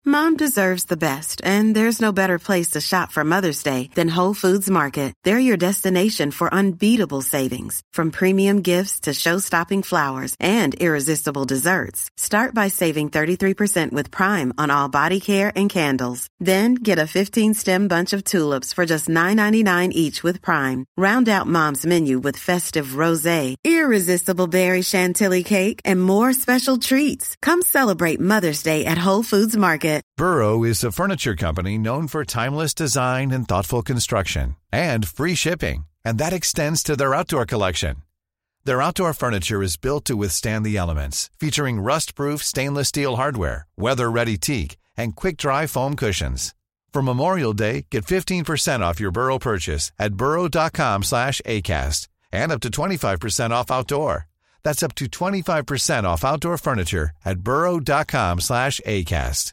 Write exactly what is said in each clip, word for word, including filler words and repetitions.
Mom deserves the best, and there's no better place to shop for Mother's Day than Whole Foods Market. They're your destination for unbeatable savings, from premium gifts to show-stopping flowers and irresistible desserts. Start by saving thirty-three percent with Prime on all body care and candles. Then get a fifteen-stem bunch of tulips for just nine ninety-nine each with Prime. Round out Mom's menu with festive rosé, irresistible berry chantilly cake, and more special treats. Come celebrate Mother's Day at Whole Foods Market. Burrow is a furniture company known for timeless design and thoughtful construction, and free shipping, and that extends to their outdoor collection. Their outdoor furniture is built to withstand the elements, featuring rust-proof stainless steel hardware, weather-ready teak, and quick-dry foam cushions. For Memorial Day, get fifteen percent off your Burrow purchase at burrow.com slash ACAST and up to twenty-five percent off outdoor. That's up to twenty-five percent off outdoor furniture at burrow.com slash ACAST.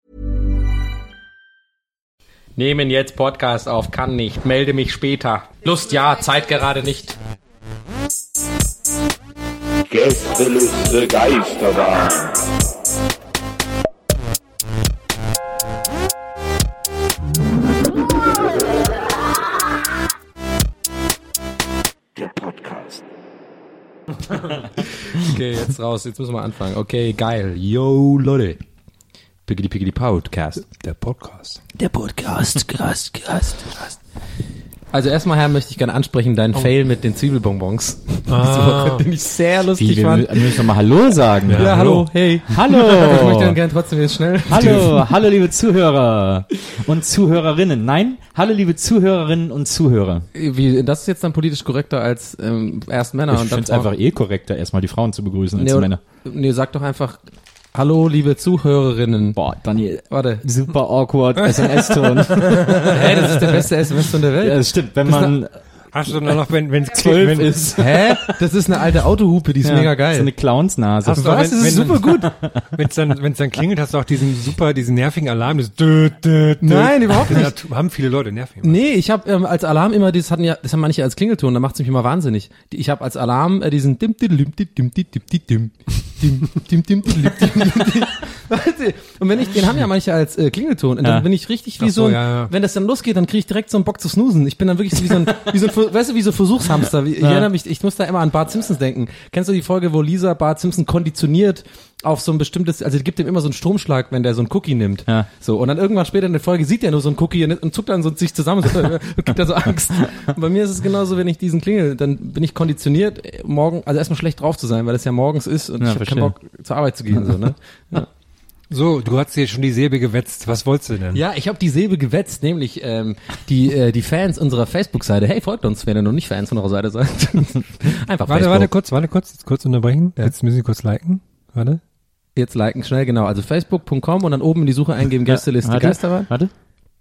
Nehmen jetzt Podcast auf, kann nicht, melde mich später. Lust ja, Zeit gerade nicht. Gästeliste Geisterbahn. Der Podcast. Okay, jetzt raus, jetzt müssen wir anfangen. Okay, geil. Yo, Leute. Piggity Piggity Podcast. Der Podcast. Der Podcast. Gast, Gast, Gast. Also erstmal, Herr, möchte ich gerne ansprechen, deinen oh. Fail mit den Zwiebelbonbons. Ah. Den ich sehr lustig Wie, fand. Wir müssen nochmal Hallo sagen. Ja, ja, hallo, hey. Hallo. Ich möchte dann gerne trotzdem jetzt schnell. Hallo, hallo liebe Zuhörer und Zuhörerinnen. Nein, hallo liebe Zuhörerinnen und Zuhörer. Wie, das ist jetzt dann politisch korrekter als ähm, erst Männer. Ich und dann finde es einfach eh korrekter, erstmal die Frauen zu begrüßen als nee, die Männer. Nee, sag doch einfach... Hallo, liebe Zuhörerinnen. Boah, Daniel. Warte. Super awkward S M S-Ton. Hä, das ist der beste S M S-Ton der Welt. Ja, das stimmt. Wenn das man hast du doch noch, wenn wenn es zwölf ist. Hä? Das ist eine alte Autohupe, die ist ja, mega geil. So eine Clownsnase. Hast du Was? Das ist wenn, super gut. Wenn es dann, wenn es dann klingelt, hast du auch diesen super, diesen nervigen Alarm. Das dö, dö, dö. Nein, überhaupt nicht. Das haben viele Leute nervig. Nee, ich habe ähm, als Alarm immer, das hatten ja, das haben manche als Klingelton, da macht's mich immer wahnsinnig. Ich habe als Alarm äh, diesen dim dim dim dim dim dim dim dim dim dim dim dim. Und wenn ich, den haben ja manche als äh, Klingelton, und dann ja. bin ich richtig wie Ach so, so ein, ja, ja. wenn das dann losgeht, dann kriege ich direkt so einen Bock zu snoosen. Ich bin dann wirklich so wie so ein, wie so ein, weißt du, wie so Versuchshamster. Ich ja. erinnere mich, ich muss da immer an Bart Simpsons denken. Kennst du die Folge, wo Lisa Bart Simpson konditioniert auf so ein bestimmtes, also die gibt ihm immer so einen Stromschlag, wenn der so einen Cookie nimmt. Ja. So, und dann irgendwann später in der Folge sieht er nur so einen Cookie und, und zuckt dann so sich zusammen so, und kriegt da so Angst. Und bei mir ist es genauso, wenn ich diesen klingel, dann bin ich konditioniert, morgen, also erstmal schlecht drauf zu sein, weil es ja morgens ist und ja, ich habe keinen Bock zur Arbeit zu gehen, so, ne? Ja. So, du hast dir schon die Säbe gewetzt. Was wolltest du denn? Ja, ich habe die Säbe gewetzt, nämlich ähm, die äh, die Fans unserer Facebook-Seite. Hey, folgt uns, wenn ihr noch nicht Fans von unserer Seite seid. Einfach Warte, Facebook. warte kurz, warte kurz, jetzt kurz unterbrechen. Ja. Jetzt müssen wir kurz liken. Warte. Jetzt liken, schnell, genau. Also facebook punkt com und dann oben in die Suche eingeben, Gästeliste warte, Geisterbahn. Warte.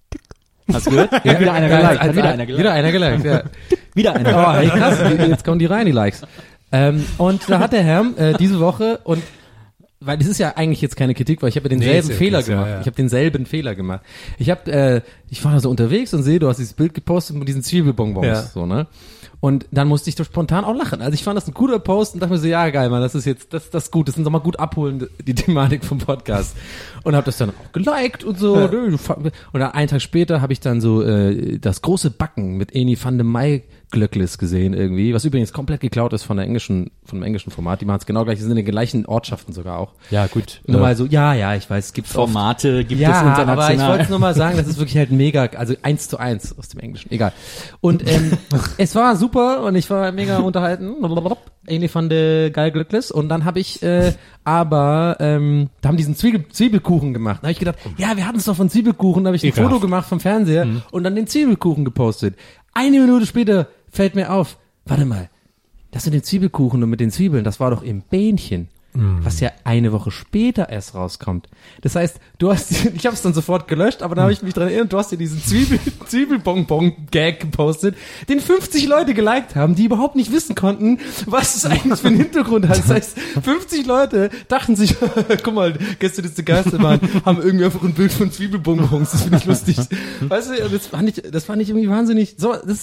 Hast du gehört? Ja, wieder einer geil, geliked. also, Hat wieder einer geliked. Wieder einer geliked, ja. Wieder einer. Oh, hey, krass, jetzt kommen die rein, die Likes. Ähm, und da hat der Herr äh, diese Woche und weil das ist ja eigentlich jetzt keine Kritik, weil ich habe ja denselben Nee, Fehler okay, gemacht. ja, ja. Ich habe denselben Fehler gemacht. Ich habe, äh, ich war da so unterwegs und sehe, du hast dieses Bild gepostet mit diesen Zwiebelbonbons, Ja. so ne. Und dann musste ich doch spontan auch lachen. Also ich fand das ein guter Post und dachte mir so, ja geil, Mann, das ist jetzt, das, das ist gut, das sind doch mal gut abholen, die Thematik vom Podcast. Und habe das dann auch geliked und so. Ja. Und dann einen Tag später habe ich dann so äh, das große Backen mit Eni van de Meij Glöcklis gesehen irgendwie, was übrigens komplett geklaut ist von der englischen, vom englischen Format. Die machen es genau gleich, die sind in den gleichen Ortschaften sogar auch. Ja, gut. Nur äh, mal so, ja, ja, ich weiß, es gibt Formate oft, gibt ja, es international. aber ich wollte nur mal sagen, das ist wirklich halt mega, also eins zu eins aus dem Englischen, egal. Und ähm, es war super und ich war mega unterhalten. Eni van de Geil Glöcklis. Und dann habe ich äh, aber, ähm, da haben diesen Zwiebel, Zwiebelkuchen gemacht. Da habe ich gedacht, ja, wir hatten es doch von Zwiebelkuchen. Da habe ich ein Ekelhaft. Foto gemacht vom Fernseher mhm. und dann den Zwiebelkuchen gepostet. Eine Minute später fällt mir auf, warte mal, das mit den Zwiebelkuchen und mit den Zwiebeln, das war doch im Bähnchen, mm. was ja eine Woche später erst rauskommt. Das heißt, du hast, ich habe es dann sofort gelöscht, aber dann habe ich mich dran erinnert, du hast dir diesen Zwiebel, Zwiebelbonbon-Gag gepostet, den fünfzig Leute geliked haben, die überhaupt nicht wissen konnten, was es eigentlich für einen Hintergrund hat. Das heißt, fünfzig Leute dachten sich, guck mal, Gästeliste Geisterbahn haben irgendwie einfach ein Bild von Zwiebelbonbons, das finde ich lustig. Weißt du, das fand ich, das fand ich irgendwie wahnsinnig, so, das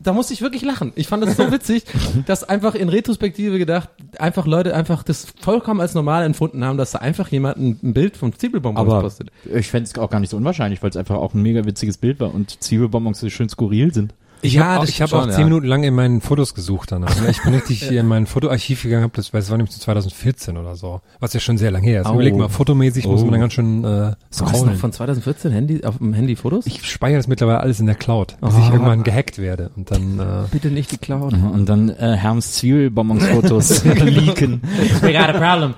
da musste ich wirklich lachen. Ich fand das so witzig, dass einfach in Retrospektive gedacht, einfach Leute einfach das vollkommen als normal empfunden haben, dass da einfach jemand ein, ein Bild von Zwiebelbonbons Aber postet. ich fände es auch gar nicht so unwahrscheinlich, weil es einfach auch ein mega witziges Bild war und Zwiebelbonbons so schön skurril sind. Ich Ja, habe auch, das ich hab schon, auch zehn ja. Minuten lang in meinen Fotos gesucht danach. ne? Ich bin richtig in mein Fotoarchiv gegangen, hab das, weil es war nämlich zwanzig vierzehn oder so, was ja schon sehr lang her ist. Au. Überleg mal, fotomäßig muss Oh. man dann ganz schön äh, Du hast noch scrollen. von zwanzig vierzehn Handy, auf dem Handy Fotos? Ich speichere das mittlerweile alles in der Cloud, bis Oh. ich irgendwann gehackt werde und dann äh, Bitte nicht die Cloud. Und dann äh, Herms Zwiebelbonbons-Fotos leaken. We got a problem.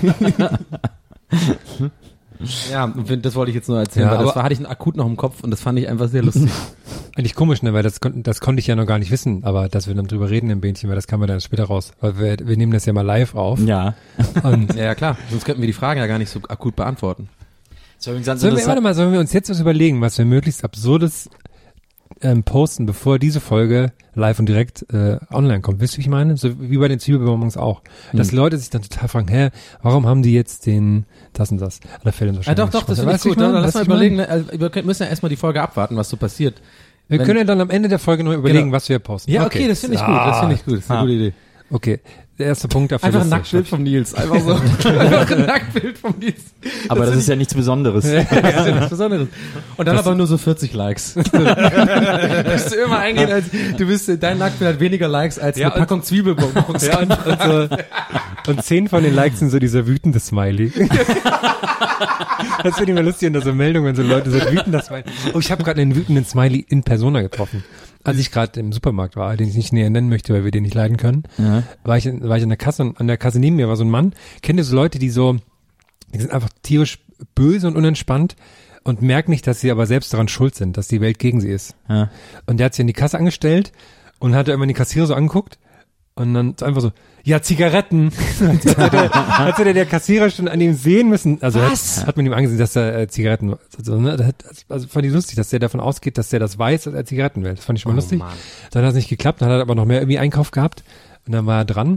Ja, und das wollte ich jetzt nur erzählen, Ja, weil das aber- war, hatte ich akut noch im Kopf und das fand ich einfach sehr lustig. eigentlich komisch, ne, weil das, kon- das konnte ich ja noch gar nicht wissen, aber dass wir dann drüber reden im Bähnchen, weil das kam wir dann später raus, weil wir, wir nehmen das ja mal live auf. Ja. Und Ja, ja, klar, sonst könnten wir die Fragen ja gar nicht so akut beantworten. So, übrigens ganz sollen wir, interessant- warte mal, sollen wir uns jetzt was überlegen, was wir möglichst Absurdes ähm, posten, bevor diese Folge live und direkt äh, online kommt. Wisst ihr, wie ich meine? So wie bei den Zwiebelbonbons auch. Dass die Leute sich dann total fragen, hä, warum haben die jetzt den, das und das? Da fällt uns Ja, wahrscheinlich doch, doch, das spontan. finde ich Weißt du, gut. wie ich meine? Dann lass Weißt mal du, wie ich überlegen, also, wir können- müssen ja erstmal die Folge abwarten, was so passiert. Wir Wenn- können ja dann am Ende der Folge noch überlegen, Genau. was wir posten. Ja, okay, das finde ich gut, das finde ich gut, das ist eine Ah. gute Idee. Okay, der erste Punkt dafür. Einfach ein Liste. Nacktbild vom Nils, einfach so. Einfach ein Nacktbild vom Nils. Aber das ist ja nichts Besonderes. Das ist ja nichts Besonderes. Und dann aber nur so vierzig Likes. Du musst immer eingehen, als du bist, dein Nacktbild hat weniger Likes als Ja, eine und- Packung Zwiebelbonbons. Ja, und, und, so, und zehn von den Likes sind so dieser wütende Smiley. Das finde ich immer lustig in so Meldungen, wenn so Leute so wütender Smiley. Oh, ich habe gerade einen wütenden Smiley in Persona getroffen. Als ich gerade im Supermarkt war, den ich nicht näher nennen möchte, weil wir den nicht leiden können, Ja. war ich, war ich an der Kasse und an der Kasse neben mir war so ein Mann. Kennt ihr so Leute, die so, die sind einfach tierisch böse und unentspannt und merken nicht, dass sie aber selbst daran schuld sind, dass die Welt gegen sie ist. Ja. Und der hat sich an die Kasse angestellt und hat immer die Kassierer so angeguckt und dann so einfach so, ja, Zigaretten. als hätte der, als hätte der Kassierer schon an ihm sehen müssen. Also Was? Hat, hat man ihm angesehen, dass er äh, Zigaretten, also, ne, das hat, also fand ich lustig, dass der davon ausgeht, dass der das weiß, dass er Zigaretten will. Das fand ich schon mal Oh, lustig. Mann. Dann hat es nicht geklappt, dann hat er aber noch mehr irgendwie Einkauf gehabt und dann war er dran.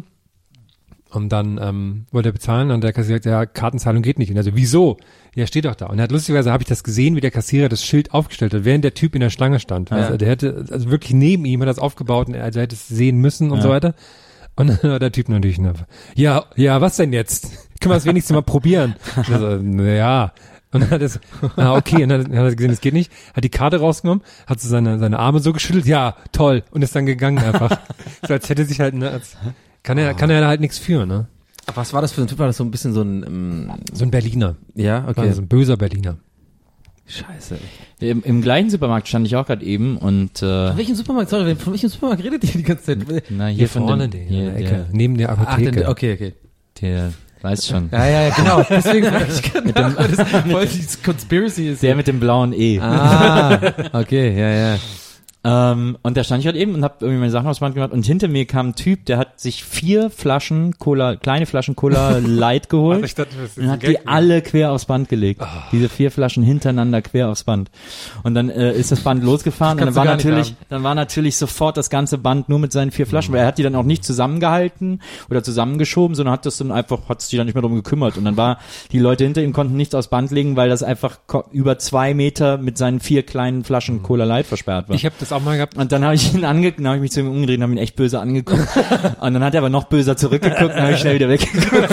Und dann ähm, wollte er bezahlen und der Kassierer sagt, ja, Kartenzahlung geht nicht. Und er so, wieso? Ja, steht doch da. Und er hat lustigerweise habe ich das gesehen, wie der Kassierer das Schild aufgestellt hat, während der Typ in der Schlange stand. Ja. Also der hätte, also wirklich neben ihm hat er das aufgebaut, und er also hätte es sehen müssen und Ja. so weiter. Und dann war der Typ natürlich, ne, ja, ja, was denn jetzt? Können wir es wenigstens mal probieren? Und er so, na ja. Und dann hat er so, ah, okay, und dann hat er gesehen, es geht nicht, hat die Karte rausgenommen, hat so seine, seine Arme so geschüttelt, ja, toll, und ist dann gegangen einfach. So als hätte sich halt, ne, als, kann er, kann er da halt nichts für, ne? Was war das für ein Typ? War das so ein bisschen so ein, ähm, So ein Berliner. ja, okay. Okay. So ein böser Berliner. Scheiße. Im, Im gleichen Supermarkt stand ich auch gerade eben und äh, Von welchem Supermarkt, sorry, von welchem Supermarkt redet ihr die ganze Zeit? na, hier, Hier von vorne, dem, den, hier, in der Ecke, der, neben der Ach, Apotheke. den, okay, okay. der weiß schon. Ja, ja, ja, genau. Deswegen frage ich genau, weil das voll die Conspiracy ist. Der mit dem blauen E. Ah, okay, ja, ja. Ähm, und da stand ich halt eben und habe irgendwie meine Sachen aufs Band gemacht und hinter mir kam ein Typ, der hat sich vier Flaschen Cola, kleine Flaschen Cola Light geholt Ich dachte, das ist und ein hat die Gag. alle quer aufs Band gelegt. Diese vier Flaschen hintereinander quer aufs Band. Und dann äh, ist das Band losgefahren und dann kannst du war gar nicht natürlich, haben. dann war natürlich sofort das ganze Band nur mit seinen vier Flaschen, weil er hat die dann auch nicht zusammengehalten oder zusammengeschoben, sondern hat das dann einfach, hat sich die dann nicht mehr drum gekümmert. Und dann war, die Leute hinter ihm konnten nichts aufs Band legen, weil das einfach ko- über zwei Meter mit seinen vier kleinen Flaschen Cola Light versperrt war. Ich habe das auch mal gehabt. Und dann habe ich ihn angeguckt, dann habe ich mich zu ihm umgedreht und habe ihn echt böse angeguckt. Und dann hat er aber noch böser zurückgeguckt und dann habe ich schnell wieder weggeguckt.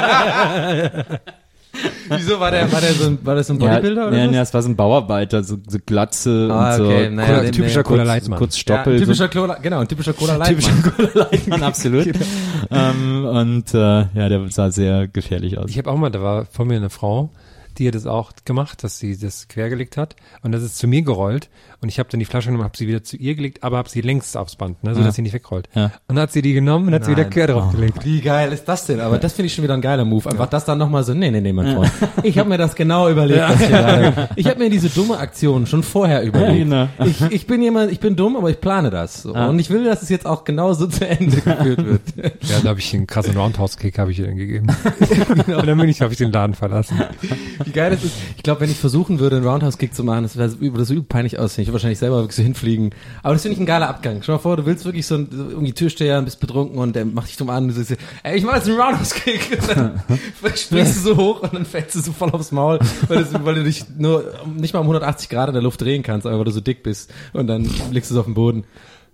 Wieso war der, war der so ein, war das so ein Bodybuilder ja, oder ja, was? ja, es war so ein Bauarbeiter, so, so Glatze Ah, und okay, so. naja, Cola, den- typischer den- Cola kurz, Lightmann. kurz Ja, Stoppel. ein so, typischer Cola, genau, ein typischer Cola Light. typischer Cola Lightmann, absolut. ähm, und äh, ja, der sah sehr gefährlich aus. Ich habe auch mal, da war vor mir eine Frau, die hat das auch gemacht, dass sie das quergelegt hat und das ist zu mir gerollt und ich habe dann die Flasche genommen, habe sie wieder zu ihr gelegt, aber habe sie längst aufs Band, ne, so Ja. dass sie nicht wegrollt. Ja. Und dann hat sie die genommen und hat sie wieder Nein. quer drauf gelegt. Wie geil ist das denn? Aber das finde ich schon wieder ein geiler Move. Einfach das dann nochmal so, nee, nee, nee, mein Freund. Ich habe mir das genau überlegt. Was hier gerade, ich habe mir diese dumme Aktion schon vorher überlegt. Genau. Ich, ich bin jemand, ich bin dumm, aber ich plane das. So. Und ich will, dass es jetzt auch genauso zu Ende geführt wird. Ja, da habe ich einen krassen Roundhouse-Kick habe ich ihr dann gegeben. Und dann bin ich, habe ich den Laden verlassen. Wie geil das ist. Ich glaube, wenn ich versuchen würde, einen Roundhouse-Kick zu machen, das wäre würde so übel peinlich aussehen. Ich würde wahrscheinlich selber wirklich so hinfliegen. Aber das finde ich ein geiler Abgang. Stell dir mal vor, du willst wirklich so, ein, so irgendwie Türsteher und bist betrunken und der macht dich dumm an und du sagst, ey, ich mach jetzt einen Roundhouse-Kick. Und dann springst du so hoch und dann fällst du so voll aufs Maul, weil du, weil du dich nur nicht mal um hundertachtzig Grad in der Luft drehen kannst, aber weil du so dick bist. Und dann liegst du so auf dem Boden.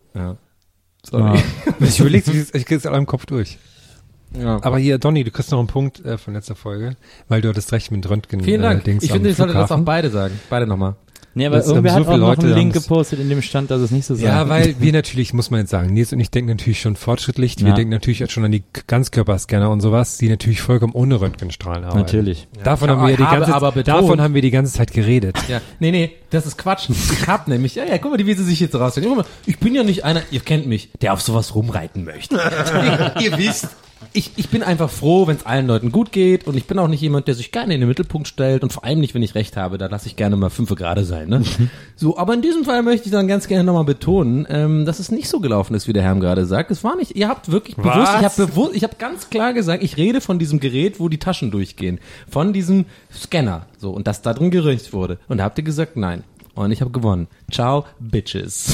Ja. Sorry. Ja. Ich überlege, ich krieg's alle im Kopf durch. Ja. Aber hier, Donny, du kriegst noch einen Punkt äh, von letzter Folge, weil du hattest recht mit Röntgen. Vielen Dank. Äh, Dings ich am finde, ich sollte das auch Flughafen. beide sagen. Beide nochmal. Nee, aber Das, irgendwer ähm, so hat auch viele noch Leute einen Link haben's- gepostet, in dem stand, dass es nicht so sei. Ja, weil wir natürlich, muss man jetzt sagen, Nils und ich denken natürlich schon fortschrittlich. Wir Ja. denken natürlich jetzt schon an die Ganzkörperscanner und sowas, die natürlich vollkommen ohne Röntgenstrahlen arbeiten. Natürlich. Davon Ja, haben wir ja die habe ganze aber betont- davon haben wir die ganze Zeit geredet. Ja, nee, nee, das ist Quatsch. Ich hab nämlich, ja, ja, guck mal, wie sie sich jetzt rausstellen. Guck mal, ich bin ja nicht einer, ihr kennt mich, der auf sowas rumreiten möchte. Ihr wisst. Ich, ich bin einfach froh, wenn es allen Leuten gut geht und ich bin auch nicht jemand, der sich gerne in den Mittelpunkt stellt und vor allem nicht, wenn ich recht habe, da lasse ich gerne mal fünf gerade sein. Ne? So, aber in diesem Fall möchte ich dann ganz gerne nochmal betonen, ähm, dass es nicht so gelaufen ist, wie der Herr gerade sagt. Es war nicht, ihr habt wirklich Was? bewusst, ich habe bewusst, ich habe ganz klar gesagt, ich rede von diesem Gerät, wo die Taschen durchgehen, von diesem Scanner, so, und dass da drin geröntgt wurde. Und da habt ihr gesagt, nein. Und ich habe gewonnen. Ciao, Bitches.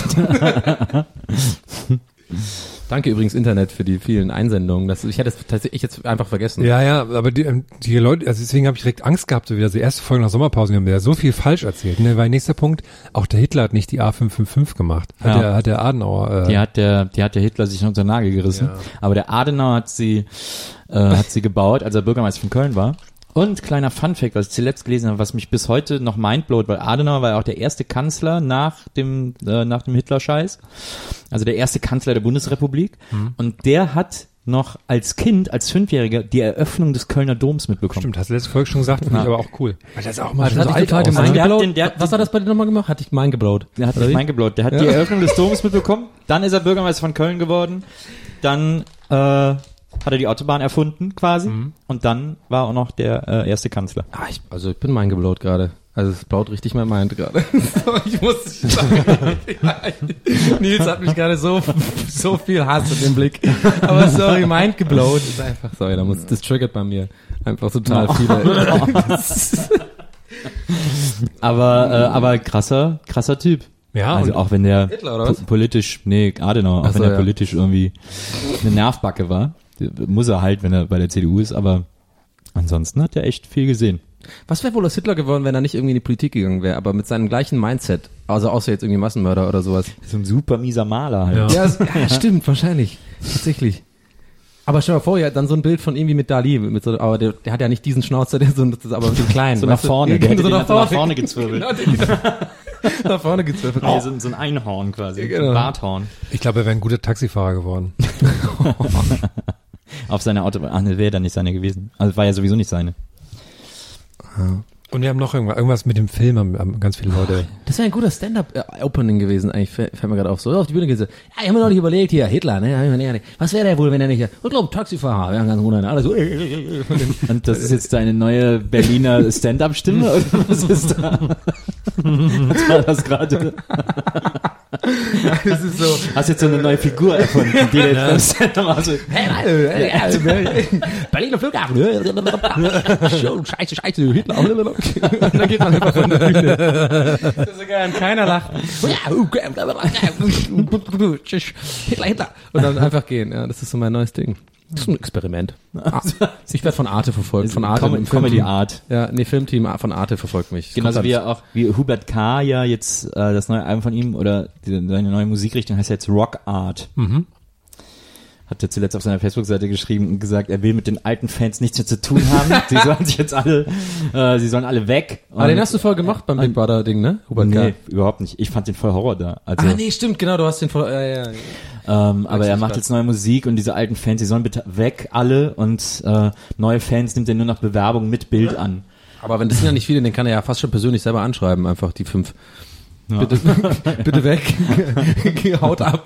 Danke übrigens Internet für die vielen Einsendungen. Das, ich hätte es tatsächlich jetzt einfach vergessen. Ja, ja, aber die, ähm, die Leute, also deswegen habe ich direkt Angst gehabt, so wieder die erste Folge nach Sommerpause, die haben ja so viel falsch erzählt. Ne? Weil nächster Punkt, auch der Hitler hat nicht die A fünf fünf fünf gemacht. Hat, Ja. der, hat der Adenauer. Äh, Die hat der, die hat der Hitler sich unter den Nagel gerissen. Ja. Aber der Adenauer hat sie, äh, hat sie gebaut, als er Bürgermeister von Köln war. Und kleiner Funfact, was ich zuletzt gelesen habe, was mich bis heute noch mindblowt, weil Adenauer war ja auch der erste Kanzler nach dem, äh, nach dem Hitler-Scheiß. Also der erste Kanzler der Bundesrepublik. Mhm. Und der hat noch als Kind, als Fünfjähriger, die Eröffnung des Kölner Doms mitbekommen. Stimmt, hast du letzte Folge schon gesagt, finde ich Ja. aber auch cool. Weil das auch mal Das schon hat so dich alt total aussah. gemein Der hat geblowt. den- der hat Was hat das bei dir nochmal gemacht? Hat dich mein geblowt? Der hat Oder mich wie? mindgeblowt. Der hat Ja. die Eröffnung des Doms mitbekommen. Dann ist er Bürgermeister von Köln geworden. Dann äh, hat er die Autobahn erfunden quasi. Mhm. Und dann war auch noch der äh, erste Kanzler. Ah, ich, also ich bin mein geblowt gerade. Also es blaut richtig mein Mind gerade. So, ich muss sagen. Nils hat mich gerade so so viel Hass in dem Blick. Aber sorry, Mind geblowt ist einfach, sorry, da muss, das triggert bei mir einfach total viele. Aber, äh, aber krasser, krasser Typ. Ja, Also und auch wenn der Hitler, oder po- was? politisch, nee, Adenauer, auch Ach so, wenn er ja. politisch irgendwie eine Nervbacke war. Muss er halt, wenn er bei der C D U ist, aber ansonsten hat er echt viel gesehen. Was wäre wohl aus Hitler geworden, wenn er nicht irgendwie in die Politik gegangen wäre, aber mit seinem gleichen Mindset? Also außer jetzt irgendwie Massenmörder oder sowas. So ein super mieser Maler halt. Ja. Ja, es, ja stimmt, wahrscheinlich. Tatsächlich. Aber stell dir mal vor, ja, dann so ein Bild von irgendwie mit Dali, mit so, aber der, der hat ja nicht diesen Schnauzer, der so, aber mit dem kleinen. So nach weißt du? vorne, der hätte so den nach so nach vorne, vorne gezwirbelt. Genau, den- nach vorne gezwirbelt. Nee, so, so ein Einhorn quasi, Genau. so ein Barthorn. ich glaube, er wäre ein guter Taxifahrer geworden. Auf seiner Autobahn. Ach, ne, wäre dann nicht seine gewesen. Also war ja sowieso nicht seine. Und wir haben noch irgendwas, irgendwas mit dem Film, haben, haben ganz viele Leute. Das wäre ein guter Stand-Up-Opening gewesen, eigentlich, fällt fällt mir gerade auf. So auf die Bühne gesagt, ja, ich habe mir noch nicht überlegt, hier, Hitler, ne, hab ich mir nicht- was wäre der wohl, wenn er nicht, ich glaube, Taxifahrer, ja, ganz wunderbar, alles so. Und das ist jetzt deine neue Berliner Stand-Up-Stimme oder was ist da? Was war das gerade? Das ist so, Hast jetzt so eine neue Figur erfunden, die jetzt beim Stand-Up also, hey, also, Berliner Flughafen, Show, scheiße, scheiße, Hitler, und dann geht man einfach von der Bühne. Das ist so geil, und keiner lacht. Hitler, Hitler. Und dann einfach gehen, ja, das ist so mein neues Ding. Das ist ein Experiment. Ah, ich werde von Arte verfolgt, von Arte. Com im Filmteam. Comedy-Art. Ja, nee, Filmteam von Arte verfolgt mich. Genauso Kommt wie dann- er auch, wie Hubert K. ja jetzt, äh, das neue Album von ihm oder die, seine neue Musikrichtung heißt jetzt Rock Art. Mhm. Hat er zuletzt auf seiner Facebook-Seite geschrieben und gesagt, er will mit den alten Fans nichts mehr zu tun haben. Sie sollen sich jetzt alle, äh, sie sollen alle weg. Ah, den Und- hast du voll gemacht beim Big Brother Ding, ne? Hubert Nee, K. überhaupt nicht. Ich fand den voll Horror da. Also, Ah, nee, stimmt, genau, du hast den voll, ja, ja, ja. ähm, aber Weiß er ich macht grad. jetzt neue Musik und diese alten Fans, die sollen bitte weg, alle, und äh, neue Fans nimmt er nur noch Bewerbung mit Bild an. Aber wenn das sind ja nicht viele, den kann er ja fast schon persönlich selber anschreiben, einfach die fünf. Bitte, bitte weg. Haut ab.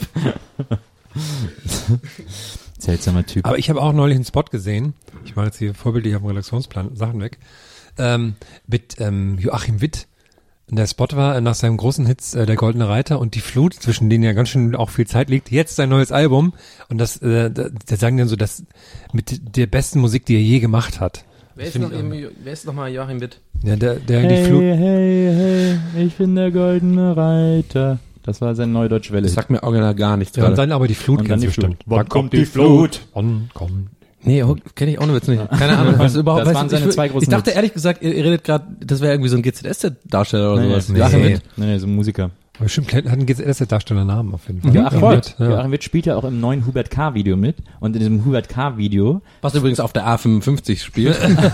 Seltsamer Typ. Aber ich habe auch neulich einen Spot gesehen. Ich mache jetzt hier vorbildlich auf dem Redaktionsplan Sachen weg. Ähm, mit ähm, Joachim Witt. Der Spot war äh, nach seinem großen Hit äh, Der Goldene Reiter und die Flut, zwischen denen ja ganz schön auch viel Zeit liegt. Jetzt sein neues Album. Und das, äh, da, da sagen dann so, das mit der besten Musik, die er je gemacht hat. Wer ist, find noch, ich im, wer ist noch mal Joachim Witt? Ja, der, der die Flut. hey, hey, ich bin der goldene Reiter. Das war sein Neudeutsche Welle. Das sagt mir original gar nichts Ja, und gerade. dann aber die Flut Und ganz dann die bestimmt. Flut. Wann kommt die Flut? Wann kommt Nee, kenne ich auch noch jetzt nicht. Keine Ahnung, was überhaupt. Das weißt waren du, ich, seine zwei großen ich dachte Hits. ehrlich gesagt, ihr, ihr redet gerade, das wäre irgendwie so ein G Z S Z-Darsteller oder Nee, sowas. nee. Joachim Nee. Witt. Nee, nee, so ein Musiker. Aber stimmt, hat einen G Z S-Darsteller Namen auf jeden Fall. Joachim Ja, Witt. ja. Joachim Witt spielt ja auch im neuen Hubert K-Video mit. Und in diesem Hubert K-Video, Was übrigens auf der A fünfundfünfzig spielt.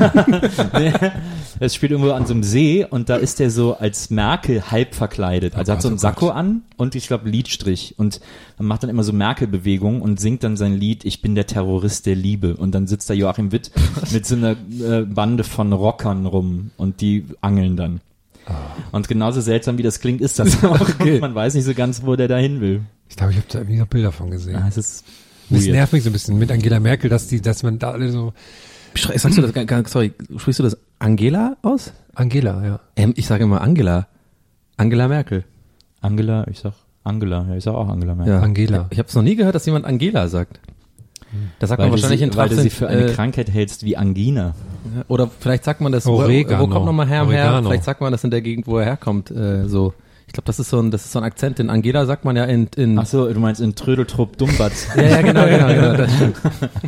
es spielt irgendwo an so einem See und da ist der so als Merkel halb verkleidet. Also hat so einen Sakko an und ich glaube Lidstrich. Und macht dann immer so Merkel-Bewegungen und singt dann sein Lied Ich bin der Terrorist der Liebe. Und dann sitzt da Joachim Witt mit so einer äh, Bande von Rockern rum und die angeln dann. Und genauso seltsam wie das klingt, ist das auch. Okay. Man weiß nicht so ganz, wo der da hin will. Ich glaube, ich habe da irgendwie noch Bilder von gesehen. Ah, es ist Das weird. nervt mich so ein bisschen mit Angela Merkel, dass die, dass man da alle so, Sagst du das, gar- gar- sorry, sprichst du das Angela aus? Angela, ja. Ähm, ich sage immer Angela. Angela Merkel. Angela, ich sag Angela, ja, ich sag auch Angela Merkel. Ja. Angela. Ich habe es noch nie gehört, dass jemand Angela sagt. Das sagt Weil, man du wahrscheinlich sie, in weil du sie Trachsen, für eine äh, Krankheit hältst wie Angina. Oder vielleicht sagt man das, wo, Oregano. wo kommt nochmal her, her? Oregano. Vielleicht sagt man das in der Gegend, wo er herkommt, äh, so. Ich glaube, das ist so ein, das ist so ein Akzent. In Angela sagt man ja in, in Ach so, du meinst in Trödeltrupp Dumbatz. ja, ja, genau, genau, genau. Das stimmt.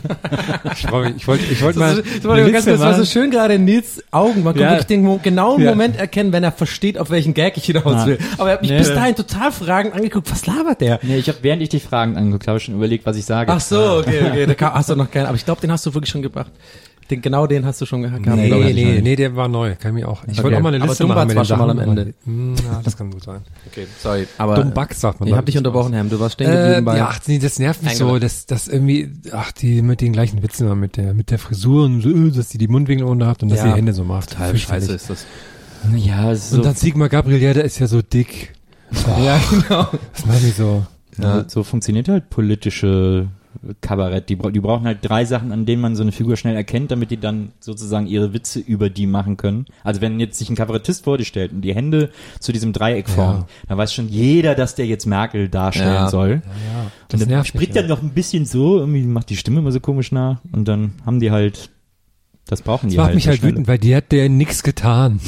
Ich freu mich, ich wollte, ich wollte Das, mal, ist, das war ganz kurz, das war so schön gerade in Nils Augen. Man kann Ja. wirklich den mo- genauen Ja. Moment erkennen, wenn er versteht, auf welchen Gag ich hinaus Ah. will. Aber er hat mich Nee. bis dahin total fragend angeguckt. Was labert der? Nee, ich habe während ich die Fragen angeguckt habe, schon überlegt, was ich sage. Ach so, okay, okay. Da kam, hast du noch keinen. Aber ich glaube, den hast du wirklich schon gebracht. Den, genau den hast du schon gehabt. Nee, glaub ich. nee, nee, der war neu, kann ich auch. Ich Okay. wollte auch mal eine Aber Liste Dumbatz machen mit war den schon mal Sachen, am Ende. aber- Hm, ja, das kann gut sein. Okay, sorry. Aber Dumbax sagt man. ich glaub habe dich unterbrochen, Herm. Du warst stehen Äh, geblieben bei... ja, ach, nee, das nervt mich so, Eingeladen. dass, dass irgendwie, ach, die mit den gleichen Witzen immer mit der, mit der Frisur und so, äh, dass die die Mundwinkel unten hat und dass Ja, sie die Hände so macht. total Fürchterlich. scheiße ist das. Ja, so, Und dann Sigmar Gabriel, ja, der ist ja so dick. Ja, genau. Das macht mich so. ja, so funktioniert halt politische Kabarett. Die, bra- die brauchen halt drei Sachen, an denen man so eine Figur schnell erkennt, damit die dann sozusagen ihre Witze über die machen können. Also wenn jetzt sich ein Kabarettist vor dir stellt und die Hände zu diesem Dreieck formen, dann weiß schon jeder, dass der jetzt Merkel darstellen Ja. soll. Das Und dann nervt spricht mich, dann noch ein bisschen so, irgendwie macht die Stimme immer so komisch nach und dann haben die halt, das brauchen Das die macht halt. mich halt schnell. wütend, weil die hat der nix getan.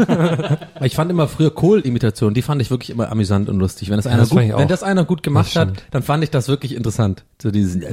Ich fand immer früher Kohl-Imitationen, die fand ich wirklich immer amüsant und lustig. Wenn das einer das gut, fand ich auch. wenn das einer gut gemacht Das hat, stimmt. dann fand ich das wirklich interessant. So dieses, ich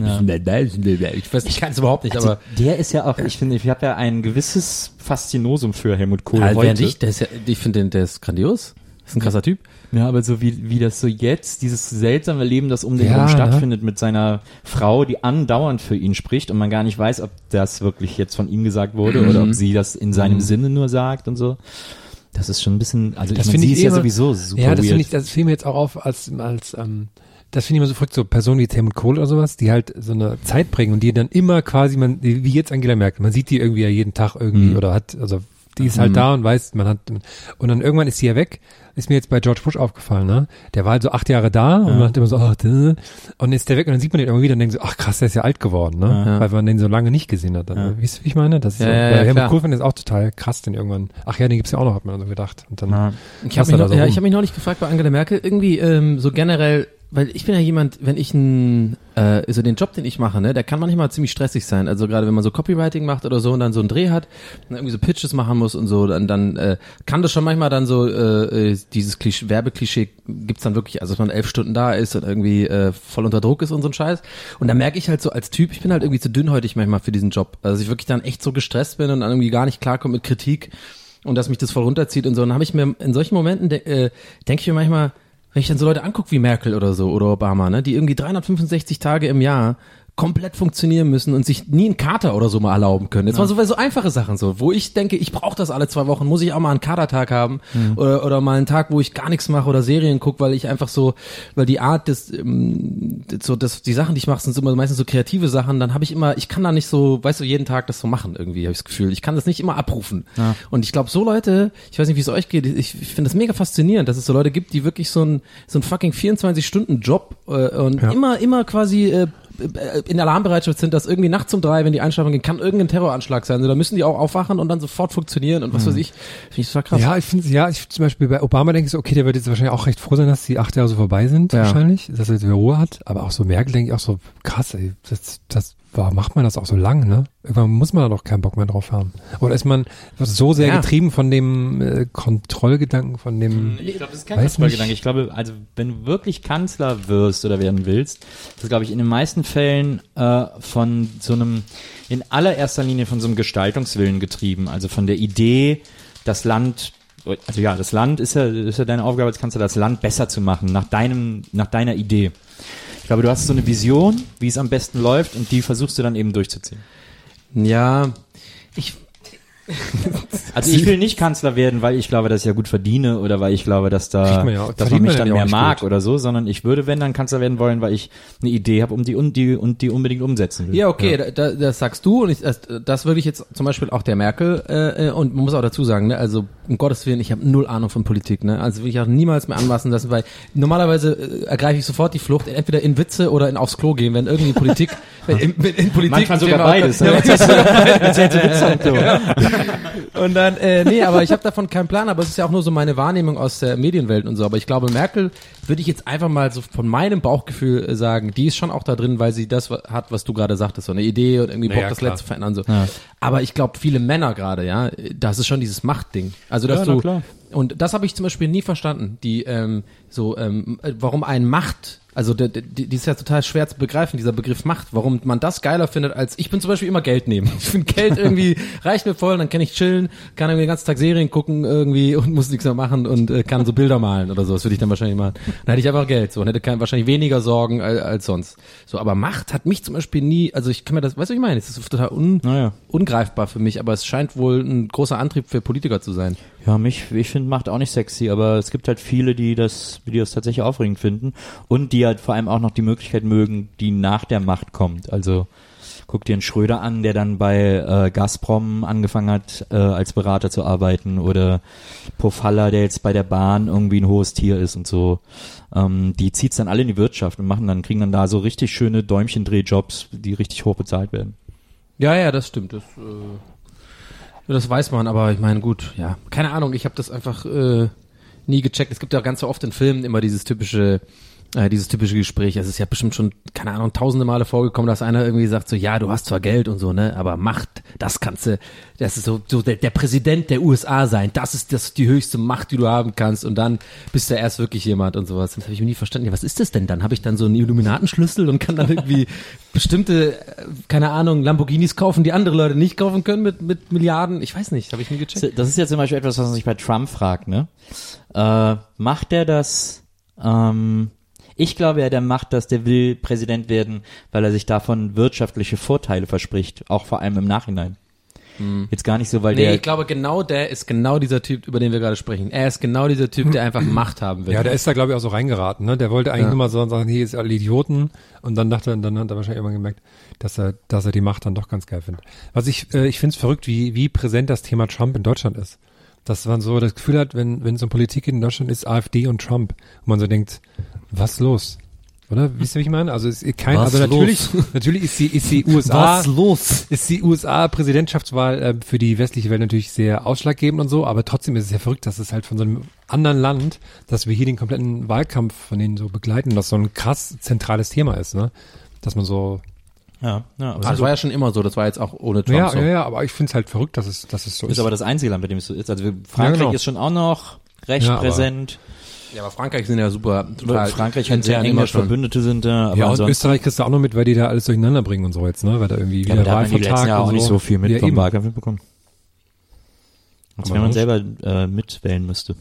weiß, ich kann es überhaupt nicht, Also, aber der ist ja auch, ich finde, ich habe ja ein gewisses Faszinosum für Helmut Kohl halt, heute. während ich, der ist ja, ich finde den, der ist grandios. Das ist ein krasser Typ. Ja, aber so wie, wie das so jetzt, dieses seltsame Leben, das um den Ja, herum ne? stattfindet mit seiner Frau, die andauernd für ihn spricht und man gar nicht weiß, ob das wirklich jetzt von ihm gesagt wurde Mhm. oder ob sie das in seinem Sinne nur sagt und so. Das ist schon ein bisschen, also Das ich meine, finde sie ich ist ja immer- sowieso super Ja, das weird. finde ich, das fiel mir jetzt auch auf als, als, ähm, das finde ich immer so verrückt, so Personen wie Helmut Kohl oder sowas, die halt so eine Zeit bringen und die dann immer quasi, man, wie jetzt Angela Merkel, man sieht die irgendwie ja jeden Tag irgendwie Mhm. oder hat, also die ist halt Mhm. da und weiß, man hat, und dann irgendwann ist sie ja weg, ist mir jetzt bei George Bush aufgefallen, ne? Der war halt so acht Jahre da und man hat immer so, ach, däh. Und dann ist der weg und dann sieht man den immer wieder und denkt so, ach krass, der ist ja alt geworden, ne? Ja. Weil man den so lange nicht gesehen hat. Dann, Ja. Weißt du, wie ich meine? Das ist Ja, so, ja, ja, bei Helmut klar. Kohl fand ich das auch total krass, den irgendwann, ach ja, den gibt's ja auch noch, hat man so gedacht. Und dann, Ja. Ich habe Passt mich, er da noch- so ja, rum? ich hab mich noch nicht gefragt bei Angela Merkel, irgendwie ähm, so generell, weil ich bin ja jemand, wenn ich ein, äh, so den Job, den ich mache, ne, der kann manchmal ziemlich stressig sein. Also gerade wenn man so Copywriting macht oder so und dann so einen Dreh hat und irgendwie so Pitches machen muss und so, dann, dann äh, kann das schon manchmal dann so äh, äh, dieses Klischee, Werbeklischee gibt's dann wirklich, also dass man elf Stunden da ist und irgendwie äh, voll unter Druck ist und so ein Scheiß. Und da merke ich halt so als Typ, ich bin halt irgendwie zu dünnhäutig manchmal für diesen Job. Also dass ich wirklich dann echt so gestresst bin und dann irgendwie gar nicht klarkomme mit Kritik und dass mich das voll runterzieht und so. Und dann habe ich mir in solchen Momenten de- äh, denke ich mir manchmal, wenn ich dann so Leute angucke wie Merkel oder so oder Obama, ne, die irgendwie dreihundertfünfundsechzig Tage im Jahr komplett funktionieren müssen und sich nie einen Kater oder so mal erlauben können. Jetzt mal so, so einfache Sachen so, wo ich denke, ich brauche das alle zwei Wochen, muss ich auch mal einen Katertag haben oder, oder mal einen Tag, wo ich gar nichts mache oder Serien gucke, weil ich einfach so, weil die Art des, ähm, so das, die Sachen, die ich mache, sind immer meistens so kreative Sachen, dann habe ich immer, ich kann da nicht so, weißt du, jeden Tag das so machen irgendwie, habe ich das Gefühl. Ich kann das nicht immer abrufen. Ja. Und ich glaube, so Leute, ich weiß nicht, wie es euch geht, ich, ich finde das mega faszinierend, dass es so Leute gibt, die wirklich so ein so ein fucking vierundzwanzig-Stunden-Job äh, und Ja. immer, immer quasi äh, in Alarmbereitschaft sind, dass irgendwie nachts um drei, wenn die Einschlafen gehen, kann irgendein Terroranschlag sein. So, da müssen die auch aufwachen und dann sofort funktionieren und was weiß ich. Finde ich total krass. Ja, ich finde, ja, ich zum Beispiel bei Obama denke ich so, okay, der wird jetzt wahrscheinlich auch recht froh sein, dass die acht Jahre so vorbei sind, Ja. wahrscheinlich, dass er jetzt wieder Ruhe hat. Aber auch so Merkel denke ich auch so, krass, ey, das, das, warum macht man das auch so lang, ne? Irgendwann muss man da doch keinen Bock mehr drauf haben. Oder ist man so sehr Ja. getrieben von dem äh, Kontrollgedanken, von dem, Ich glaube, das ist kein Weiß Kontrollgedanke. nicht. Ich glaube, also wenn du wirklich Kanzler wirst oder werden willst, das ist, glaube ich, in den meisten Fällen äh, von so einem, in allererster Linie von so einem Gestaltungswillen getrieben. Also von der Idee, das Land also ja, das Land ist ja, ist ja deine Aufgabe als Kanzler, das Land besser zu machen, nach deinem, nach deiner Idee. Ich glaube, du hast so eine Vision, wie es am besten läuft und die versuchst du dann eben durchzuziehen. Ja, ich... Also ich will nicht Kanzler werden, weil ich glaube, dass ich ja gut verdiene oder weil ich glaube, dass da, Kriegt man ja auch- dass verdient man mich man dann ja auch mehr nicht mag gut. oder so, sondern ich würde, wenn dann Kanzler werden wollen, weil ich eine Idee habe, um die und die und die unbedingt umsetzen will. Ja, okay, Da, da, das sagst du und ich, das, das würde ich jetzt zum Beispiel auch der Merkel äh, und man muss auch dazu sagen, ne, also um Gottes Willen, ich habe null Ahnung von Politik, ne, also will ich auch niemals mehr anmaßen lassen, weil normalerweise äh, ergreife ich sofort die Flucht, entweder in Witze oder in aufs Klo gehen, wenn irgendwie Politik, wenn in, wenn in Politik Manchmal sogar Thema- beides. Ne? Und dann, äh, nee, aber ich habe davon keinen Plan, aber es ist ja auch nur so meine Wahrnehmung aus der Medienwelt und so. Aber ich glaube, Merkel würde ich jetzt einfach mal so von meinem Bauchgefühl äh, sagen, die ist schon auch da drin, weil sie das wa- hat, was du gerade sagtest, so eine Idee und irgendwie Bock, Ja, das klar. Letzte verändern so. Ja. Aber ich glaube, viele Männer gerade, ja, das ist schon dieses Machtding. Also, dass Ja, na du, klar. und das habe ich zum Beispiel nie verstanden, die, ähm, so, ähm, äh, warum ein Macht, also die, die, die ist ja total schwer zu begreifen, dieser Begriff Macht, warum man das geiler findet als, ich bin zum Beispiel immer Geld nehmen. Ich finde Geld irgendwie, reicht mir voll, dann kann ich chillen, kann irgendwie den ganzen Tag Serien gucken irgendwie und muss nichts mehr machen und äh, kann so Bilder malen oder so, das würde ich dann wahrscheinlich machen. Dann hätte ich einfach Geld so und hätte kein, wahrscheinlich weniger Sorgen als, als sonst. So, aber Macht hat mich zum Beispiel nie, also ich kann mir das, weißt du, was ich meine? Es ist total un, Naja. ungreifbar für mich, aber es scheint wohl ein großer Antrieb für Politiker zu sein. Ja, mich, ich finde Macht auch nicht sexy, aber es gibt halt viele, die das, die das tatsächlich aufregend finden und die halt vor allem auch noch die Möglichkeit mögen, die nach der Macht kommt. Also guck dir einen Schröder an, der dann bei äh, Gazprom angefangen hat, äh, als Berater zu arbeiten, oder Pofalla, der jetzt bei der Bahn irgendwie ein hohes Tier ist und so. Ähm, die zieht's dann alle in die Wirtschaft und machen dann, kriegen dann da so richtig schöne Däumchendrehjobs, die richtig hoch bezahlt werden. Ja, ja, das stimmt. Das, äh, das weiß man, aber ich meine, gut, ja. Keine Ahnung, ich habe das einfach äh, nie gecheckt. Es gibt ja ganz so oft in Filmen immer dieses typische, äh, dieses typische Gespräch. Es ist ja bestimmt schon, keine Ahnung, tausende Male vorgekommen, dass einer irgendwie sagt so, ja, du hast zwar Geld und so, ne, aber Macht, das kannst du, das ist so, so der, der Präsident der U S A sein, das ist das die höchste Macht, die du haben kannst, und dann bist du erst wirklich jemand und sowas. Das habe ich nie verstanden. Ja, was ist das denn dann? Habe ich dann so einen Illuminatenschlüssel und kann dann irgendwie bestimmte, äh, keine Ahnung, Lamborghinis kaufen, die andere Leute nicht kaufen können mit mit Milliarden? Ich weiß nicht, habe ich nie gecheckt. Das ist ja zum Beispiel etwas, was man sich bei Trump fragt, ne? Äh, macht der das, ähm, ich glaube ja, der macht das, der will Präsident werden, weil er sich davon wirtschaftliche Vorteile verspricht, auch vor allem im Nachhinein. Hm. Jetzt gar nicht so, weil Nee, der... ich glaube, genau der ist genau dieser Typ, über den wir gerade sprechen. Er ist genau dieser Typ, der einfach Macht haben will. Ja, der ist da, glaube ich, auch so reingeraten. Ne? Der wollte eigentlich Ja. nur mal so sagen, hier ist alle Idioten. Und dann dachte er, dann hat er wahrscheinlich irgendwann gemerkt, dass er, dass er die Macht dann doch ganz geil findet. Was ich, äh, ich finde es verrückt, wie, wie präsent das Thema Trump in Deutschland ist. Dass man so das Gefühl hat, wenn, wenn so Politik in Deutschland ist, AfD und Trump. Und man so denkt, was los? Oder? Wisst ihr, wie ich meine? Also ist kein, Was also natürlich, los? natürlich ist die, ist die U S A, Was los? ist die U S A-Präsidentschaftswahl äh, für die westliche Welt natürlich sehr ausschlaggebend und so, aber trotzdem ist es ja verrückt, dass es halt von so einem anderen Land, dass wir hier den kompletten Wahlkampf von denen so begleiten, dass so ein krass zentrales Thema ist, ne? Dass man so, Ja, ja, aber Ah, das war ja schon immer so, das war jetzt auch ohne Trump ja, so. ja, ja, aber ich finde es halt verrückt, dass es, dass es so ist ist. aber das einzige Land, bei dem es so ist. Also wir- Frankreich genau. ist schon auch noch recht Ja, aber- präsent. Ja, aber Frankreich sind ja super, total Frankreich und sehr intern enge immer schon. Verbündete sind da, aber ja, und ansonsten... Österreich kriegst du auch noch mit, weil die da alles durcheinander bringen und so jetzt, ne? Weil da irgendwie Ja, wieder aber da hat man die Wahlvertrag letzten Jahre und auch nicht so viel mit ja, vom eben. Wahlkampf mitbekommen. Als Aber wenn man sonst- selber äh, mitwählen müsste.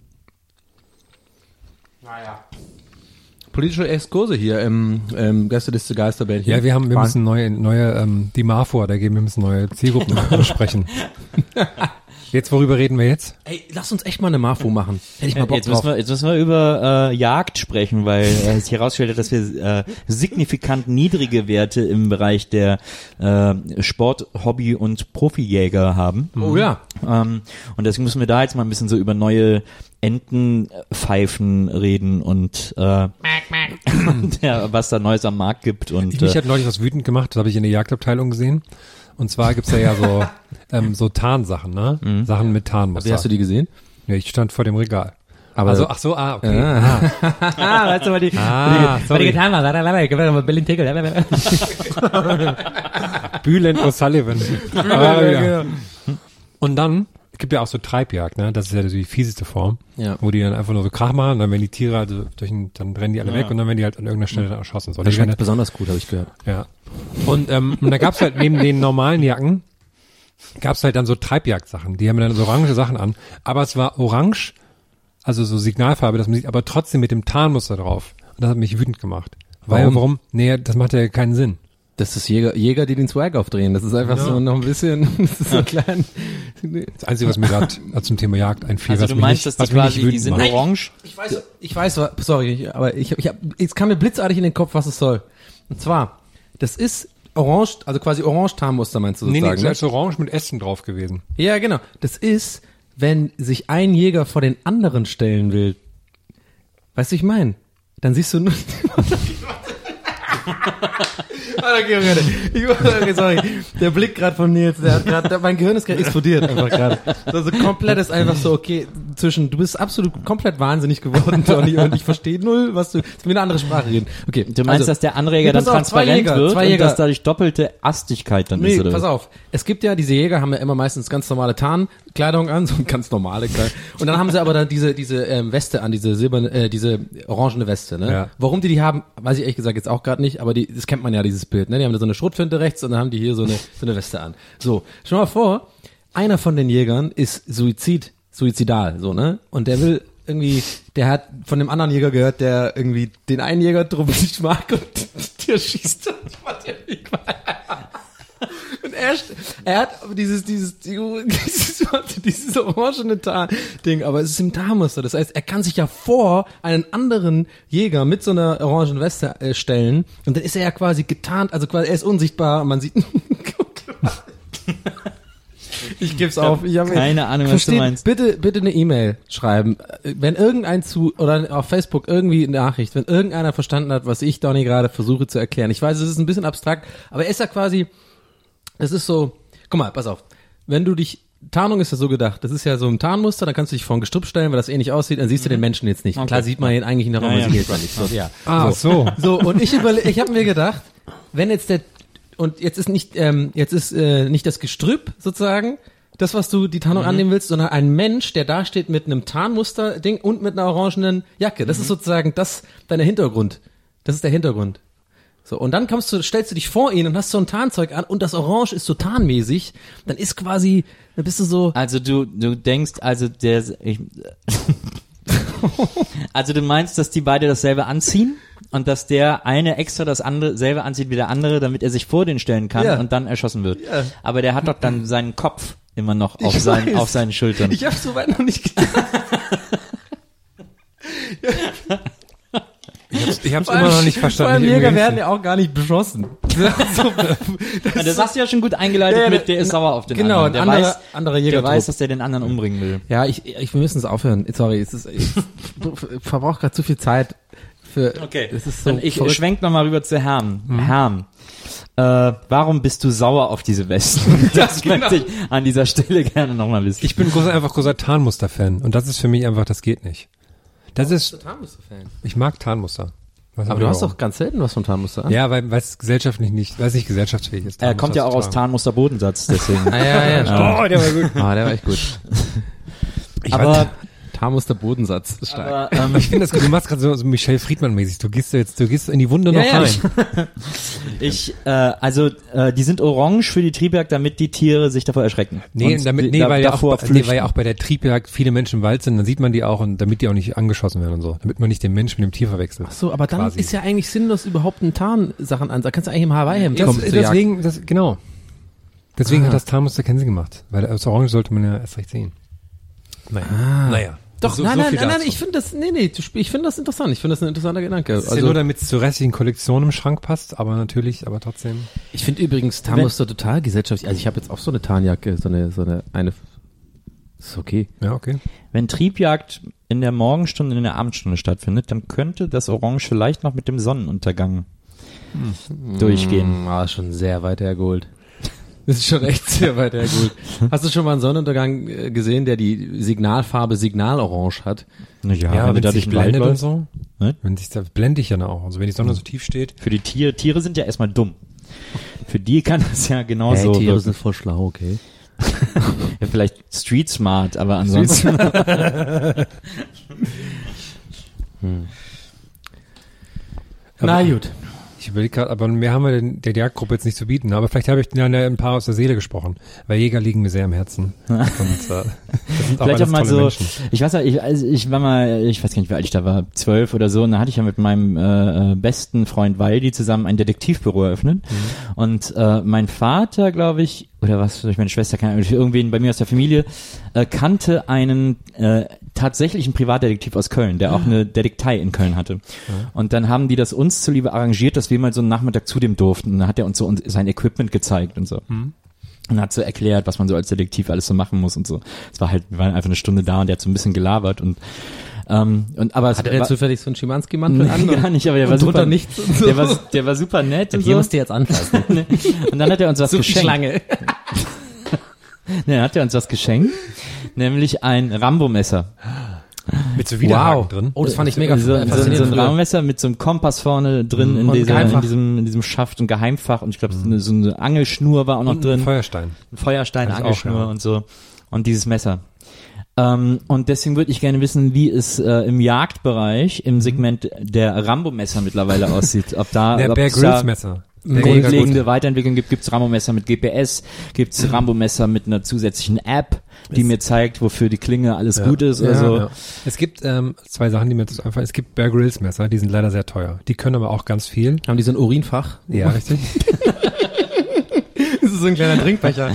Politische Exkurse hier im, im Gästeliste Geisterbändchen. Ja, wir haben, wir Waren- müssen neue, neue, ähm, die MAFOR, da geben wir müssen neue Zielgruppen besprechen. Jetzt, worüber reden wir jetzt? Ey, lass uns echt mal eine Mafo machen. Hätte ich mal Bock Jetzt drauf. müssen, wir, jetzt müssen wir über äh, Jagd sprechen, weil äh, sich herausgestellt hat, dass wir äh, signifikant niedrige Werte im Bereich der äh, Sport-, Hobby- und Profijäger haben. Oh ja. Ähm, und deswegen müssen wir da jetzt mal ein bisschen so über neue Entenpfeifen reden und, äh, und ja, was da Neues am Markt gibt. Und Mich äh, hat neulich was wütend gemacht, das habe ich in der Jagdabteilung gesehen. Und zwar gibt's da ja so, ähm, so Tarnsachen, ne? Mhm. Sachen mit Tarnmuster. Wie hast du die gesehen? Ja, ich stand vor dem Regal. Aber also, ach so, ah, okay. Ah. ah, weißt du, weil die, Ah, sorry. getan war. Berlin Tegel. Bülent O'Sullivan. Ah, ja. Und dann, es gibt ja auch so Treibjagd, ne? Das ist ja die fieseste Form. Ja. Wo die dann einfach nur so Krach machen, und dann werden die Tiere, also durch den, dann rennen die alle Ja. weg und dann werden die halt an irgendeiner Stelle dann erschossen. So, Das die werden schmeckt besonders gut, habe ich gehört. Ja. Und, ähm, und da gab's halt neben den normalen Jacken, gab's halt dann so Treibjagdsachen. Die haben dann so orange Sachen an. Aber es war orange, also so Signalfarbe, das man sieht, aber trotzdem mit dem Tarnmuster drauf. Und das hat mich wütend gemacht. Weil, Warum? warum? Nee, das macht ja keinen Sinn. Das ist Jäger, Jäger, die den Swag aufdrehen. Das ist einfach Ja. so noch ein bisschen, das ist so klein. Das Einzige, was mir gerade zum Thema Jagd einfiel, Also was du mich meinst, nicht, dass was die mich quasi, nicht die wütend sind macht. orange? Ich weiß, ich weiß, wa- sorry, ich, aber ich, ich hab, jetzt kam mir blitzartig in den Kopf, was es soll. Und zwar, das ist orange, also quasi orange-Tarnmuster meinst du Nee, sozusagen, nee, ne? das ist orange mit Ästen drauf gewesen. Ja, genau. Das ist, wenn sich ein Jäger vor den anderen stellen will. Weißt du, ich meine? Dann siehst du nur... Okay, okay, ich, okay, sorry. Der Blick gerade von Nils, der hat gerade, mein Gehirn ist gerade explodiert einfach gerade. Also komplett ist einfach so, okay, zwischen, du bist absolut komplett wahnsinnig geworden, Tony, und ich verstehe null, was du, jetzt mir eine andere Sprache reden. Okay. Du meinst, also, dass der andere Jäger nee, dann pass auf, zwei transparent Jäger, wird zwei und Jäger. dass dadurch doppelte Astigkeit dann Nee, ist, oder? pass auf. Es gibt ja, diese Jäger haben ja immer meistens ganz normale Tarnkleidung an, so ganz normale Kleidung. Und dann haben sie aber dann diese, diese ähm, Weste an, diese silberne, äh, diese orangene Weste, ne? Ja. Warum die die haben, weiß ich ehrlich gesagt jetzt auch gerade nicht, aber die, das kennt man ja, dieses Bild, ne? Die haben da so eine Schrotflinte rechts und dann haben die hier so eine, so eine Weste an. So, stell mal vor, einer von den Jägern ist Suizid, suizidal, so, ne? Und der will irgendwie, der hat von dem anderen Jäger gehört, der irgendwie den einen Jäger drum nicht mag und der schießt dann macht der nicht mal. Und er, er hat dieses, dieses, dieses, dieses orangene Tarn-Ding, aber es ist im Tarnmuster. Das heißt, er kann sich ja vor einen anderen Jäger mit so einer orangen Weste äh, stellen und dann ist er ja quasi getarnt, also quasi er ist unsichtbar und man sieht. Ich geb's auf. Ich hab keine Ahnung, was versteht, du meinst. Bitte, bitte eine E-Mail schreiben. Wenn irgendein zu, oder auf Facebook irgendwie eine Nachricht, wenn irgendeiner verstanden hat, was ich Donny gerade versuche zu erklären. Ich weiß, es ist ein bisschen abstrakt, aber er ist ja quasi, es ist so, guck mal, pass auf. Wenn du dich, Tarnung ist ja so gedacht, das ist ja so ein Tarnmuster, dann kannst du dich vor ein Gestrüpp stellen, weil das ähnlich aussieht, dann siehst du den Menschen jetzt nicht. Okay. Klar sieht man ihn eigentlich nicht, aber Ja, man ja. sieht ihn jetzt mal nicht. So, ja. Ah, so. So, und ich überle ich habe mir gedacht, wenn jetzt der, und jetzt ist nicht, ähm, jetzt ist äh, nicht das Gestrüpp sozusagen, das, was du die Tarnung Mhm. annehmen willst, sondern ein Mensch, der da steht mit einem Tarnmuster-Ding und mit einer orangenen Jacke. Das Mhm. ist sozusagen das, dein Hintergrund. Das ist der Hintergrund. So, und dann kommst du, stellst du dich vor ihn und hast so ein Tarnzeug an und das Orange ist so tarnmäßig, dann ist quasi, dann bist du so, Also du, du denkst, also der, ich, also du meinst, dass die beide dasselbe anziehen und dass der eine extra das andere selbe anzieht wie der andere, damit er sich vor den stellen kann Ja. und dann erschossen wird. Ja. Aber der hat doch dann seinen Kopf immer noch auf Ich seinen, weiß. auf seinen Schultern. ich habe so weit noch nicht gedacht. Ich hab's, ich hab's Vor immer allem- noch nicht verstanden. Vor allem Ich Jäger irgendwie- werden ja auch gar nicht beschossen. So, Ja, das hast du ja schon gut eingeleitet Ja, mit, der ist sauer auf den genau, anderen. Der ein anderer- weiß, anderer der Jägertrupp. weiß, dass der den anderen umbringen will. Ja, ich, ich wir müssen es aufhören. Sorry, es ist, ich verbrauche gerade zu viel Zeit für. Okay, es ist so dann ich verrückt. schwenk nochmal rüber zu Herrn. Herrn, äh, warum bist du sauer auf diese Westen? Das genau. möchte ich an dieser Stelle gerne nochmal wissen. Ich bin großer, einfach großer Tarnmuster-Fan. Und das ist für mich einfach, das geht nicht. Das ist, Tarnmuster-Fan. ich mag Tarnmuster. Was Aber auch du hast immer. doch ganz selten was von Tarnmuster an. Ja, weil weil es gesellschaftlich nicht, weil es nicht gesellschaftsfähig ist. Er kommt ja auch aus Tarnmuster Tarnmuster-Bodensatz, deswegen. Ah, ja, ja, stimmt. zu tragen. Oh, der war gut. Ah, der war echt gut. Ich aber, weiß- Tarnmuster Bodensatz. Ist stark. aber ähm, Ich finde das gut, du machst gerade so, so Michelle Friedmann-mäßig. Du gehst jetzt, du gehst in die Wunde Ja, noch ja, rein. ich, äh, also, äh, die sind orange für die Triebjagd, damit die Tiere sich davor erschrecken. Nee, Und damit, die- nee, da- weil ja, auch, davor bei- nee, weil ja flüchten. auch bei der Triebjagd viele Menschen im Wald sind, dann sieht man die auch und damit die auch nicht angeschossen werden und so. Damit man nicht den Mensch mit dem Tier verwechselt. So, aber dann quasi. ist ja eigentlich sinnlos, überhaupt einen Tarnsachen an. Da kannst du eigentlich im Hawaii-Hemd Das, kommen zur Jagd. deswegen, das, genau. Deswegen Ah. hat das Tarnmuster keinen Sinn gemacht. Weil das Orange sollte man ja erst recht sehen. Naja. Naja. Doch, So- nein, so nein, viel nein, nein, dazu. ich finde das, nee, nee, du sp- ich finde das interessant. Ich finde das ein interessanter Gedanke. Das ist Also, ja nur, damit es zur restlichen Kollektion im Schrank passt, aber natürlich, aber trotzdem. ich finde übrigens Tarnmuster total gesellschaftlich. Also ich habe jetzt auch so eine Tarnjacke, so eine, so eine, eine, ist okay. Ja, okay. Wenn Triebjagd in der Morgenstunde und in der Abendstunde stattfindet, dann könnte das Orange vielleicht noch mit dem Sonnenuntergang durchgehen. Mm, ah, schon sehr weit hergeholt. Das ist schon echt sehr weit hergeholt. Hast du schon mal einen Sonnenuntergang äh, gesehen, der die Signalfarbe Signalorange hat? Naja, Ja, wenn du wenn da es durch sich den Wald blendet und läufst. so. Ne? Wenn sich da blende ich ja dann auch. Also wenn die Sonne so tief steht. Für die Tiere, Tiere sind ja erstmal dumm. Für die kann das ja genauso Hey, Tiere wirken. sind voll schlau, okay? Ja, vielleicht street smart, aber ansonsten. Na gut. Ich überlege gerade, aber mehr haben wir der, der Jagdgruppe jetzt nicht zu bieten. Aber vielleicht habe ich dann ein paar aus der Seele gesprochen. Weil Jäger liegen mir sehr am Herzen. Und äh, das sind auch Vielleicht auch mal so, Menschen. ich weiß ja, ich, also ich war mal, ich weiß gar nicht, wie alt ich da war, zwölf oder so, und da hatte ich ja mit meinem äh, besten Freund Waldi zusammen ein Detektivbüro eröffnet. Mhm. Und äh, mein Vater, glaube ich, oder was, durch meine Schwester, keine Ahnung, irgendwen bei mir aus der Familie, äh, kannte einen äh, tatsächlichen Privatdetektiv aus Köln, der auch eine Detektei in Köln hatte. Ja. Und dann haben die das uns zuliebe arrangiert, dass wir mal so einen Nachmittag zu dem durften. Und dann hat er uns so sein Equipment gezeigt und so. Mhm. Und hat so erklärt, was man so als Detektiv alles so machen muss und so. Es war halt, wir waren einfach eine Stunde da und der hat so ein bisschen gelabert und Ähm, und aber hat er denn zufällig so einen Schimanski-Mantel an? Gar nicht, aber der war super, nichts und so. der war, der war super nett. Und hier so. musst du jetzt anfassen. Und dann hat er uns was so geschenkt. Schlange. Dann hat er uns was geschenkt, nämlich ein Rambo-Messer. Mit so Widerhaken wow. drin. Oh, das fand ich mega so, so, so ein Rambo-Messer mit so einem Kompass vorne drin in, dieser, in diesem in diesem Schaft und Geheimfach und ich glaube mhm. so eine Angelschnur war auch noch und drin. Ein Feuerstein. Ein Feuerstein, das Angelschnur auch, ja. und so. Und dieses Messer. Ähm, und deswegen würde ich gerne wissen, wie es äh, im Jagdbereich, im Segment der Rambo-Messer mittlerweile aussieht. Ob da der ob Bear es da Grylls-Messer. grundlegende Weiterentwicklung gibt. Gibt's Rambo-Messer mit G P S? Gibt's Rambo-Messer mit einer zusätzlichen App, die es mir zeigt, wofür die Klinge alles ja. gut ist oder ja, so? Ja. Es gibt ähm, zwei Sachen, die mir jetzt einfallen. Es gibt Bear Grylls-Messer, die sind leider sehr teuer. Die können aber auch ganz viel. Haben die so ein Urinfach? Ja, richtig. Das ist so ein kleiner Trinkbecher.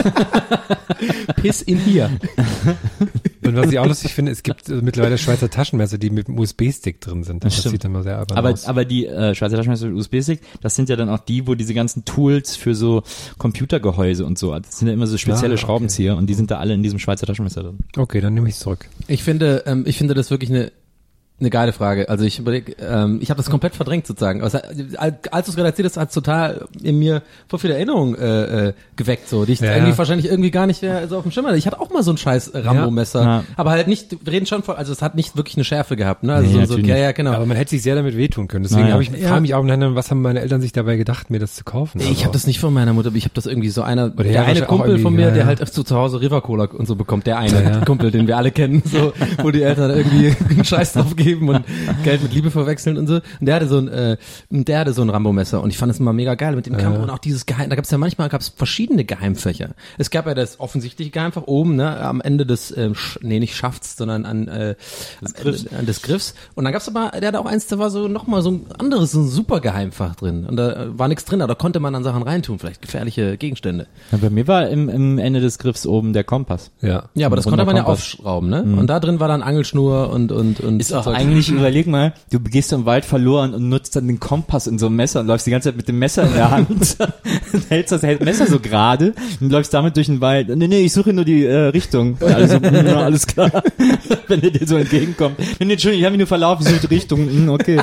Piss in hier. Und was ich auch lustig finde, es gibt äh, mittlerweile Schweizer Taschenmesser, die mit einem U S B-Stick drin sind. Das, das sieht immer sehr albern aber, aus. Aber die äh, Schweizer Taschenmesser mit U S B-Stick, das sind ja dann auch die, wo diese ganzen Tools für so Computergehäuse und so, das sind ja immer so spezielle ah, okay. Schraubenzieher und die sind da alle in diesem Schweizer Taschenmesser drin. Okay, dann nehme ich es zurück. Ich finde, ähm, ich finde das wirklich eine Eine geile Frage. Also ich überlege, ähm, ich habe das komplett verdrängt sozusagen. Also, als du es gerade erzählt hast, hat es total in mir voll viele Erinnerungen äh, äh, geweckt, so die ich ja, eigentlich ja. wahrscheinlich irgendwie gar nicht mehr so auf dem Schirm hatte. Ich hatte auch mal so ein scheiß Rambo-Messer, ja. aber halt nicht, wir reden schon von, also es hat nicht wirklich eine Schärfe gehabt, ne? Also nee, so, so ja, ja, genau. Aber man hätte sich sehr damit wehtun können. Deswegen naja. habe ich, ja. frage mich auch, was haben meine Eltern sich dabei gedacht, mir das zu kaufen? Ich also. habe das nicht von meiner Mutter, aber ich habe das irgendwie so einer, Oder der ja, eine Kumpel von mir, ja, der ja. halt zu zu Hause River Cola und so bekommt, der eine Ja, ja. Kumpel, den wir alle kennen, so, wo die Eltern irgendwie einen Scheiß drauf geben und Geld mit Liebe verwechseln und so. Und der hatte so ein, äh, der hatte so ein Rambo-Messer und ich fand es immer mega geil mit dem Kampf Ja. und auch dieses Geheim, da gab es ja manchmal gab's verschiedene Geheimfächer. Es gab ja das offensichtliche Geheimfach oben, ne, am Ende des, äh, Sch- nee, nicht Schafts, sondern an, äh, Des am Griffs. Ende, an des Griffs. Und dann gab's aber, der hatte auch eins, da war so nochmal so ein anderes, so ein super Geheimfach drin. Und da äh, war nichts drin, aber da konnte man dann Sachen reintun, vielleicht gefährliche Gegenstände. Ja, bei mir war im, im Ende des Griffs oben der Kompass. Ja. Ja, aber das Runder konnte man ja Kompass. aufschrauben, ne? Und da drin war dann Angelschnur und, und, und. Ist auch Zeug. eigentlich, überleg mal, du gehst im Wald verloren und nutzt dann den Kompass in so einem Messer und läufst die ganze Zeit mit dem Messer in der Hand, hältst das Messer so gerade und läufst damit durch den Wald. Nee, nee, ich suche nur die äh, Richtung. Und alle so, ja, alles klar. Wenn der dir so entgegenkommt. Nee, nee, Entschuldigung, ich habe mich nur verlaufen, ich suche die Richtung. Hm, okay.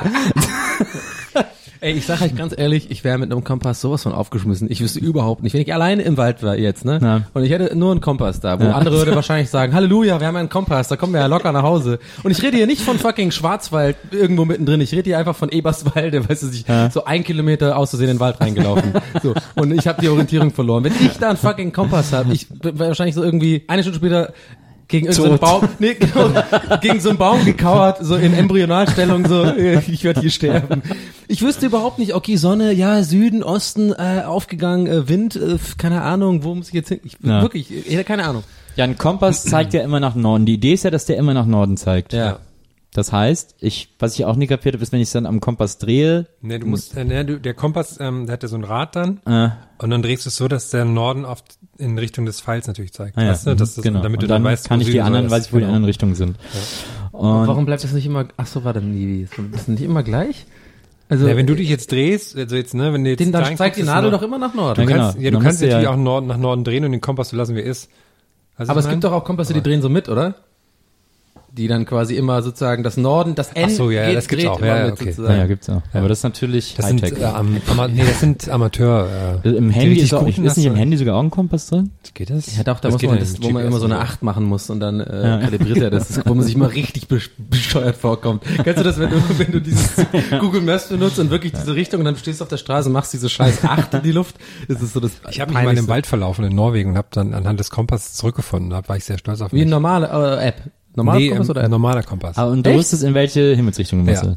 Ey, ich sag euch ganz ehrlich, ich wäre mit einem Kompass sowas von aufgeschmissen. Ich wüsste überhaupt nicht, wenn ich alleine im Wald war jetzt, ne? Ja. Und ich hätte nur einen Kompass da, wo Ja. andere würde wahrscheinlich sagen, Halleluja, wir haben einen Kompass, da kommen wir ja locker nach Hause. Und ich rede hier nicht von fucking Schwarzwald irgendwo mittendrin, ich rede hier einfach von Eberswalde, weißt du, ich Ja. so ein Kilometer auszusehen in den Wald reingelaufen. So. Und ich habe die Orientierung verloren. Wenn ich da einen fucking Kompass habe, ich wäre wahrscheinlich so irgendwie eine Stunde später gegen irgendeinen Tot. Baum, nee, genau, gegen so einen Baum gekauert, so in Embryonalstellung, so, ich werde hier sterben. Ich wüsste überhaupt nicht, okay, Sonne, ja, Süden, Osten, äh, aufgegangen, äh, Wind, äh, keine Ahnung, wo muss ich jetzt hin? Ich, Ja. Wirklich, ich hätte keine Ahnung. Ja, ein Kompass zeigt ja immer nach Norden. Die Idee ist ja, dass der immer nach Norden zeigt. Ja. Das heißt, ich, was ich auch nie kapiert habe, ist, wenn ich es dann am Kompass drehe, Nee, du musst, äh, nee, du, der Kompass, ähm, der hat ja so ein Rad dann äh, und dann drehst du es so, dass der Norden oft in Richtung des Pfeils natürlich zeigt. ah ja, Weißt du? Das ist, genau. damit und du dann, dann weißt, kann wo ich die Süden so anderen, ist. weiß ich, wo die Genau. anderen Richtungen sind. Und Warum bleibt das nicht immer, ach so, warte, nee, ist das nicht immer gleich? Also, Ja, wenn du dich jetzt drehst, also jetzt, ne, wenn du jetzt den, dann dahin zeigt die guckst, ist Nadel Nord- doch immer nach Norden. Du Ja, kannst, genau. ja, du Dann kannst musst du natürlich ja- auch Norden, nach Norden drehen und den Kompass so lassen, wie er ist. Also Aber ich es gibt mein- doch auch Kompasse, die drehen so mit, oder? Die dann quasi immer sozusagen das Norden, das Ende so, ja, ja, das gibt's dreht auch. immer Ja, ja, mit okay. sozusagen. ja, gibt's auch. Aber das ist natürlich Das sind, Hightech. äh, am, ama nee, das sind Amateur. Äh, Im die Handy richtig ist, auch, guten ist nicht im hast du- Handy sogar auch ein Kompass drin? Geht das? Ja doch, da Das muss geht man ja das, in wo man G P S immer so eine und acht machen muss und dann äh, Ja. kalibriert er das, wo man sich immer richtig besch- bescheuert vorkommt. Kennst du das, wenn du, wenn du dieses Google Maps benutzt und wirklich diese Richtung und dann stehst du auf der Straße und machst diese scheiß acht in die Luft? Das ist so das Ich habe mich mal im Wald verlaufen in Norwegen und habe dann anhand des Kompasses zurückgefunden. Da war ich sehr stolz auf Wie mich. eine normale äh, App. Normaler nee, Kompass ähm, oder ein App? normaler Kompass. Ah, und du Echt? wusstest, in welche Himmelsrichtung du Ja. musst.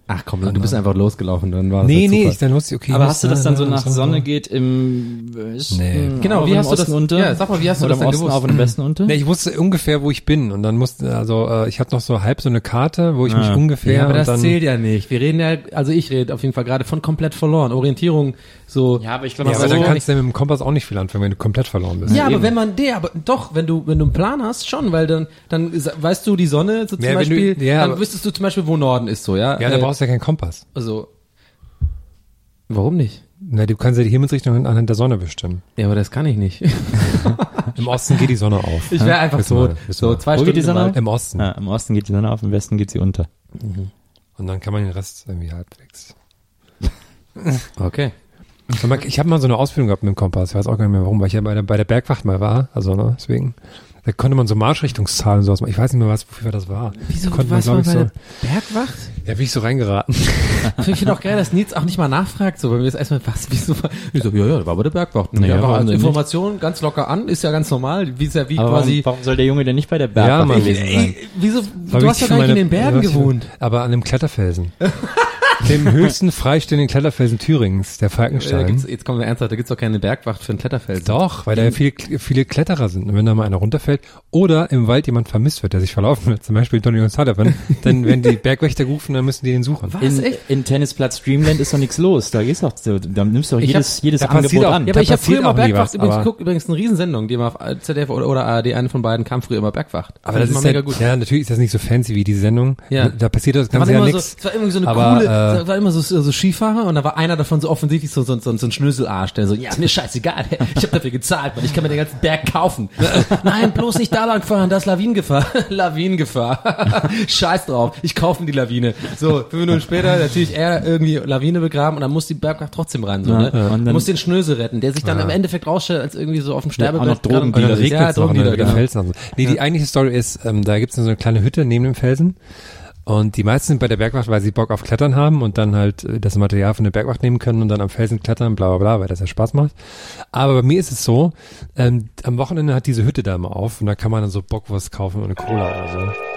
Ach komm, du bist einfach losgelaufen, dann war Nee, das nee, super. ich dann wusste, okay. Aber ich hast du muss das dann so da- nach Sonne geht im Westen? Nee. Genau, auch wie im hast du das- Osten unter? ja, sag mal, wie hast du Oder das im denn Osten gewusst? auf und im Westen unter? Nee, ich wusste ungefähr, wo ich bin und dann musste, also äh, ich hatte noch so halb so eine Karte, wo ich Ah. mich ungefähr Ja, aber das und dann, zählt ja nicht. Wir reden ja, also ich rede auf jeden Fall gerade von komplett verloren. Orientierung, so. Ja, aber ich glaube, ja, so aber dann kannst du ja mit dem Kompass auch nicht viel anfangen, wenn du komplett verloren bist. Ja, aber wenn man, der, aber doch, wenn du, wenn du einen Plan hast, schon, weil dann, dann ist- weißt du die Sonne, so zum Ja, wenn du- Beispiel, ja, dann aber- wüsstest du zum Beispiel, wo Norden ist, so, ja. Ja, da Äh, brauchst du ja keinen Kompass. Also, warum nicht? Na, du kannst ja die Himmelsrichtung anhand der Sonne bestimmen. Ja, aber das kann ich nicht. Im Osten geht die Sonne auf. Ich wäre einfach Wissen tot. wir, wissen So wir. zwei Wo geht Stunden die Sonne im auf? Wald. Im Osten. Ja, im Osten geht die Sonne auf, im Westen geht sie unter. Und dann kann man den Rest irgendwie halbwegs. Okay. Und man- Ich habe mal so eine Ausbildung gehabt mit dem Kompass. Ich weiß auch gar nicht mehr warum, weil ich ja bei der, bei der Bergwacht mal war. Also, ne, deswegen. Da konnte man so Marschrichtungszahlen und sowas machen. Ich weiß nicht mehr, was, wofür das war. Wieso, Konnte was man, war glaub bei ich, der Bergwacht? Ja, bin ich so reingeraten. Ich finde auch geil, dass Nils auch nicht mal nachfragt, so, wenn wir jetzt erstmal, was, wieso, ich so, ja, ja, das war bei der Bergwacht. Und Naja, einfach warum als denn Information ganz locker an, ist ja ganz normal, wie ist ja wie Aber quasi, warum, warum soll der Junge denn nicht bei der Ja, Bergwacht Mann. gewesen sein? ey, wieso, War du hast wichtig doch gar für nicht in den meine- Bergen ja, gewohnt. Aber an einem Kletterfelsen. Dem höchsten freistehenden Kletterfelsen Thürings, der Äh, Da Falkenstein. gibt's, jetzt kommen wir ernsthaft, da gibt's doch keine Bergwacht für einen Kletterfelsen. Doch, weil da ja viele, viele Kletterer sind. Und wenn da mal einer runterfällt oder im Wald jemand vermisst wird, der sich verlaufen wird, zum Beispiel Tony O'Sullivan, dann werden die Bergwächter gerufen, dann müssen die den suchen. Was? In, echt? in Tennisplatz Dreamland ist doch nichts los. Da gehst doch, so, da nimmst du doch Ich jedes, hab- jedes da passiert Angebot auch- an. Ja, Da aber ich habe passiert früher immer auch nie Bergwacht, was, übrigens, aber- guck, übrigens eine Riesensendung, die immer auf Z D F oder, oder A R D, eine von beiden kam früher immer Bergwacht. Aber Fand das ich ist immer mega halt, gut. ja, natürlich ist das nicht so fancy wie diese Sendung. Ja. Da passiert das Da Ganze waren ja immer so, nichts. es war immer so eine Aber, coole, äh, es war immer so, so Skifahrer und da war einer davon so offensichtlich so, so, so, so ein Schnöselarsch, der so, ja, ist mir scheißegal, ich habe dafür gezahlt, Mann, ich kann mir den ganzen Berg kaufen. Nein, bloß nicht da lang fahren, das ist Lawinengefahr. Lawinengefahr. Scheiß drauf, ich kaufe mir die Lawine. So, fünf Minuten später natürlich er irgendwie Lawine begraben und dann muss die Bergwacht trotzdem ran, so, Ja, ne? ja. Und dann- muss den Schnösel retten, der sich dann im Endeffekt rausstellt, als irgendwie so auf dem Ja, auch noch Sterbebett. Drogendealer. Und dann regnet ja, es noch und Drogendealer, dann der genau. Felsen. Also. Nee, die eigentliche Story ist, ähm, da gibt's so eine kleine Hütte neben dem Felsen und die meisten sind bei der Bergwacht, weil sie Bock auf Klettern haben und dann halt äh, das Material von der Bergwacht nehmen können und dann am Felsen klettern, bla bla bla, weil das ja Spaß macht. Aber bei mir ist es so, ähm, am Wochenende hat diese Hütte da immer auf und da kann man dann so Bockwurst kaufen und eine Cola oder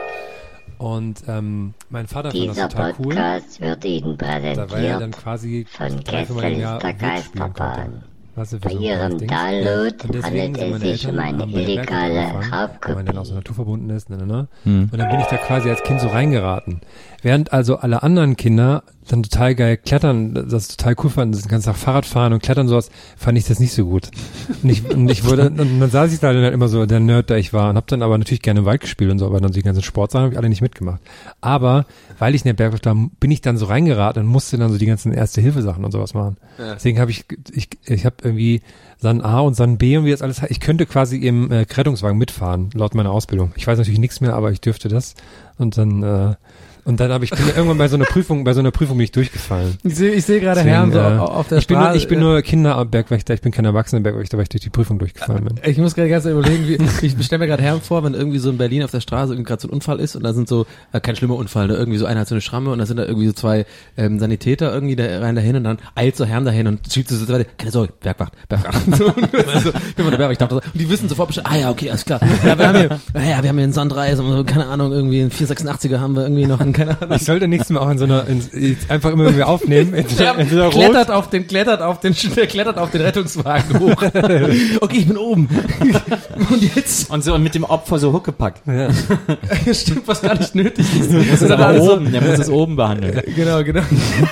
so. Und ähm, mein Vater fand das Dieser total cool, Podcast wird Ihnen da weil er dann präsentiert quasi von drei, vier Mal im Jahr Gästeliste Wurst spielen konnte. Geisterbahn. Weißt du, für Bei so ein Ihrem Ding. Download Und deswegen handelt sind es meine sich Eltern um eine haben bei der Bergwacht illegale angefangen, weil man dann auch so Raubkopie. naturverbunden ist, ne, ne, ne. Hm. Und dann bin ich da quasi als Kind so reingeraten. Während also alle anderen Kinder dann total geil klettern, das total cool fanden, das ganze Tag Fahrrad fahren und klettern und sowas, fand ich das nicht so gut. Und ich, und ich wurde, und dann saß ich da dann halt immer so der Nerd, der ich war, und hab dann aber natürlich gerne im Wald gespielt und so, aber dann die ganzen Sportsachen habe ich alle nicht mitgemacht. Aber, weil ich in der Bergwacht war, bin ich dann so reingeraten und musste dann so die ganzen Erste-Hilfe-Sachen und sowas machen. Ja. Deswegen habe ich, ich, ich habe irgendwie San A und San B und wie das alles heißt. Ich könnte quasi im äh, Rettungswagen mitfahren, laut meiner Ausbildung. Ich weiß natürlich nichts mehr, aber ich dürfte das. Und dann, äh, und dann habe ich bin irgendwann bei so einer Prüfung, bei so einer Prüfung bin ich durchgefallen. Ich sehe ich sehe gerade Deswegen, Herrn so äh, auf der ich bin Straße. nur, ich bin nur Kinderbergwächter, ich bin kein erwachsener Bergwächter, weil ich durch die Prüfung durchgefallen bin. Ich muss gerade ganz überlegen, wie, ich stelle mir gerade Herren vor, wenn irgendwie so in Berlin auf der Straße irgendwie gerade so ein Unfall ist und da sind so, äh, kein schlimmer Unfall, ne? Irgendwie so einer hat so eine Schramme und da sind da irgendwie so zwei ähm, Sanitäter irgendwie da rein dahin und dann eilt so Herrn dahin und schiebt so weiter, keine Sorge, Bergwacht, Bergwacht. So, und so, ich bin von der Bergwacht, ich dachte, und die wissen sofort Bescheid, ah ja, okay, alles klar. Ja, wir haben hier, ja, wir haben hier einen Sandreis und so, keine Ahnung, irgendwie einen vier sechsundachtziger haben wir irgendwie noch einen, keine Ahnung. Ich sollte nächstes Mal auch in so einer, in, einfach immer, wenn wir aufnehmen, in, Der in dieser klettert auf den, klettert auf den, der klettert auf den Rettungswagen hoch. Okay, ich bin oben. Und jetzt, Und so und mit dem Opfer so Huckepack. stimmt, was gar nicht nötig ist. Das ist Und dann aber alles so- oben, der muss es oben behandeln. Genau, genau.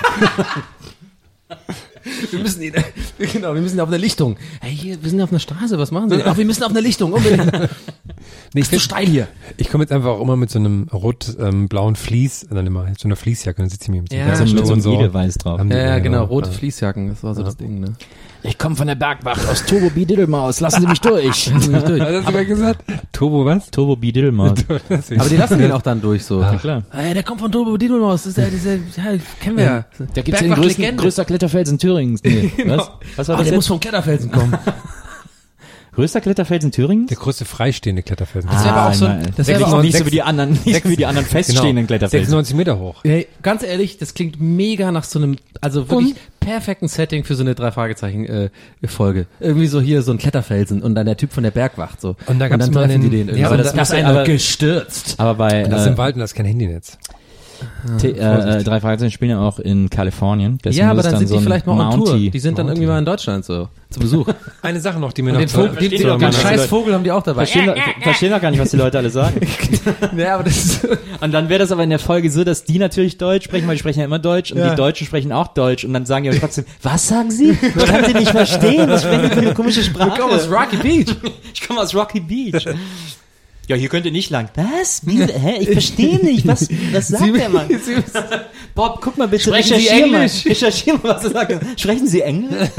Wir müssen ihn, genau, wir müssen auf einer Lichtung. Hey, hier, wir sind auf einer Straße, was machen Sie? Ach, wir müssen auf einer Lichtung, unbedingt. Nee, Ist zu steil hier. Ich komme jetzt einfach auch immer mit so einem rot-blauen Vlies, dann immer so einer Fließjacke, dann sitze ich mir mit so Ja, einem So stimmt. mit so einem so. Edelweiß drauf. Haben die- Ja, ja, genau, rote ja. Fließjacken, das war so das Ding, ne? Ich komme von der Bergwacht aus Turbo Bididdlemaus, lassen Sie mich durch. Hat er sogar gesagt? Turbo was? Turbo Bididdlemaus. Aber die lassen ihn auch dann durch, so. Ja, klar. Hey, der kommt von Turbo Dinomaus, das ist ja, dieser, ja, kennen wir ja. Da gibt's den größten, Bergwacht-Legende. größter Kletterfelsen Thüringens. Nee, was? Was war Ah, das der muss jetzt? vom Kletterfelsen kommen. Größter Kletterfelsen Thüringens? Der größte freistehende Kletterfelsen. Das wäre aber auch so ein, nein. das wäre Nicht aber auch nicht so sechs- wie die anderen, nicht so wie die anderen feststehenden Genau, Kletterfelsen. sechsundneunzig Meter hoch. Hey, ganz ehrlich, das klingt mega nach so einem, also wirklich perfekten Setting für so eine drei Fragezeichen äh, Folge. Irgendwie so hier so ein Kletterfelsen und dann der Typ von der Bergwacht so. Und da gab's dann mal treffen den- die den irgendwie. Ja, aber und das da- ist aber- einer aber- gestürzt. Aber bei, Das ist äh, im Wald und das ist kein Handynetz. T- äh, drei Fragezeichen spielen ja auch in Kalifornien. Deswegen Ja, aber ist es dann sind so die ein vielleicht mal on Tour. Mountie. Die sind dann irgendwie mal in Deutschland so zu Besuch. Eine Sache noch, die mir Und noch den, Vogel, den, versteht den, doch den keiner, was die scheiß Leute- Vogel haben die auch dabei. Verstehen, verstehen doch gar nicht, was die Leute alle sagen. Ja, aber das ist, Und dann wäre das aber in der Folge so, dass die natürlich Deutsch sprechen, weil die sprechen ja immer Deutsch und Ja. die Deutschen sprechen auch Deutsch und dann sagen die aber trotzdem, was sagen sie? Ich kann sie nicht verstehen, was sprechen die für eine komische Sprache? ich komme aus Rocky Beach. Ich komme aus Rocky Beach. Ja, hier könnt ihr nicht lang. Was? Wie, hä? Ich verstehe nicht. Was, was sagt der Mann? Bob, guck mal bitte. Sprechen Sie recherchier mal. Englisch? Recherchier mal, was er sagt. Sprechen Sie Englisch?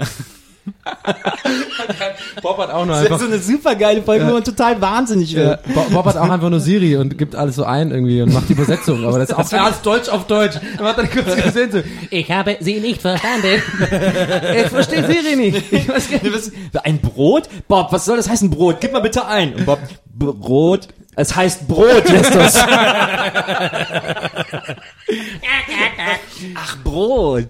Bob hat auch nur Das ist einfach, so eine super geile Folge, wo man total wahnsinnig ja, wird. Bob, Bob hat auch einfach nur Siri und gibt alles so ein irgendwie und macht die Übersetzung, aber das ist auch alles Deutsch auf Deutsch. Er hat dann kurz gesehen so, ich habe Sie nicht verstanden. Ich verstehe Siri nicht. Ich weiß gar nicht. Ein Brot? Bob, was soll das heißen, Brot? Gib mal bitte ein. Und Bob, Brot? Es heißt Brot, Justus. Ach, Brot.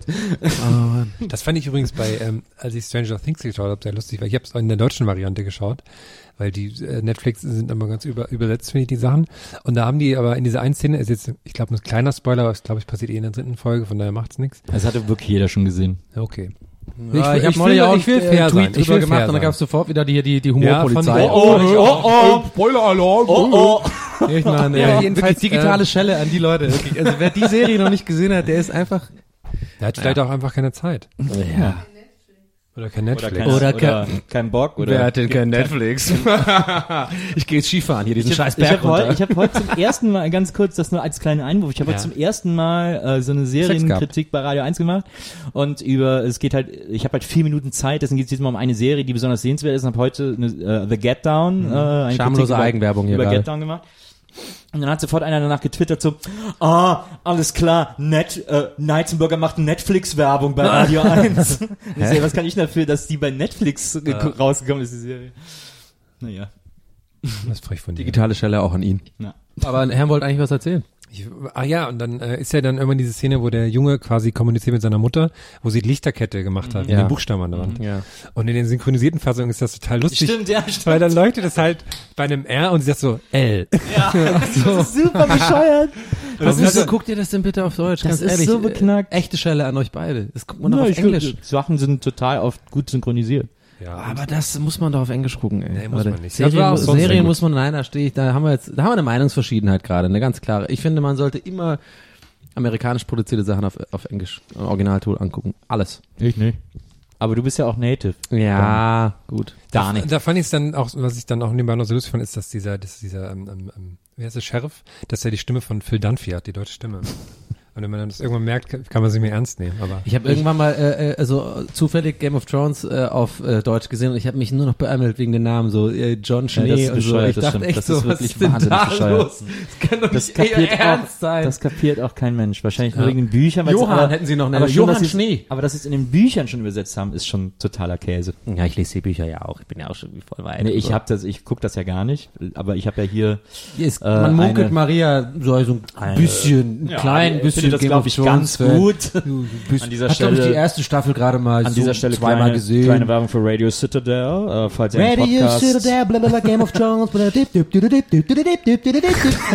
Das fand ich übrigens bei, ähm, als ich Stranger Things geschaut habe, sehr lustig, weil ich habe es in der deutschen Variante geschaut, weil die äh, Netflix sind immer ganz über, übersetzt, finde ich, die Sachen. Und da haben die aber in dieser einen Szene, ist jetzt, ich glaube, ein kleiner Spoiler, aber es glaube ich passiert eh in der dritten Folge, von daher macht's nichts. Das hatte wirklich jeder schon gesehen. Okay. Ja, ich will- habe neulich will- auch ich will einen fair äh, sein. Tweet Ich drüber will gemacht fair und dann sein. gab es sofort wieder die, die, die Ja, Humorpolizei. von- Oh, oh, oh. Spoiler-Alarm. Oh, oh. Ich meine, Ja, ja, jedenfalls, wirklich digitale äh, Schelle an die Leute. Wirklich. Also wer die Serie noch nicht gesehen hat, der ist einfach... Der hat vielleicht auch einfach keine Zeit. Ja. Oder kein Oder, Netflix. kein, Oder oder, kein- kein Bock. Oder Wer hat denn kein Netflix? Ich gehe jetzt Skifahren, hier diesen Ich scheiß habe Berg hab runter. heute, ich hab heute zum ersten Mal, ganz kurz, das nur als kleinen Einwurf, ich habe Ja. heute zum ersten Mal äh, so eine Serienkritik bei Radio eins gemacht und über, es geht halt, ich habe halt vier Minuten Zeit, deswegen geht es jetzt mal um eine Serie, die besonders sehenswert ist und habe heute eine, äh, The Get Down, äh, eine Schamlose Kritik über- Eigenwerbung hier über gerade. Get Down gemacht. Und dann hat sofort einer danach getwittert so, ah, alles klar, Net, äh, Neitzenburger macht Netflix-Werbung bei Radio eins. Ich sag, was kann ich dafür, dass die bei Netflix äh, rausgekommen ist, die Serie? Naja. Das ist frech von dir. Digitale Schelle auch an ihn. Ja. Aber Herr wollte eigentlich was erzählen. Ich, ah ja, und dann äh, ist ja dann irgendwann diese Szene, wo der Junge quasi kommuniziert mit seiner Mutter, wo sie Lichterkette gemacht hat, mit Ja. den Buchstaben an der Wand. Ja. Und in den synchronisierten Fassungen ist das total lustig. Stimmt, ja, stimmt. Weil dann leuchtet es halt bei einem R und sie sagt so L. Das ist super bescheuert. Was ist so, guckt ihr das denn bitte auf Deutsch? Das Ganz ist ehrlich. so beknackt. äh, Echte Schelle an euch beide. Das guckt man doch Ja, auf ich Englisch. Englisch. Sachen sind total oft gut synchronisiert. Ja, Aber das muss man doch auf Englisch gucken, ey. Nee, muss Leute. man nicht. Das war Serien, auch sonst sehr Serien gut. muss man, nein, da stehe ich, da haben wir jetzt, da haben wir eine Meinungsverschiedenheit gerade, eine ganz klare. Ich finde, man sollte immer amerikanisch produzierte Sachen auf, auf Englisch, im Originalton angucken. Alles. Ich nicht. Aber du bist ja auch Native. Ja, gut. Gar da, nicht. da fand ich es dann auch, was ich dann auch nebenbei noch so lustig fand, ist, dass dieser, dass dieser, ähm, ähm, wie heißt der Sheriff, dass er die Stimme von Phil Dunphy hat, die deutsche Stimme. Und wenn man das irgendwann merkt, kann, kann man sie mir ernst nehmen. Aber Ich habe irgendwann mal äh, äh, also zufällig Game of Thrones äh, auf äh, Deutsch gesehen und ich habe mich nur noch beämmelt wegen den Namen, so äh, John Schnee das ist und so. bescheuert, Ich das dachte stimmt. echt Das so, ist was wirklich ist denn wahnsinnig da bescheuert. los? Das kann doch Das nicht kapiert, euer Ernst auch, sein. das kapiert auch kein Mensch. Wahrscheinlich nur wegen den Büchern. weil's Johann aber, hätten sie noch nennen. aber schon, Johann dass sie's- Schnee. Aber dass sie es in den Büchern schon übersetzt haben, ist schon totaler Käse. Ja, ich lese die Bücher ja auch. Ich bin ja auch schon wie voll weit. Nee, ich hab das, ich guck das ja gar nicht, aber ich habe ja hier Ist, äh, man munkelt eine- Maria so, so ein bisschen, ein Ja, klein ich bisschen finde das, Game glaub of ich, Thrones ganz Fan. gut. Du bist, An dieser hast, glaub ich, Stelle- die erste Staffel gerade mal An so dieser Stelle zweimal kleine, gesehen. kleine Werbung für Radio Citadel, äh, falls ihr einen Radio Podcast... Citadel, blablabla, Game of Thrones, blablabla, dip, dip, dip, dip, dip, dip, dip, dip, dip, dip, dip.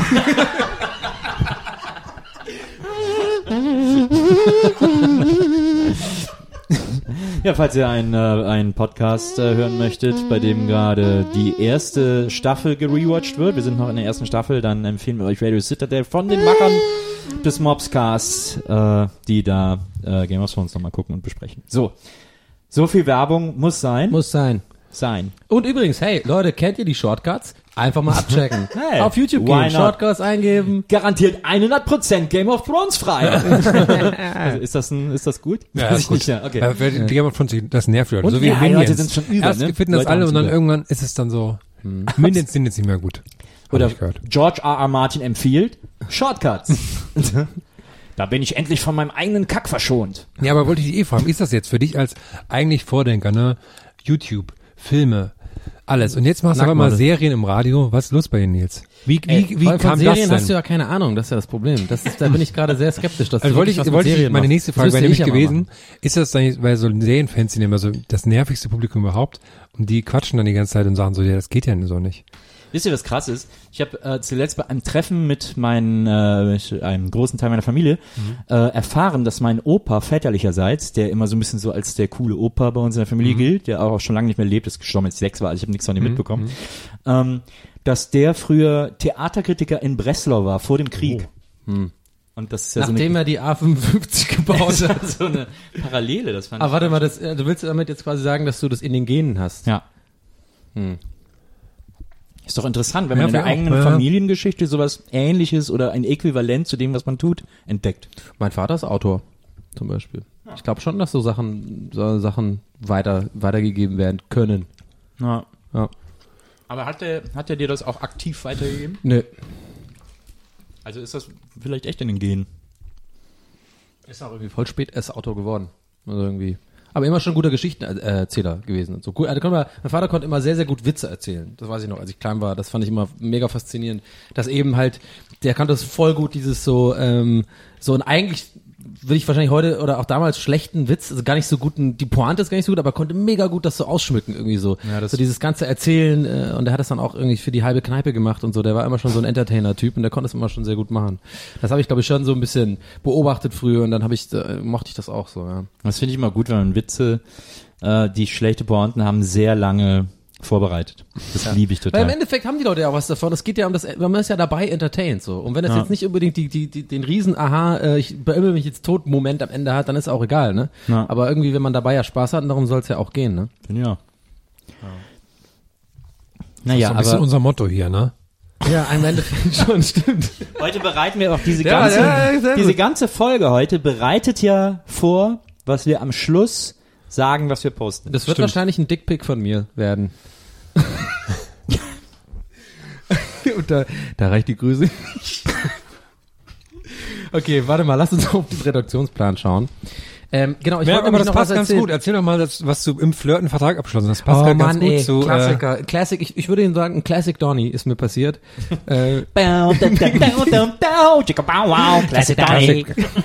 Ja, falls ihr einen, äh, einen Podcast äh, hören möchtet, bei dem gerade die erste Staffel gerewatcht wird, wir sind noch in der ersten Staffel, dann empfehlen wir euch Radio Citadel von den Machern des Mobscasts, äh, die da äh, Game of Thrones nochmal gucken und besprechen. So, so viel Werbung muss sein. Muss sein. sein. Und übrigens, hey, Leute, kennt ihr die Shortcuts? Einfach mal abchecken. Hey, Auf YouTube why gehen, not? Shortcuts eingeben. Garantiert hundert Prozent Game of Thrones frei. Also ist das ein, ist das gut? Ja, Weiß ist ich gut. nicht, ja, okay. Weil wir- die Game of Thrones, das nervt Leute. Und so wie ja, Minions. Leute sind schon über, Erst ne? finden das Leute alle haben's und dann über. irgendwann ist es dann so, Minions sind jetzt nicht mehr gut. Hab Oder ich gehört. George R. R. Martin empfiehlt Shortcuts. Da bin ich endlich von meinem eigenen Kack verschont. Ja, aber wollte ich dich eh fragen, wie ist das jetzt für dich als eigentlich Vordenker, ne? YouTube, Filme, alles. Und jetzt machst du aber mal Nacktmodel. Serien im Radio. Was ist los bei dir, Nils? Wie, wie, Ey, wie von kam Serien das hast du denn? ja keine Ahnung, das ist ja das Problem. Das ist, da bin ich gerade sehr skeptisch, dass Also du wollte wirklich ich, was mit wollte ich, Serien meine machst. nächste Das Frage wäre müsst ihr nämlich nicht aber gewesen, ist das dann, weil so Serienfans sind immer so das nervigste Publikum überhaupt und die quatschen dann die ganze Zeit und sagen so, ja, das geht ja so nicht. Wisst ihr, was krass ist? Ich habe äh, zuletzt bei einem Treffen mit meinen, äh, einem großen Teil meiner Familie mhm. äh, erfahren, dass mein Opa väterlicherseits, der immer so ein bisschen so als der coole Opa bei uns in der Familie mhm. gilt, der auch schon lange nicht mehr lebt, ist gestorben, als ich sechs war, also ich habe nichts von ihm mhm. mitbekommen, mhm. ähm, dass der früher Theaterkritiker in Breslau war, vor dem Krieg. Oh. Mhm. Und das ist ja Nachdem so eine, er die A fünfundfünfzig gebaut hat. so eine Parallele, das fand Aber ich. warte mal, das, du willst damit jetzt quasi sagen, dass du das in den Genen hast? Ja. Hm. Ist doch interessant, wenn man Ja, in der auch, eigenen ja. Familiengeschichte sowas Ähnliches oder ein Äquivalent zu dem, was man tut, entdeckt. Mein Vater ist Autor, zum Beispiel. Ich glaube schon, dass so Sachen, so Sachen weiter, weitergegeben werden können. Ja. Ja. Aber hat der, hat der dir das auch aktiv weitergegeben? Nö. Also ist das vielleicht echt in den Genen? Ist auch irgendwie voll spät erst Autor geworden. Also irgendwie. Aber immer schon ein guter Geschichtenerzähler gewesen und so. Gut, also mein Vater konnte immer sehr, sehr gut Witze erzählen. Das weiß ich noch, als ich klein war. Das fand ich immer mega faszinierend. Dass eben halt, der kannte das voll gut, dieses so, ähm, so ein eigentlich, würde ich wahrscheinlich heute oder auch damals schlechten Witz, also gar nicht so guten, die Pointe ist gar nicht so gut, aber konnte mega gut das so ausschmücken irgendwie so. Ja, das so dieses ganze Erzählen äh, und der hat das dann auch irgendwie für die halbe Kneipe gemacht und so. Der war immer schon so ein Entertainer-Typ und der konnte es immer schon sehr gut machen. Das habe ich, glaube ich, schon so ein bisschen beobachtet früher und dann habe ich, äh, mochte ich das auch so, ja. Das finde ich immer gut, wenn man Witze, äh, die schlechte Pointen haben, sehr lange vorbereitet. Das ja. liebe ich total. Weil im Endeffekt haben die Leute ja auch was davon. Es geht ja um das, man ist ja dabei entertained so. Und wenn das ja. jetzt nicht unbedingt die, die, die, den riesen Aha, äh, ich beömmel mich jetzt tot Moment am Ende hat, dann ist auch egal, ne? Ja. Aber irgendwie, wenn man dabei ja Spaß hat, und darum soll es ja auch gehen, ne? Ja. ja. Das Naja, ist so ein bisschen aber unser Motto hier, ne? Ja, im Endeffekt schon, stimmt. heute bereiten wir auch diese Ja, ganze, ja, sehr diese gut. ganze Folge heute bereitet ja vor, was wir am Schluss sagen, was wir posten. Das wird Stimmt. wahrscheinlich ein Dickpick von mir werden. Und da, da reicht die Grüße nicht. Okay, warte mal, lass uns auf den Redaktionsplan schauen. Ähm, genau, ich Ja, wollte aber nämlich das noch passt was ganz erzählen. gut. Erzähl doch mal, das, was du im Flirt einen Vertrag abgeschlossen hast. Das passt Oh grad Mann, ganz gut ey, zu. Äh, Klassiker. Classic, ich, ich würde Ihnen sagen, ein Classic Donny ist mir passiert. äh, Classic Donny.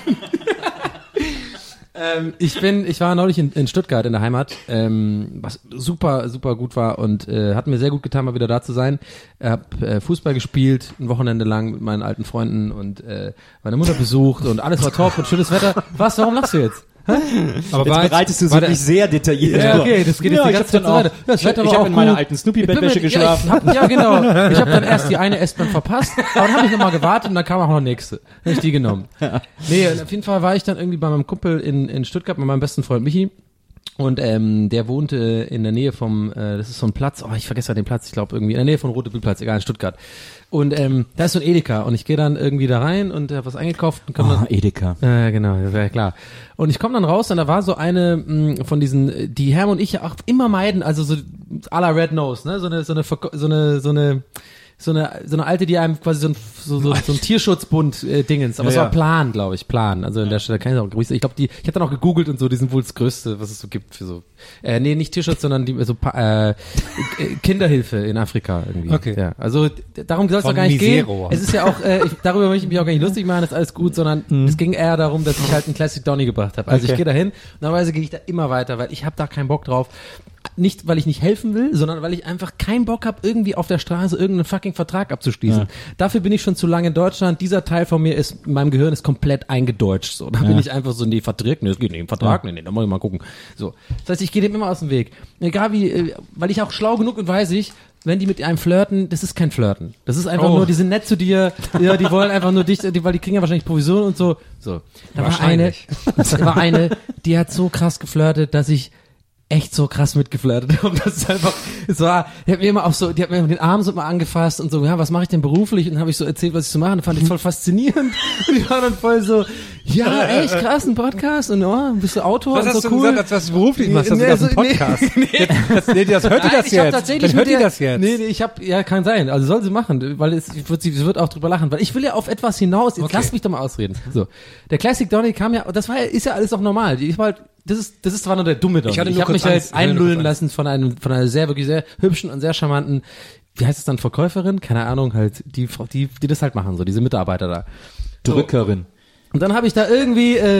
ähm, ich bin, ich war neulich in, in Stuttgart in der Heimat, ähm, was super, super gut war und äh, hat mir sehr gut getan, mal wieder da zu sein. Hab äh, Fußball gespielt, ein Wochenende lang mit meinen alten Freunden und äh, meine Mutter besucht und alles war top und schönes Wetter. Was, warum lachst du jetzt? aber Jetzt war bereitest du war wirklich sehr detailliert Ja, vor. okay, das geht jetzt Ja, die ich ganze hab Zeit dann so auch, weiter. Das ich, Wetter ich war habe auch in meiner gut. alten Ich Snoopy-Bettwäsche bin mit- geschlafen. Ja, ich hab, ja, genau. Ich habe dann erst die eine S-Bahn verpasst, aber dann habe ich nochmal gewartet und dann kam auch noch nächste. Dann hab ich die genommen. Nee, auf jeden Fall war ich dann irgendwie bei meinem Kumpel in, in Stuttgart mit meinem besten Freund Michi. Und ähm, der wohnte in der Nähe vom, äh, das ist so ein Platz, oh, ich vergesse ja den Platz, ich glaube irgendwie in der Nähe von Rote-Bühl-Platz, egal, in Stuttgart. Und ähm, da ist so ein Edeka und ich gehe dann irgendwie da rein und habe was eingekauft und komm Oh, dann, Edeka. ja, ja, genau, das wäre klar. Und ich komme dann raus und da war so eine mh, von diesen, die Herm und ich ja auch immer meiden, also so à la Red Nose, ne, so eine, so eine, Verko- so eine, so eine, so eine, so eine alte, die einem quasi so ein, so, so, so ein Tierschutzbund äh, Dingens, aber Ja, es war ja. Plan, glaube ich, Plan. Also in der Stelle kann ich auch grüßen. Ich glaube, die, ich habe dann auch gegoogelt und so, die sind wohl das Größte, was es so gibt für so, äh, nee, nicht Tierschutz, sondern die, so pa- äh, Kinderhilfe in Afrika irgendwie. Okay. Ja, also d- darum soll es Von doch gar nicht Misero. gehen. Es ist ja auch, äh, ich, darüber möchte ich mich auch gar nicht lustig machen, das ist alles gut, sondern es ging eher darum, dass ich halt einen Classic Donny gebracht habe. Also Okay. ich gehe dahin, normalerweise gehe ich da immer weiter, weil ich habe da keinen Bock drauf. Nicht, weil ich nicht helfen will, sondern weil ich einfach keinen Bock habe, irgendwie auf der Straße irgendeinen fucking Vertrag abzuschließen. Ja. Dafür bin ich schon zu lange in Deutschland. Dieser Teil von mir ist, in meinem Gehirn ist komplett eingedeutscht. So, da bin Ja. ich einfach so, nee, Vertrag, nee, das geht nicht, im Vertrag, Ja. nee, nee, da muss ich mal gucken. So. Das heißt, ich gehe dem immer aus dem Weg. Egal wie, äh, weil ich auch schlau genug und weiß ich, wenn die mit einem flirten, das ist kein Flirten. Das ist einfach Oh. nur, die sind nett zu dir, ja, die wollen einfach nur dich, die, weil die kriegen ja wahrscheinlich Provision und so. So. Da war eine, Wahrscheinlich. da war eine, die hat so krass geflirtet, dass ich echt so krass mitgeflirtet habe. Das ist einfach, es war, die hat mir immer auch so, die hat mir den Arm so mal angefasst und so, ja, was mache ich denn beruflich? Und dann habe ich so erzählt, was ich so mache. Und fand ich voll faszinierend. Und die waren dann voll so, ja, echt krass, ein Podcast und oh, bist du Autor Was und hast so du cool. gesagt, als was du beruflich machst? Hast Nee, du das so- im Podcast? nee, nee. Das, nee, das hört die Nein, das ich hab jetzt? tatsächlich Dann hört mit die der- das jetzt? Nee, nee, ich hab, ja, kann sein. Also soll sie machen, weil es wird, sie wird auch drüber lachen, weil ich will ja auf etwas hinaus. Jetzt Okay. lass mich doch mal ausreden. So. Der Classic Donny kam ja, das war ja, ist ja alles auch normal. Ich war halt, das ist, das ist zwar nur der dumme Donny. Ich hatte nur hab kurz mich Angst. halt Ich hatte nur einlullen kurz Angst. lassen von einem, von einer sehr, wirklich sehr hübschen und sehr charmanten, wie heißt es dann, Verkäuferin? Keine Ahnung, halt, die, Frau- die, die das halt machen, so, diese Mitarbeiter da. Drückerin. Und dann habe ich da irgendwie, äh,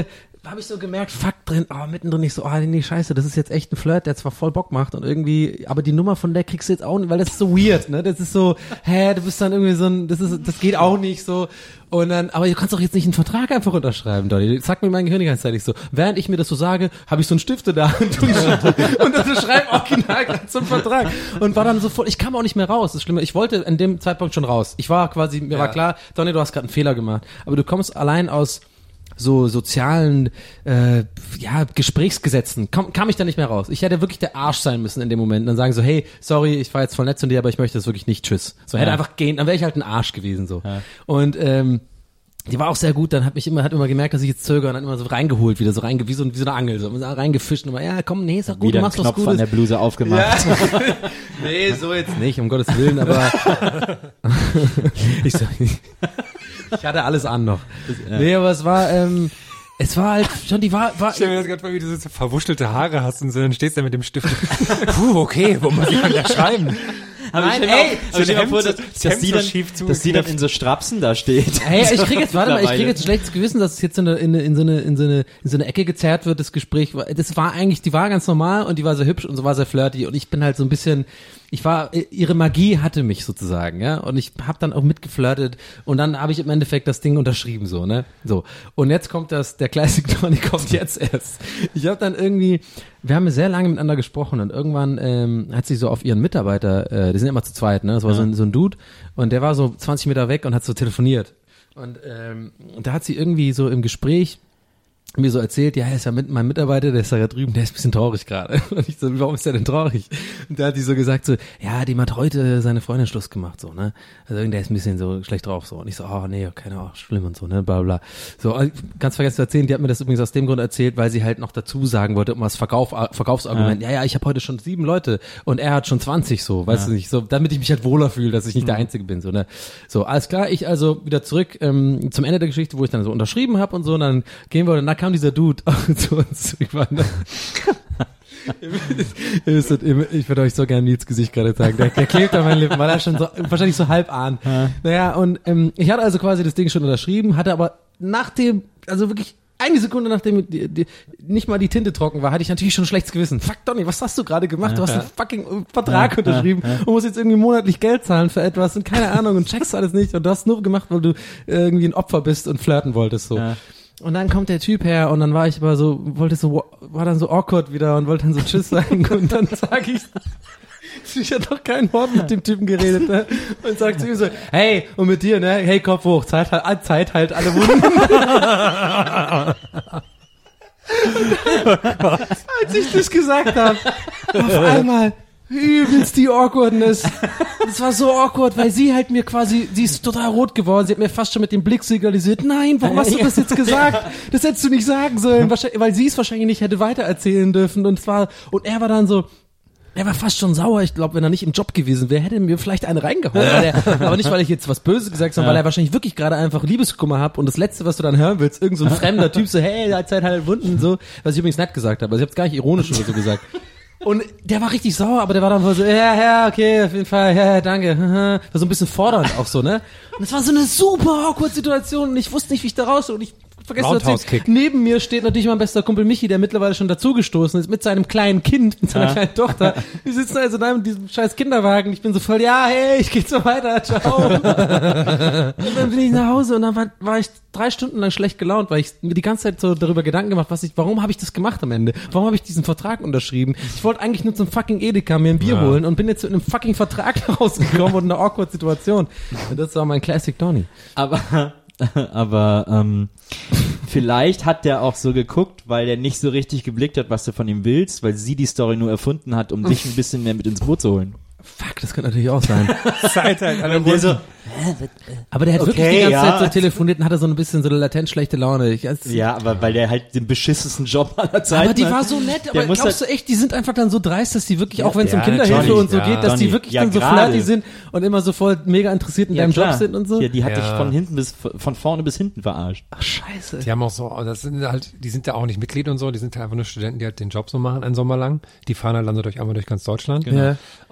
habe ich so gemerkt, fuck drin, oh, mittendrin nicht so, oh, nee, scheiße, das ist jetzt echt ein Flirt, der zwar voll Bock macht und irgendwie, aber die Nummer von der kriegst du jetzt auch nicht, weil das ist so weird, ne, das ist so, hä, du bist dann irgendwie so ein, das ist, das geht auch nicht so und dann, aber du kannst doch jetzt nicht einen Vertrag einfach unterschreiben, Donny, sag mir mein Gehirn die ganze Zeit nicht so, während ich mir das so sage, habe ich so einen Stift in der Hand und, und unterschreibe original gerade so einen Vertrag und war dann so voll, ich kam auch nicht mehr raus, das Schlimme, ich wollte in dem Zeitpunkt schon raus, ich war quasi, mir Ja. war klar, Donny, du hast gerade einen Fehler gemacht, aber du kommst allein aus so sozialen äh, ja Gesprächsgesetzen kam, kam ich da nicht mehr raus. Ich hätte wirklich der Arsch sein müssen in dem Moment und dann sagen so, hey, sorry, ich war jetzt voll nett zu dir, aber ich möchte das wirklich nicht, tschüss. So, hätte Ja. einfach gehen, dann wäre ich halt ein Arsch gewesen so. Ja. Und ähm, die war auch sehr gut, dann hat mich immer, hat immer gemerkt, dass ich jetzt zögere und dann immer so reingeholt wieder, so reinge, wie so, wie so eine Angel, so reingefischt und immer, ja komm, nee, ist doch gut, Wieder du einen machst was Knopf Gutes. an der Bluse aufgemacht. Ja. Nee, so jetzt nicht, um Gottes Willen, aber ich, so, ich hatte alles an noch. Nee, aber es war, ähm, es war halt schon, die war, war Ich stell mir das gerade vor, wie du so verwuschelte Haare hast und so, dann stehst du da mit dem Stift. Puh, okay, wo muss ich denn da schreiben? Aber Nein, ich stell mir ey, auch- aber so stell mir ein vor, Hemd dass, so- dass, Hemd die so dann, schief dass die dann in so Strapsen da steht. Hey, ich krieg jetzt, warte mal, ich krieg Mittlerweile. jetzt schlechtes Gewissen, dass es jetzt in, eine, in, eine, in, so eine, in, so eine, in so eine Ecke gezerrt wird, das Gespräch. Das war eigentlich, die war ganz normal und die war sehr hübsch und so war sehr flirty und ich bin halt so ein bisschen, ich war, ihre Magie hatte mich sozusagen, ja, und ich habe dann auch mitgeflirtet und dann habe ich im Endeffekt das Ding unterschrieben, so, ne, so. Und jetzt kommt das, der Classic Donny kommt jetzt erst. Ich habe dann irgendwie, wir haben sehr lange miteinander gesprochen und irgendwann ähm, hat sie so auf ihren Mitarbeiter, äh, die sind ja immer zu zweit, ne, das war Ja. so, ein, so ein Dude und der war so zwanzig Meter weg und hat so telefoniert. Und ähm, da hat sie irgendwie so im Gespräch mir so erzählt, ja, er ist ja mit mein Mitarbeiter, der ist da drüben, der ist ein bisschen traurig gerade. Und ich so, warum ist der denn traurig? Und da hat die so gesagt so, ja, dem hat heute seine Freundin Schluss gemacht, so, ne? Also der ist ein bisschen so schlecht drauf, so. Und ich so, oh, nee, keine Ahnung, schlimm und so, ne, bla, bla. So, ganz vergessen zu erzählen, die hat mir das übrigens aus dem Grund erzählt, weil sie halt noch dazu sagen wollte, um das Verkauf, Verkaufsargument, ja, ja, ich habe heute schon sieben Leute und er hat schon zwanzig, so, weißt Ja. du nicht, so, damit ich mich halt wohler fühle, dass ich nicht der Einzige bin, so, ne? So, alles klar, ich also wieder zurück ähm, zum Ende der Geschichte, wo ich dann so unterschrieben habe und so, und dann gehen wir, und dann kam dieser Dude zu uns. Ich, war, ich würde euch so gerne Nils Gesicht gerade zeigen. Der, der klebt an meinen Lippen, weil er schon so, wahrscheinlich so halb ahnt. Ja. Naja, und ähm, ich hatte also quasi das Ding schon unterschrieben, hatte aber nach dem, also wirklich eine Sekunde nachdem die, die, nicht mal die Tinte trocken war, hatte ich natürlich schon ein schlechtes Gewissen. Fuck Donny, was hast du gerade gemacht? Du hast einen fucking Vertrag Ja, unterschrieben ja, ja. und musst jetzt irgendwie monatlich Geld zahlen für etwas und keine Ahnung und checkst alles nicht und du hast nur gemacht, weil du irgendwie ein Opfer bist und flirten wolltest so. Ja. Und dann kommt der Typ her und dann war ich aber so, wollte so, war dann so awkward wieder und wollte dann so Tschüss sagen und dann sage ich, ich hatte doch kein Wort mit dem Typen geredet, ne? Und sagt zu ihm so, hey, und mit dir, ne? Hey, Kopf hoch, Zeit halt, Zeit halt alle Wunden. Als ich das gesagt habe, auf einmal übelst die Awkwardness. Das war so awkward, weil sie halt mir quasi, sie ist total rot geworden, sie hat mir fast schon mit dem Blick signalisiert, nein, warum hast du das jetzt gesagt? Das hättest du nicht sagen sollen, wahrscheinlich, weil sie es wahrscheinlich nicht hätte weitererzählen dürfen und zwar, und er war dann so, er war fast schon sauer, ich glaube, wenn er nicht im Job gewesen wäre, hätte er mir vielleicht eine reingehauen. Weil er, aber nicht, weil ich jetzt was Böses gesagt habe, sondern weil er wahrscheinlich wirklich gerade einfach Liebeskummer hat und das Letzte, was du dann hören willst, irgend so ein fremder Typ so, hey, Zeit halt Wunden, so, was ich übrigens nett gesagt habe. Also ich habe es gar nicht ironisch oder so gesagt. Und der war richtig sauer, aber der war dann voll so, ja, ja, okay, auf jeden Fall, ja, ja, danke. War so ein bisschen fordernd auch so, ne? Und es war so eine super awkward Situation und ich wusste nicht, wie ich da raus und ich vergesse zu erzählen, Roundhouse-Kick. neben mir steht natürlich mein bester Kumpel Michi, der mittlerweile schon dazugestoßen ist, mit seinem kleinen Kind, mit seiner Ja. kleinen Tochter. Wir sitzen also da in diesem scheiß Kinderwagen. Ich bin so voll, ja, hey, ich geh jetzt mal weiter, ciao. Und dann bin ich nach Hause und dann war, war ich drei Stunden lang schlecht gelaunt, weil ich mir die ganze Zeit so darüber Gedanken gemacht, was ich, warum habe ich das gemacht am Ende? Warum habe ich diesen Vertrag unterschrieben? Ich wollte eigentlich nur zum fucking Edeka mir ein Bier Ja. holen und bin jetzt mit einem fucking Vertrag rausgekommen und in einer awkward Situation. Und das war mein Classic Donny. Aber, aber ähm, vielleicht hat der auch so geguckt, weil der nicht so richtig geblickt hat, was du von ihm willst, weil sie die Story nur erfunden hat, um dich ein bisschen mehr mit ins Boot zu holen. Fuck, das könnte natürlich auch sein. Zeit halt alle Und der so, Aber der hat Okay, wirklich die ganze ja. Zeit so telefoniert und hatte so ein bisschen so eine latent schlechte Laune. Ich, als, ja, aber weil der halt den beschissensten Job aller Zeiten aber die hat. war so nett, Der aber muss glaubst du echt, die sind einfach dann so dreist, dass die wirklich, auch wenn es ja, um Kinderhilfe Johnny, und so ja. geht, dass die Johnny, wirklich ja, dann so gerade. flirty sind und immer so voll mega interessiert in ja, deinem klar. Job sind und so. Ja, die hat Ja. dich von hinten bis, von vorne bis hinten verarscht. Ach, scheiße. Die haben auch so, das sind halt, die sind da auch nicht Mitglied und so, die sind halt einfach nur Studenten, die halt den Job so machen, einen Sommer lang. Die fahren halt dann so durch einmal durch ganz Deutschland. Ja. Und kriegen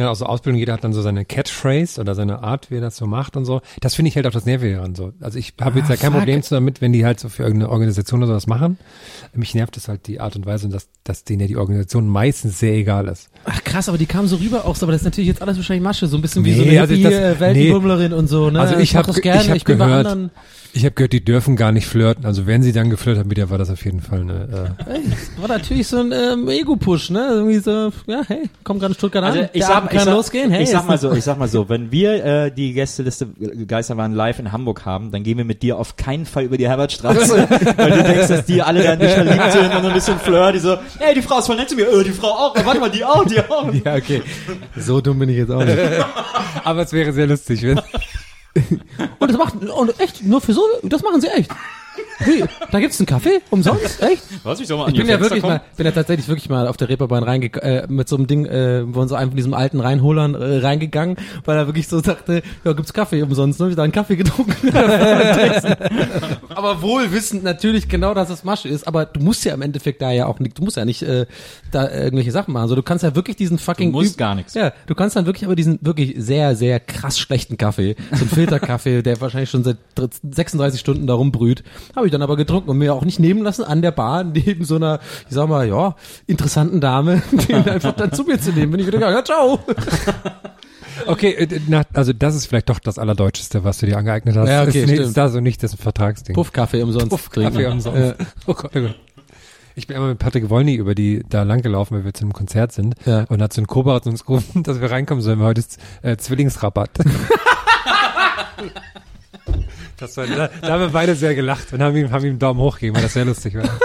ja aus der Ausbildung, jeder hat dann so seine Catchphrase oder seine Art, wie er das so macht und so. Das finde ich halt auch das Nervige daran so. Also ich habe jetzt Ah, ja kein fuck. Problem damit, wenn die halt so für irgendeine Organisation oder sowas machen. Mich nervt es halt die Art und Weise, dass, dass denen ja die Organisation meistens sehr egal ist. Ach krass, aber die kamen so rüber auch, so, aber das ist natürlich jetzt alles wahrscheinlich Masche, so ein bisschen wie so Nee, eine also Hippie, das- äh, Weltenbummlerin und so, ne? Also ich mach habe das ich gerne, hab ich bin bei gehört, anderen. ich habe gehört, die dürfen gar nicht flirten. Also wenn sie dann geflirtet haben mit der, war das auf jeden Fall eine. Äh, Ey, das war natürlich so ein ähm, Ego-Push, ne? Irgendwie so, ja, hey, komm gerade in Stuttgart Also an, ich der sag, Abend ich kann sag, losgehen, hey. ich sag ist mal das- so, ich sag mal so, wenn wir äh, die Gästeliste Geisterbahn live in Hamburg haben, dann gehen wir mit dir auf keinen Fall über die Herbertstraße, weil du denkst, dass die alle da nicht verliebt sind und ein bisschen flirty, so, ey, die Frau ist voll nett zu mir, äh, die Frau auch, äh, warte mal, die auch, die auch. Ja, okay. So dumm bin ich jetzt auch nicht. aber es wäre sehr lustig, wenn. Und das macht, und echt, nur für so, das machen sie echt. Wie? Da gibt's einen Kaffee? Umsonst? Echt? Was, ich soll mal Ich bin ja wirklich mal, bin ja tatsächlich wirklich mal auf der Reeperbahn reingegangen, äh, mit so einem Ding, äh, wo so einem von diesem alten Reinholern äh, reingegangen, weil er wirklich so sagte, ja, gibt's Kaffee umsonst, ne? Ich da einen Kaffee getrunken. Aber wohl wissend natürlich genau, dass es Masche ist, aber du musst ja im Endeffekt da ja auch nicht, du musst ja nicht äh, da irgendwelche Sachen machen, also du kannst ja wirklich diesen fucking Du musst Üb- gar nichts. Ja, du kannst dann wirklich aber diesen wirklich sehr, sehr krass schlechten Kaffee, so ein Filterkaffee, der wahrscheinlich schon seit sechsunddreißig Stunden da rumbrüht, habe ich dann aber getrunken und mir auch nicht nehmen lassen, an der Bar neben so einer, ich sag mal, ja, interessanten Dame, den einfach dann zu mir zu nehmen. Bin ich wieder gegangen, ja, ciao. Okay, äh, na, also das ist vielleicht doch das Allerdeutscheste, was du dir angeeignet hast. Ja, okay, ist, nicht- stimmt. ist da so nicht das Vertragsding. Puffkaffee umsonst. Puffkaffee trinken. umsonst. Ja. Oh Gott, oh Gott. Ich bin einmal mit Patrick Wolny über die da lang gelaufen, weil wir zu einem Konzert sind. Ja. Und hat so ein Kobold uns gerufen, dass wir reinkommen sollen, weil heute ist äh, Zwillingsrabatt. Das war, da, da haben wir beide sehr gelacht und haben ihm, haben ihm einen Daumen hoch gegeben, weil das sehr lustig war.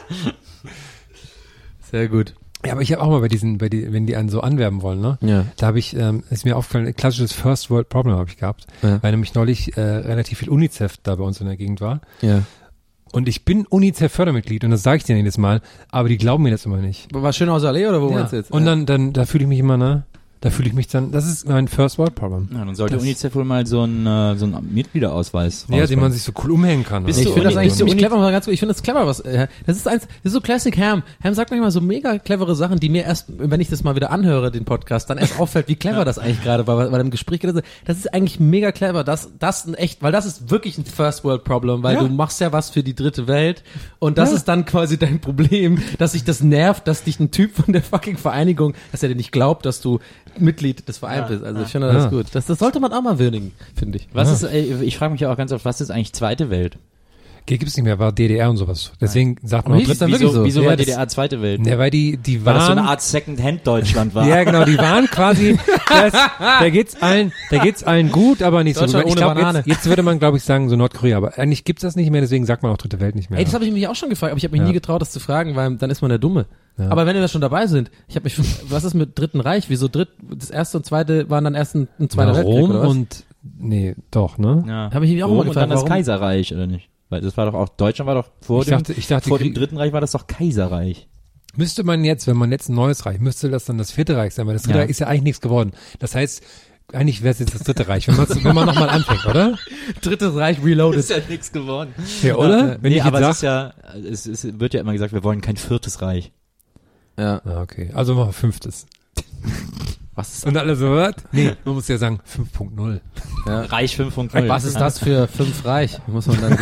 Sehr gut. Ja, aber ich habe auch mal bei diesen, bei die, wenn die einen so anwerben wollen, ne? Ja. Da habe ich, ähm, ist mir aufgefallen, ein klassisches First World Problem habe ich gehabt, Ja. weil nämlich neulich äh, relativ viel UNICEF da bei uns in der Gegend war. Ja. Und ich bin UNICEF-Fördermitglied und das sage ich denen jedes Mal, aber die glauben mir das immer nicht. War Schönhauser Allee oder wo meinst du jetzt? Und dann, dann, da fühle ich mich immer, ne? Da fühle ich mich dann, das ist mein First World Problem. Ja, dann sollte Das- UNICEF wohl mal so einen, äh, so einen Mitgliederausweis Ja, den rausbringen. man sich so cool umhängen kann. Bist oder Ich du so. finde das Uni- eigentlich bist du ziemlich Uni- clever, mal ganz kurz. Ich finde das clever, was, äh, das ist eins, das ist so Classic Ham. Ham sagt manchmal so mega clevere Sachen, die mir erst, wenn ich das mal wieder anhöre, den Podcast, dann erst auffällt, wie clever das eigentlich gerade war, weil, weil im Gespräch gerade so, das ist eigentlich mega clever, das, das ein echt, weil das ist wirklich ein First World Problem, weil Ja. du machst ja was für die dritte Welt und das Ja. ist dann quasi dein Problem, dass sich das nervt, dass dich ein Typ von der fucking Vereinigung, dass er dir nicht glaubt, dass du Mitglied des Vereins bist. Also ich finde das Ja. gut. Das, das sollte man auch mal würdigen, finde ich. Was ist, ey, ich frage mich ja auch ganz oft, was ist eigentlich zweite Welt? Gibt's nicht mehr, war D D R und sowas. Deswegen sagt Aber man, hieß es dann Wieso, wirklich so? wieso Ja, war das- D D R zweite Welt? ne, weil die, die Weil das so waren, eine Art Second-Hand-Deutschland war. ja genau, die waren quasi, das, da geht's allen, da geht's allen gut, aber nicht so gut. Deutschland Ich ohne glaube, Banane. jetzt, jetzt würde man, glaube ich, sagen, so Nordkorea, aber eigentlich gibt's das nicht mehr, deswegen sagt man auch dritte Welt nicht mehr. Ey, das habe ich mich auch schon gefragt, aber ich habe mich Ja. nie getraut, das zu fragen, weil dann ist man der Dumme. Ja. Aber wenn wir da schon dabei sind, ich habe mich, was ist mit Dritten Reich? Wieso dritt, das erste und zweite waren dann erst ein, ein Zweiter Na, Weltkrieg Rom oder was? und, nee, doch, ne? Ja. Hab ich mich auch Rom mal und gefragt, dann das warum? Kaiserreich, oder nicht? Weil das war doch auch, Deutschland war doch vor Ich dem, dachte, ich dachte, vor die dem Krieg- Dritten Reich war das doch Kaiserreich. Müsste man jetzt, wenn man jetzt ein neues Reich, müsste das dann das vierte Reich sein, weil das dritte Ja. Reich ist ja eigentlich nichts geworden. Das heißt, eigentlich wäre es jetzt das dritte Reich, wenn man wenn man nochmal anfängt, oder? Drittes Reich reloaded. ja nichts geworden. Ja, oder? Wenn nee, ich aber jetzt es ist sag, ja, es, es wird ja immer gesagt, wir wollen kein viertes Reich. Ja. ah, okay, also machen wir fünftes. Was ist, Und alle so, was? Nee, man muss ja sagen, fünf Punkt null. ja. Reich fünf Punkt null. Was ist das für fünf Reich? Muss man dann so.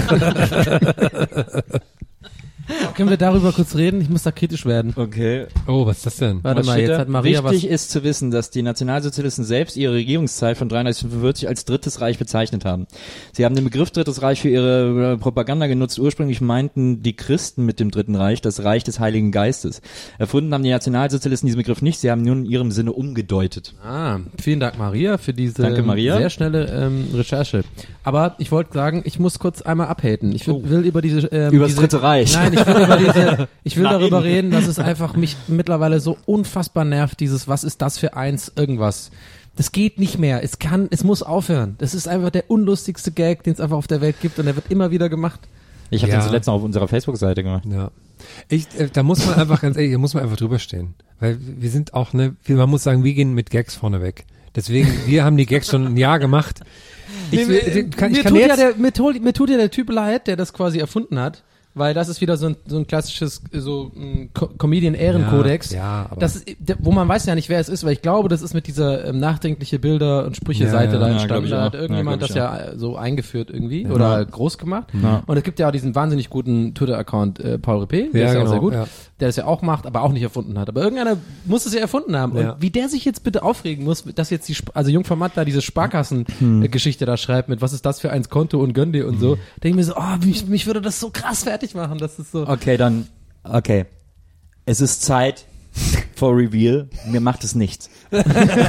Können wir darüber kurz reden? Ich muss da kritisch werden. Okay. Oh, was ist das denn? Warte Was mal, steht jetzt da? hat Maria Wichtig was. ist zu wissen, dass die Nationalsozialisten selbst ihre Regierungszeit von dreiunddreißig bis fünfundvierzig als Drittes Reich bezeichnet haben. Sie haben den Begriff Drittes Reich für ihre äh, Propaganda genutzt. Ursprünglich meinten die Christen mit dem Dritten Reich das Reich des Heiligen Geistes. Erfunden haben die Nationalsozialisten diesen Begriff nicht, sie haben nun in ihrem Sinne umgedeutet. Ah, vielen Dank, Maria, für diese Danke, Maria. sehr schnelle ähm, Recherche. Aber ich wollte sagen, ich muss kurz einmal abhaten. Ich will, Oh. will über diese ähm, Über das diese, Dritte Reich. Nein, ich will über diese, ich will Nein. darüber reden, dass es einfach mich mittlerweile so unfassbar nervt, dieses, was ist das für eins, irgendwas. Das geht nicht mehr. Es kann, es muss aufhören. Das ist einfach der unlustigste Gag, den es einfach auf der Welt gibt und der wird immer wieder gemacht. Ich habe Ja. den zuletzt noch auf unserer Facebook-Seite gemacht. Ja. Ich, äh, da muss man einfach ganz ehrlich, da muss man einfach drüber stehen. Weil wir sind auch, ne, wir, man muss sagen, wir gehen mit Gags vorne weg. Deswegen, wir haben die Gags schon ein Jahr gemacht. Ich, Nee, will- kann, ich mir, kann tut ja jetzt, der, mir, tut, mir tut ja der Typ leid, der das quasi erfunden hat. weil das ist wieder so ein, so ein klassisches so ein Co- Comedian-Ehrenkodex. Ja, ja, aber das ist, wo man weiß ja nicht, wer es ist, weil ich glaube, das ist mit dieser ähm, nachdenkliche Bilder- und Sprüche-Seite Ja, ja. da Ja, entstanden. glaub ich Da hat auch. irgendjemand Ja, das glaub ja so eingeführt irgendwie oder groß gemacht. Ja. Und es gibt ja auch diesen wahnsinnig guten Twitter-Account äh, Paul Ripé, der Ja, ist ja auch genau, sehr gut, ja. der das ja auch macht, aber auch nicht erfunden hat. Aber irgendeiner muss es ja erfunden haben. Ja. Und wie der sich jetzt bitte aufregen muss, dass jetzt die, Sp- also Jungformat da diese Sparkassen-Geschichte da schreibt mit, was ist das für eins Konto und gönn dir und so, denke ich mir so, oh, mich, mich würde das so krass fertig machen, dass das so. Okay, dann, okay. Es ist Zeit for Reveal. Mir macht es nichts. Dir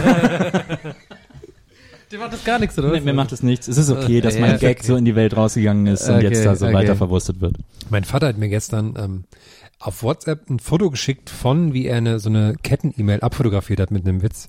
macht das gar nichts, oder? Nee, mir macht es nichts. Es ist okay, dass Ja, mein ist Gag okay. so in die Welt rausgegangen ist und Okay, jetzt da so okay. weiter verwurstet wird. Mein Vater hat mir gestern ähm, auf WhatsApp ein Foto geschickt von, wie er eine so eine Ketten-E-Mail abfotografiert hat mit einem Witz.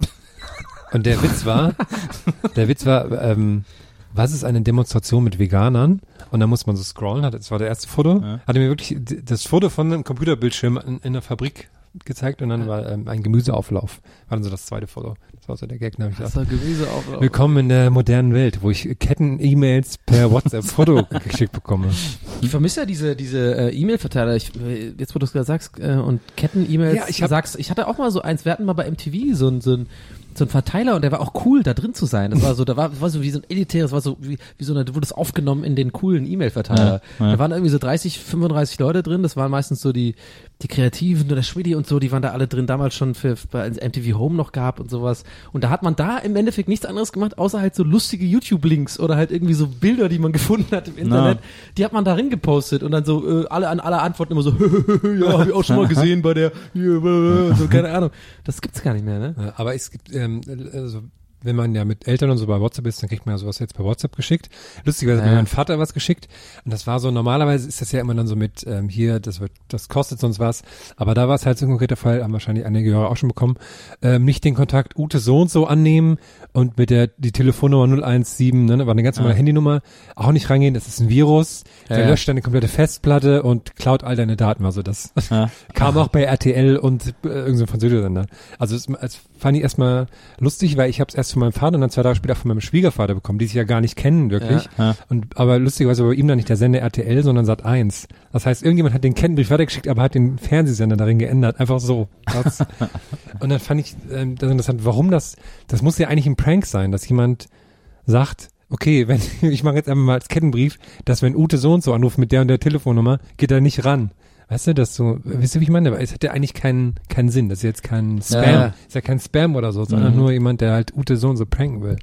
Und der Witz war, der Witz war, ähm, was ist eine Demonstration mit Veganern? Und dann muss man so scrollen, hat, das war der erste Foto, Ja. hat er mir wirklich d- das Foto von einem Computerbildschirm in, in der Fabrik gezeigt und dann war ähm, ein Gemüseauflauf. War dann so das zweite Foto. Das war so der Gag, da hab ich gedacht, Gemüse auf. willkommen in der modernen Welt, wo ich Ketten-E-Mails per WhatsApp-Foto geschickt bekomme. Ich vermisse ja diese, diese äh, E-Mail-Verteiler. Ich, äh, jetzt, wo du es gerade sagst, äh, und Ketten-E-Mails Ja, ich hab- sagst, ich hatte auch mal so eins, wir hatten mal bei M T V so ein, so ein so ein Verteiler und der war auch cool, da drin zu sein. Das war so, da war, das war so wie so ein elitäres, war so wie, wie so eine, du wurdest aufgenommen in den coolen E-Mail-Verteiler. Ja, ja. Da waren irgendwie so dreißig, fünfunddreißig Leute drin, das waren meistens so die, die Kreativen oder Schwedi und so, die waren da alle drin, damals schon für, bei M T V Home noch gab und sowas. Und da hat man da im Endeffekt nichts anderes gemacht, außer halt so lustige YouTube-Links oder halt irgendwie so Bilder, die man gefunden hat im Internet. Die hat man darin gepostet und dann so, äh, alle an alle Antworten immer so, ja, hab ich auch schon mal gesehen bei der, hier, so, keine Ahnung. Das gibt's gar nicht mehr, ne? Ja, aber es gibt, ähm, also wenn man ja mit Eltern und so bei WhatsApp ist, dann kriegt man ja sowas jetzt bei WhatsApp geschickt. Lustigerweise hat Ja. mir mein Vater was geschickt und das war so, normalerweise ist das ja immer dann so mit, ähm, hier, das wird, das kostet sonst was, aber da war es halt so ein konkreter Fall, haben wahrscheinlich einige Hörer auch schon bekommen, ähm, nicht den Kontakt Ute so und so annehmen und mit der, die Telefonnummer null eins sieben, ne, war eine ganz normale Ah. Handynummer, auch nicht reingehen, das ist ein Virus, der Ja, ja. löscht deine komplette Festplatte und klaut all deine Daten, also das Ja. kam auch bei R T L und äh, irgendein so französischer Sender. Also es, es fand ich erstmal lustig, weil ich habe es erst von meinem Vater und dann zwei Tage später von meinem Schwiegervater bekommen, die sich ja gar nicht kennen, wirklich. Ja, ja. Und aber lustigerweise war bei ihm dann nicht der Sender R T L, sondern Sat eins. Das heißt, irgendjemand hat den Kettenbrief weitergeschickt, aber hat den Fernsehsender darin geändert. Einfach so. Das, und dann fand ich ähm, das interessant, warum das, das muss ja eigentlich ein Prank sein, dass jemand sagt, okay, wenn ich mache jetzt einmal mal als Kettenbrief, dass wenn Ute so und so anruft mit der und der Telefonnummer, geht er nicht ran. Weißt du, das so, wisst ihr, wie ich meine? Aber es hat ja eigentlich keinen, keinen Sinn. Das ist jetzt kein Spam, Ja. ist ja kein Spam oder so, sondern Mhm. nur jemand, der halt Ute so und so pranken will.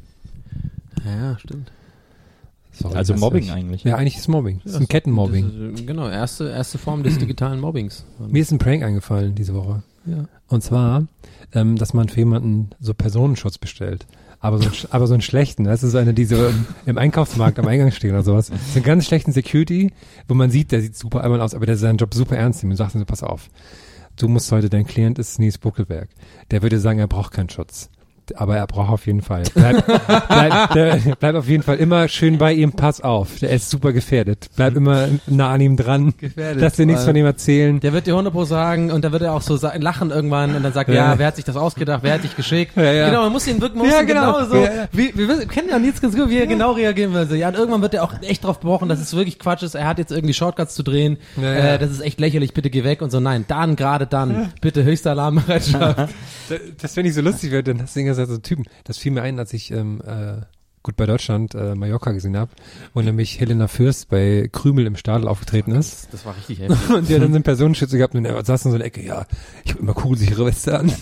Ja, stimmt. Sorry, Also das Mobbing ist- eigentlich. Ja, eigentlich ist Mobbing. Das ist ein Kettenmobbing. Das ist, äh, genau, erste, erste Form des digitalen Mobbings. Mir ist ein Prank eingefallen diese Woche. Ja. Und zwar, ähm, dass man für jemanden so Personenschutz bestellt. Aber so, ein, sch- aber so einen schlechten. Das ist so eine, die so im, im Einkaufsmarkt am Eingang steht oder sowas. So einen ganz schlechten Security, wo man sieht, der sieht super albern aus, aber der seinen Job super ernst nimmt und sagt so, pass auf, du musst heute, dein Klient ist Nies Buckelberg. Der würde sagen, er braucht keinen Schutz. Aber er braucht auf jeden Fall. Bleib, bleib, der, bleib auf jeden Fall immer schön bei ihm, pass auf. Der ist super gefährdet. Bleib immer nah an ihm dran. Gefährdet, Lass dir nichts weil- von ihm erzählen. Der wird dir hundert Pro sagen und dann wird er auch so sa- lachen irgendwann und dann sagt, ja, Ja. wer hat sich das ausgedacht, wer hat dich geschickt? Ja, ja. Genau, man muss ihn wirklich, man muss Ja, ihn genau. genau so, Ja, ja. Wie, wir wissen- kennen ja Nils ganz gut, wie er genau reagieren will. So, ja, und irgendwann wird er auch echt drauf pochen, dass es wirklich Quatsch ist, er hat jetzt irgendwie Shortcuts zu drehen, Ja, ja. Äh, das ist echt lächerlich, bitte geh weg und so, nein, dann, gerade dann, bitte höchste Alarmbereitschaft. Das, das finde ich so lustig, weil dann hast du irgendwann so Typen. Das fiel mir ein, als ich ähm, äh, gut bei Deutschland äh, Mallorca gesehen habe, wo nämlich Helena Fürst bei Krümel im Stadel aufgetreten ist. Das war richtig heftig. Und die hat dann so einen Personenschützer gehabt und er saß in so einer Ecke, ja, ich habe immer kugelsichere Weste an.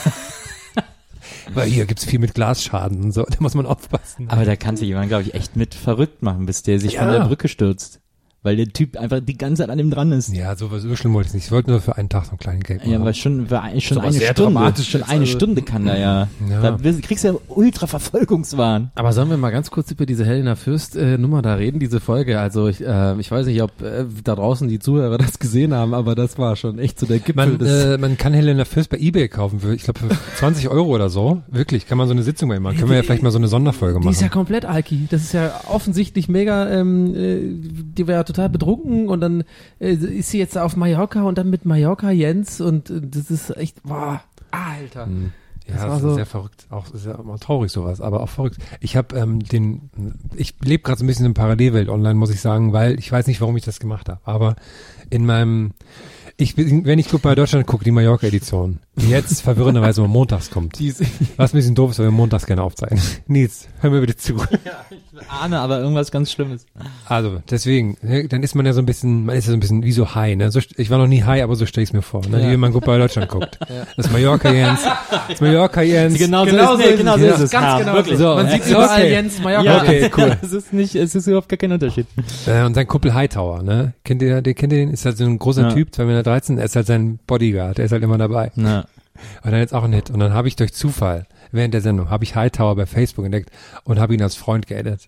Weil hier gibt's viel mit Glasschaden und so, da muss man aufpassen. Aber da kann sich jemand, glaube ich, echt mit verrückt machen, bis der sich Ja. von der Brücke stürzt. Weil der Typ einfach die ganze Zeit an ihm dran ist. Ja, so, so schlimm wollte ich nicht. Ich wollte nur für einen Tag so einen kleinen Gag machen. Ja, aber schon, war ein- schon aber eine sehr Stunde. dramatisch Schon jetzt, eine also. Stunde kann er ja. Ja. Da wirst- kriegst du ja ultra Verfolgungswahn. Aber sollen wir mal ganz kurz über diese Helena Fürst äh, Nummer da reden, diese Folge? Also ich, äh, ich weiß nicht, ob äh, da draußen die Zuhörer das gesehen haben, aber das war schon echt so der Gipfel Man, des... äh, man kann Helena Fürst bei eBay kaufen für, ich glaube, für zwanzig Euro oder so. Wirklich, kann man so eine Sitzung bei ihm machen. Können wir ja vielleicht mal so eine Sonderfolge Die machen. ist ja komplett alki. Das ist ja offensichtlich mega, ähm, äh, die war ja total betrunken und dann äh, ist sie jetzt auf Mallorca und dann mit Mallorca Jens und äh, das ist echt, boah, Alter. Hm. Ja, Das das, war ist so- sehr verrückt. Auch sehr immer traurig sowas, aber auch verrückt. Ich habe ähm, den, ich lebe gerade so ein bisschen in Parallelwelt online, muss ich sagen, weil ich weiß nicht, warum ich das gemacht habe. Aber in meinem, ich bin, wenn ich gut bei Deutschland gucke, die Mallorca-Edition, die jetzt verwirrenderweise immer montags kommt. Was ein bisschen doof ist, weil wir montags gerne aufzeichnen. Nils, hör mir bitte zu. Ich ahne aber irgendwas ganz Schlimmes. Also, deswegen, ne, dann ist man ja so ein bisschen, man ist ja so ein bisschen wie so high, ne? So, ich war noch nie high, aber so stelle ich es mir vor, ne? Ja. Wie wenn man gut bei Deutschland guckt. Das Mallorca Jens, das Mallorca Jens. Genau, Genau so so ist, ist genau es, so ja. ist es. Ganz Carl, genau wirklich. so. Man Ja, sieht okay. überall Jens Mallorca. Ja, Okay, cool. Es ist nicht, es ist überhaupt gar kein Unterschied. Äh, und sein Kumpel Hightower, ne? Kennt ihr, den kennt ihr den? Ist halt so ein großer Ja. Typ, zwei Meter dreizehn, er ist halt sein Bodyguard, der ist halt immer dabei. Ja. Und dann jetzt auch ein Hit. Und dann habe ich durch Zufall, während der Sendung, habe ich Hightower bei Facebook entdeckt und habe ihn als Freund geaddet.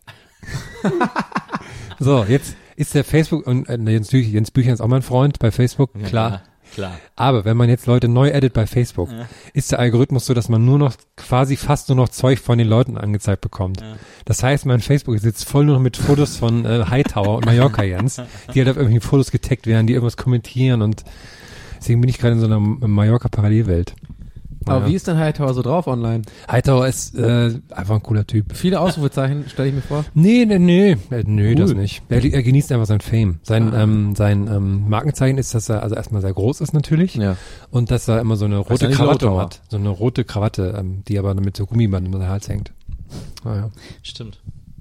So, jetzt ist der Facebook, und äh, Jens, Büch, Jens Büchern ist auch mein Freund bei Facebook, klar. Klar. Aber wenn man jetzt Leute neu addet bei Facebook, Ja. ist der Algorithmus so, dass man nur noch, quasi fast nur noch Zeug von den Leuten angezeigt bekommt. Ja. Das heißt, mein Facebook ist jetzt voll nur noch mit Fotos von äh, Hightower und Mallorca Jens, die halt auf irgendwelchen Fotos getaggt werden, die irgendwas kommentieren, und deswegen bin ich gerade in so einer Mallorca-Parallelwelt. Aber Naja. wie ist denn Hightower so drauf online? Hightower ist äh, einfach ein cooler Typ. Viele Ausrufezeichen, stelle ich mir vor. Nee, nee, nee, äh, nö, Cool. das nicht. Er, er genießt einfach sein Fame. Sein, Ah. ähm, sein ähm, Markenzeichen ist, dass er also erstmal sehr groß ist natürlich, Ja. und dass er immer so eine rote er nicht Krawatte Lotto hat. So eine rote Krawatte, ähm, die aber mit so Gummiband um den Hals hängt. Naja. Stimmt.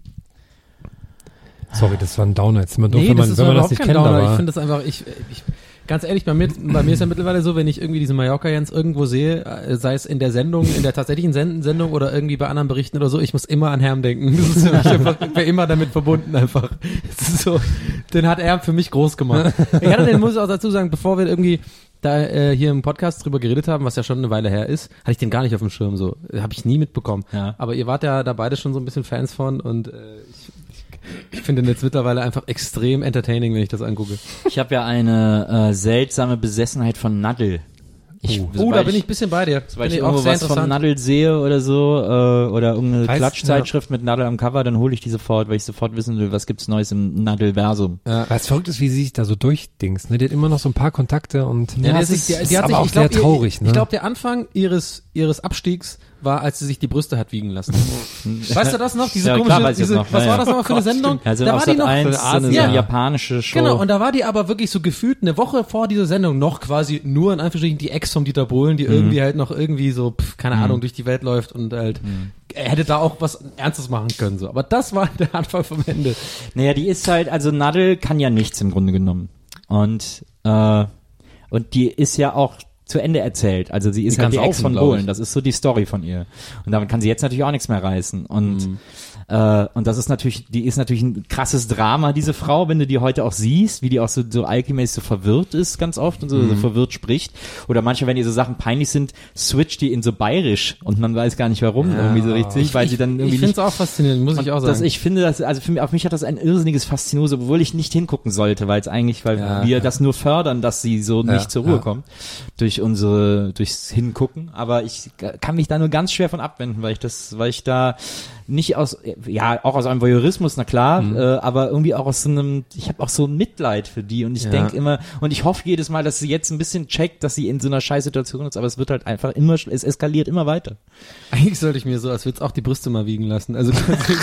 Sorry, das war ein Downer. Jetzt ist immer doof, Nee, wenn man das ist wenn man das überhaupt nicht kein kennt, Downer. aber Ich finde das einfach, ich, ich, ganz ehrlich, bei mir, bei mir ist ja mittlerweile so, wenn ich irgendwie diesen Mallorca Jens irgendwo sehe, äh, sei es in der Sendung, in der tatsächlichen Sen- Sendung oder irgendwie bei anderen Berichten oder so, ich muss immer an Herm denken. Das ist für mich einfach, ich bin immer damit verbunden einfach. Das ist so, den hat er für mich groß gemacht. Ich hatte den, muss ich auch dazu sagen, bevor wir irgendwie da äh, hier im Podcast drüber geredet haben, was ja schon eine Weile her ist, hatte ich den gar nicht auf dem Schirm so. Habe ich nie mitbekommen. Ja. Aber ihr wart ja da beide schon so ein bisschen Fans von, und äh, ich, ich, ich finde den jetzt mittlerweile einfach extrem entertaining, wenn ich das angucke. Ich habe ja eine äh, seltsame Besessenheit von Nadel. Ich, Oh, sobald da bin ich ein bisschen bei dir. Sobald Finde ich ich auch irgendwo sehr was von interessant. Nadel sehe oder so, äh, oder irgendeine Heißt, Klatschzeitschrift mit Nadel am Cover, dann hole ich die sofort, weil ich sofort wissen will, was gibt's Neues im Nadelversum. weil es verrückt ist, wie sie sich da so durchdingst. Ne? Die hat immer noch so ein paar Kontakte und Ja, das die, ist, die, ist die hat aber sich, auch ich glaub, sehr traurig. Ihr, Ne? ich glaube, der Anfang ihres ihres Abstiegs war, als sie sich die Brüste hat wiegen lassen. Weißt du das noch? Diese Ja, komische, klar weiß ich diese, das noch. was Ja, war ja. das nochmal für eine Sendung? Ja, so da auf war die Sat noch, eins, so eine, so ja. eine japanische Show. Genau, und da war die aber wirklich so gefühlt eine Woche vor dieser Sendung noch quasi nur in Anführungsstrichen die Ex vom Dieter Bohlen, die irgendwie halt noch irgendwie so, pf, keine Ahnung, durch die Welt läuft und halt, er hätte da auch was Ernstes machen können, so. Aber das war der Anfang vom Ende. Naja, die ist halt, also Nadel kann ja nichts im Grunde genommen. Und, äh, und die ist ja auch zu Ende erzählt. Also sie ist Die halt die kann Ex saufen, von glaub ich. Bohlen. Das ist so die Story von ihr. Und damit kann sie jetzt natürlich auch nichts mehr reißen. Und Mhm. äh, und das ist natürlich, die ist natürlich ein krasses Drama, diese Frau, wenn du die heute auch siehst, wie die auch so, so alchemmäßig so verwirrt ist ganz oft und so, Mhm. so verwirrt spricht. Oder manchmal, wenn ihr so Sachen peinlich sind, switcht die in so bayerisch und man weiß gar nicht warum irgendwie so richtig, weil sie dann irgendwie Ich finde nicht es auch faszinierend, muss ich auch sagen. das, ich finde das, also für mich, auf mich hat das ein irrsinniges Faszinose, obwohl ich nicht hingucken sollte, weil es eigentlich, weil Ja, wir ja. das nur fördern, dass sie so Ja, nicht zur Ruhe ja. kommt durch unsere, durchs Hingucken. Aber ich kann mich da nur ganz schwer von abwenden, weil ich das, weil ich da nicht aus, ja, auch aus einem Voyeurismus, na klar, Mhm. äh, aber irgendwie auch aus so einem, ich habe auch so ein Mitleid für die und ich Ja. denke immer, und ich hoffe jedes Mal, dass sie jetzt ein bisschen checkt, dass sie in so einer Scheißsituation ist, aber es wird halt einfach immer, es eskaliert immer weiter. Eigentlich sollte ich mir so, als würde es auch die Brüste mal wiegen lassen. Also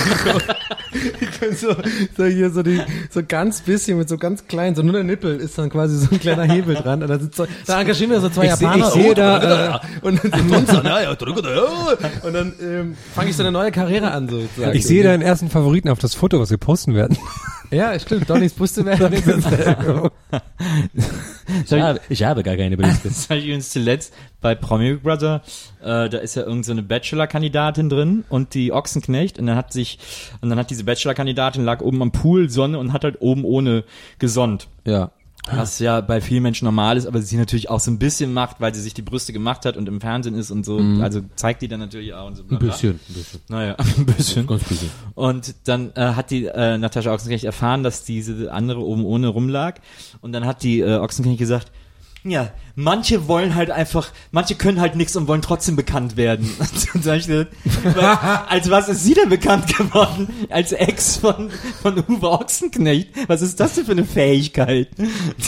ich bin so, so hier so die, so ganz bisschen mit so ganz klein, so nur der Nippel ist dann quasi so ein kleiner Hebel dran. Und da, sind so, da engagieren wir so zwei Ich seh- Japaner. ich sehe Oh, da, äh, und dann sind uns dann, ja, ja, drück, ja. Und dann ähm, fange ich so eine neue Karriere an, sozusagen. Ich sehe deinen ersten Favoriten auf das Foto, was wir posten werden. Ja, stimmt. Donnys Brüste werden. ich, habe, ich habe gar keine Brüste. Das habe ich übrigens zuletzt bei Promi Big Brother, äh, da ist ja irgend so eine Bachelor-Kandidatin drin und die Ochsenknecht und dann hat sich, und dann hat diese Bachelor-Kandidatin lag oben am Pool, Sonne und hat halt oben ohne gesonnt. Ja. Was ja bei vielen Menschen normal ist, aber sie natürlich auch so ein bisschen macht, weil sie sich die Brüste gemacht hat und im Fernsehen ist und so, also zeigt die dann natürlich auch und so. Bla Ein bla. bisschen, ein bisschen. Naja, ein bisschen. Ganz bisschen. Und dann äh, hat die äh, Natascha Ochsenknecht erfahren, dass diese andere oben ohne rumlag. Und dann hat die äh, Ochsenknecht gesagt, ja, manche wollen halt einfach, manche können halt nichts und wollen trotzdem bekannt werden. Und dann sag ich gesagt, als was ist sie denn bekannt geworden? Als Ex von, von Uwe Ochsenknecht? Was ist das denn für eine Fähigkeit?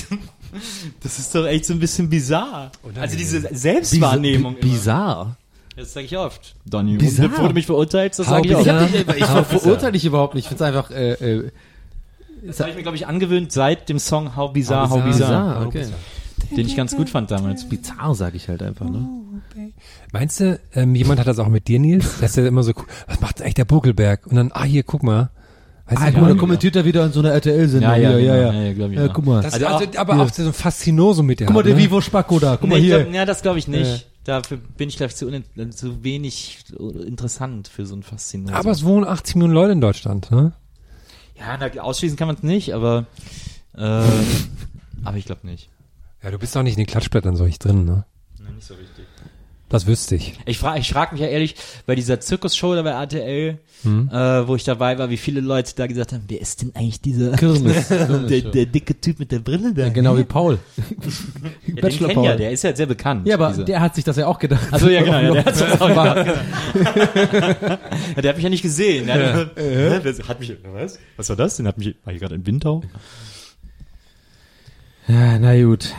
Das ist doch echt so ein bisschen bizarr. Also diese Selbstwahrnehmung. Bizarr. Das sage ich oft, Donny. Bizarre. Und bevor du mich verurteilst, das How sage ich auch. Ich, bizarre. hab dich, ich ver- verurteile dich überhaupt nicht. Ich finde es einfach äh, äh, Das habe ich mir, glaube ich, angewöhnt seit dem Song How Bizarre, How How Bizarre, bizarre, okay. den ich ganz gut fand damals. Bizarre, sage ich halt einfach, ne? Meinst du, ähm, jemand hat das auch mit dir, Nils? Dass der immer so, was macht eigentlich der Buckelberg? Und dann, ah, hier, guck mal. Weißt Ah, du, guck mal, ja, da kommentiert er wieder in so einer R T L-Sendung. Ja, ja, ja, genau. ja. Ja, glaub ich Ja, auch. guck mal. das, Also also, auch- aber auch so ein Faszinoso mit dir. Guck mal, hat, der ne? Vivo Spacco da. Guck Nee, mal ich hier. glaub, ja, das glaube ich nicht. Dafür bin ich, glaube ich, zu, un- zu wenig interessant für so ein Faszinosum. Aber es wohnen achtzig Millionen Leute in Deutschland, ne? ja, na, ausschließen kann man es nicht, aber äh, aber ich glaube nicht. Ja, du bist doch nicht in den Klatschblättern so nicht drin, ne? Nee, nicht so richtig. Das wüsste ich. Ich frage ich frag mich ja ehrlich, bei dieser Zirkusshow da bei R T L, Hm. äh, wo ich dabei war, wie viele Leute da gesagt haben, wer ist denn eigentlich dieser Kirmes. der, der dicke Typ mit der Brille da? Ja, genau wie Paul. Ja, den Bachelor kenn Paul. ja, der ist ja sehr bekannt. Ja, aber dieser. der hat sich das ja auch gedacht. Also ja, genau, ja, der hat das auch Offenbar. gedacht. Ja, der hat mich ja nicht gesehen. Der hat, Hä? Wer- hat mich, was? Was war das? Den hat mich, war ich gerade in Windau? Ja, na gut.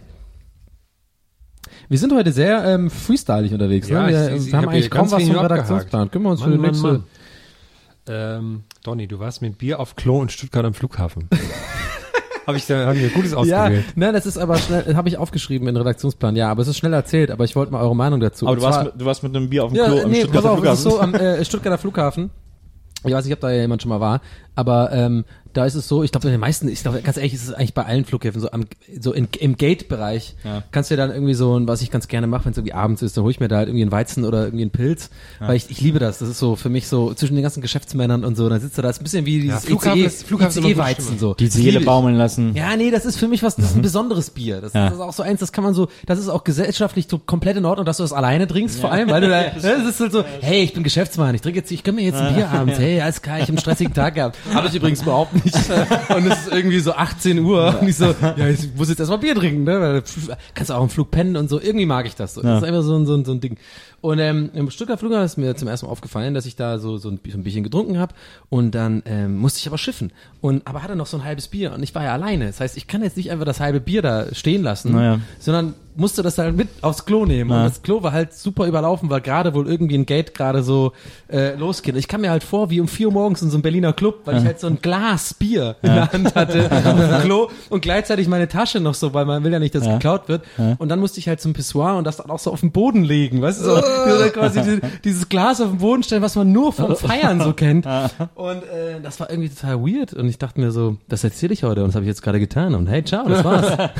Wir sind heute sehr ähm, freestylig unterwegs. Ja, ne? Wir, ich- ich- ich wir haben hab eigentlich hier kaum ganz was wenig vom abgehakt. Redaktionsplan. Können wir uns für Mann, die Mann, nächste... Mann. Ähm, Donny, du warst mit Bier auf Klo in Stuttgart am Flughafen. Habe ich da, haben wir Gutes Ja, ausgewählt. nein, das ist aber schnell, habe ich aufgeschrieben in den Redaktionsplan. Ja, aber es ist schnell erzählt, aber ich wollte mal eure Meinung dazu. Aber Und du warst, zwar- mit, du warst mit einem Bier auf dem ja, Klo am nee, pass Stuttgarter auf, es ist so Flughafen. am äh, Stuttgarter Flughafen. Ich weiß nicht, ob da ja jemand schon mal war, aber ähm, da ist es so, ich glaube, in den meisten, ich glaube, ganz ehrlich, ist es eigentlich bei allen Flughäfen so, am, so in, im Gate-Bereich Ja. kannst du dir dann irgendwie so, ein, was ich ganz gerne mache, wenn es irgendwie abends ist, dann hole ich mir da halt irgendwie einen Weizen oder irgendwie einen Pilz, weil ich, ich liebe das. Das ist so für mich so zwischen den ganzen Geschäftsmännern und so, da sitzt du da, ist ein bisschen wie dieses Flughafen ist- Flughafen ist immer gute I C E-Weizen Stimmung. so. Die Das Seele liebe ich. baumeln lassen. Ja, nee, das ist für mich was, das ist ein besonderes Bier. Das, Ja. das ist auch so eins, das kann man so, das ist auch gesellschaftlich so komplett in Ordnung, dass du das alleine trinkst, vor allem, weil du da, das ist halt so, hey, ich bin Geschäftsmann, ich trinke jetzt, ich gönn mir jetzt ein Bier abends, hey, alles klar, ich hab einen stressigen Tag gehabt. Habe ich übrigens überhaupt nicht. Und es ist irgendwie so achtzehn Uhr und ich so, ja, ich muss jetzt erstmal Bier trinken, ne, weil kannst du auch im Flug pennen und so, irgendwie mag ich das so. Das Ja. ist einfach so ein, so ein, so ein Ding. Und ähm, im Stuttgart Flughafen ist mir zum ersten Mal aufgefallen, dass ich da so, so, ein, so ein Bierchen getrunken habe und dann ähm, musste ich aber schiffen. Und aber hatte noch so ein halbes Bier und ich war ja alleine. Das heißt, ich kann jetzt nicht einfach das halbe Bier da stehen lassen, Naja. sondern musste das halt mit aufs Klo nehmen. Ja. Und das Klo war halt super überlaufen, weil gerade wohl irgendwie ein Gate gerade so äh, losgeht. Ich kam mir halt vor wie um vier Uhr morgens in so einem Berliner Club, weil ich halt so ein Glas Bier in der Hand hatte auf dem Klo und gleichzeitig meine Tasche noch so, weil man will ja nicht, dass Ja. geklaut wird. Und dann musste ich halt zum Pissoir und das dann auch so auf den Boden legen, weißt du, so, so quasi die, dieses Glas auf den Boden stellen, was man nur vom Feiern so kennt. Und äh, das war irgendwie total weird und ich dachte mir so, das erzähle ich heute und das habe ich jetzt gerade getan und hey, ciao, das war's.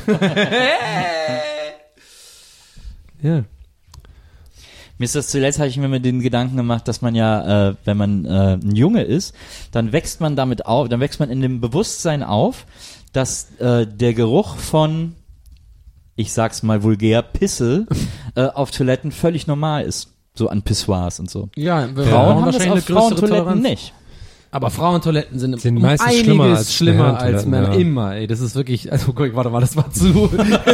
Ja. Mir ist das zuletzt, habe ich mir mit den Gedanken gemacht, dass man ja, äh, wenn man äh, ein Junge ist, dann wächst man damit auf, dann wächst man in dem Bewusstsein auf, dass äh, der Geruch von, ich sag's mal vulgär, Pisse äh, auf Toiletten völlig normal ist. So an Pissoirs und so. Ja, wir Frauen brauchen haben das auf Frauentoiletten nicht. Aber Frauentoiletten sind, Sind um meistens einiges schlimmer als schlimmer als Herrentoiletten, Männer. ja. Immer, ey. Das ist wirklich, also guck, warte mal, das war zu, zu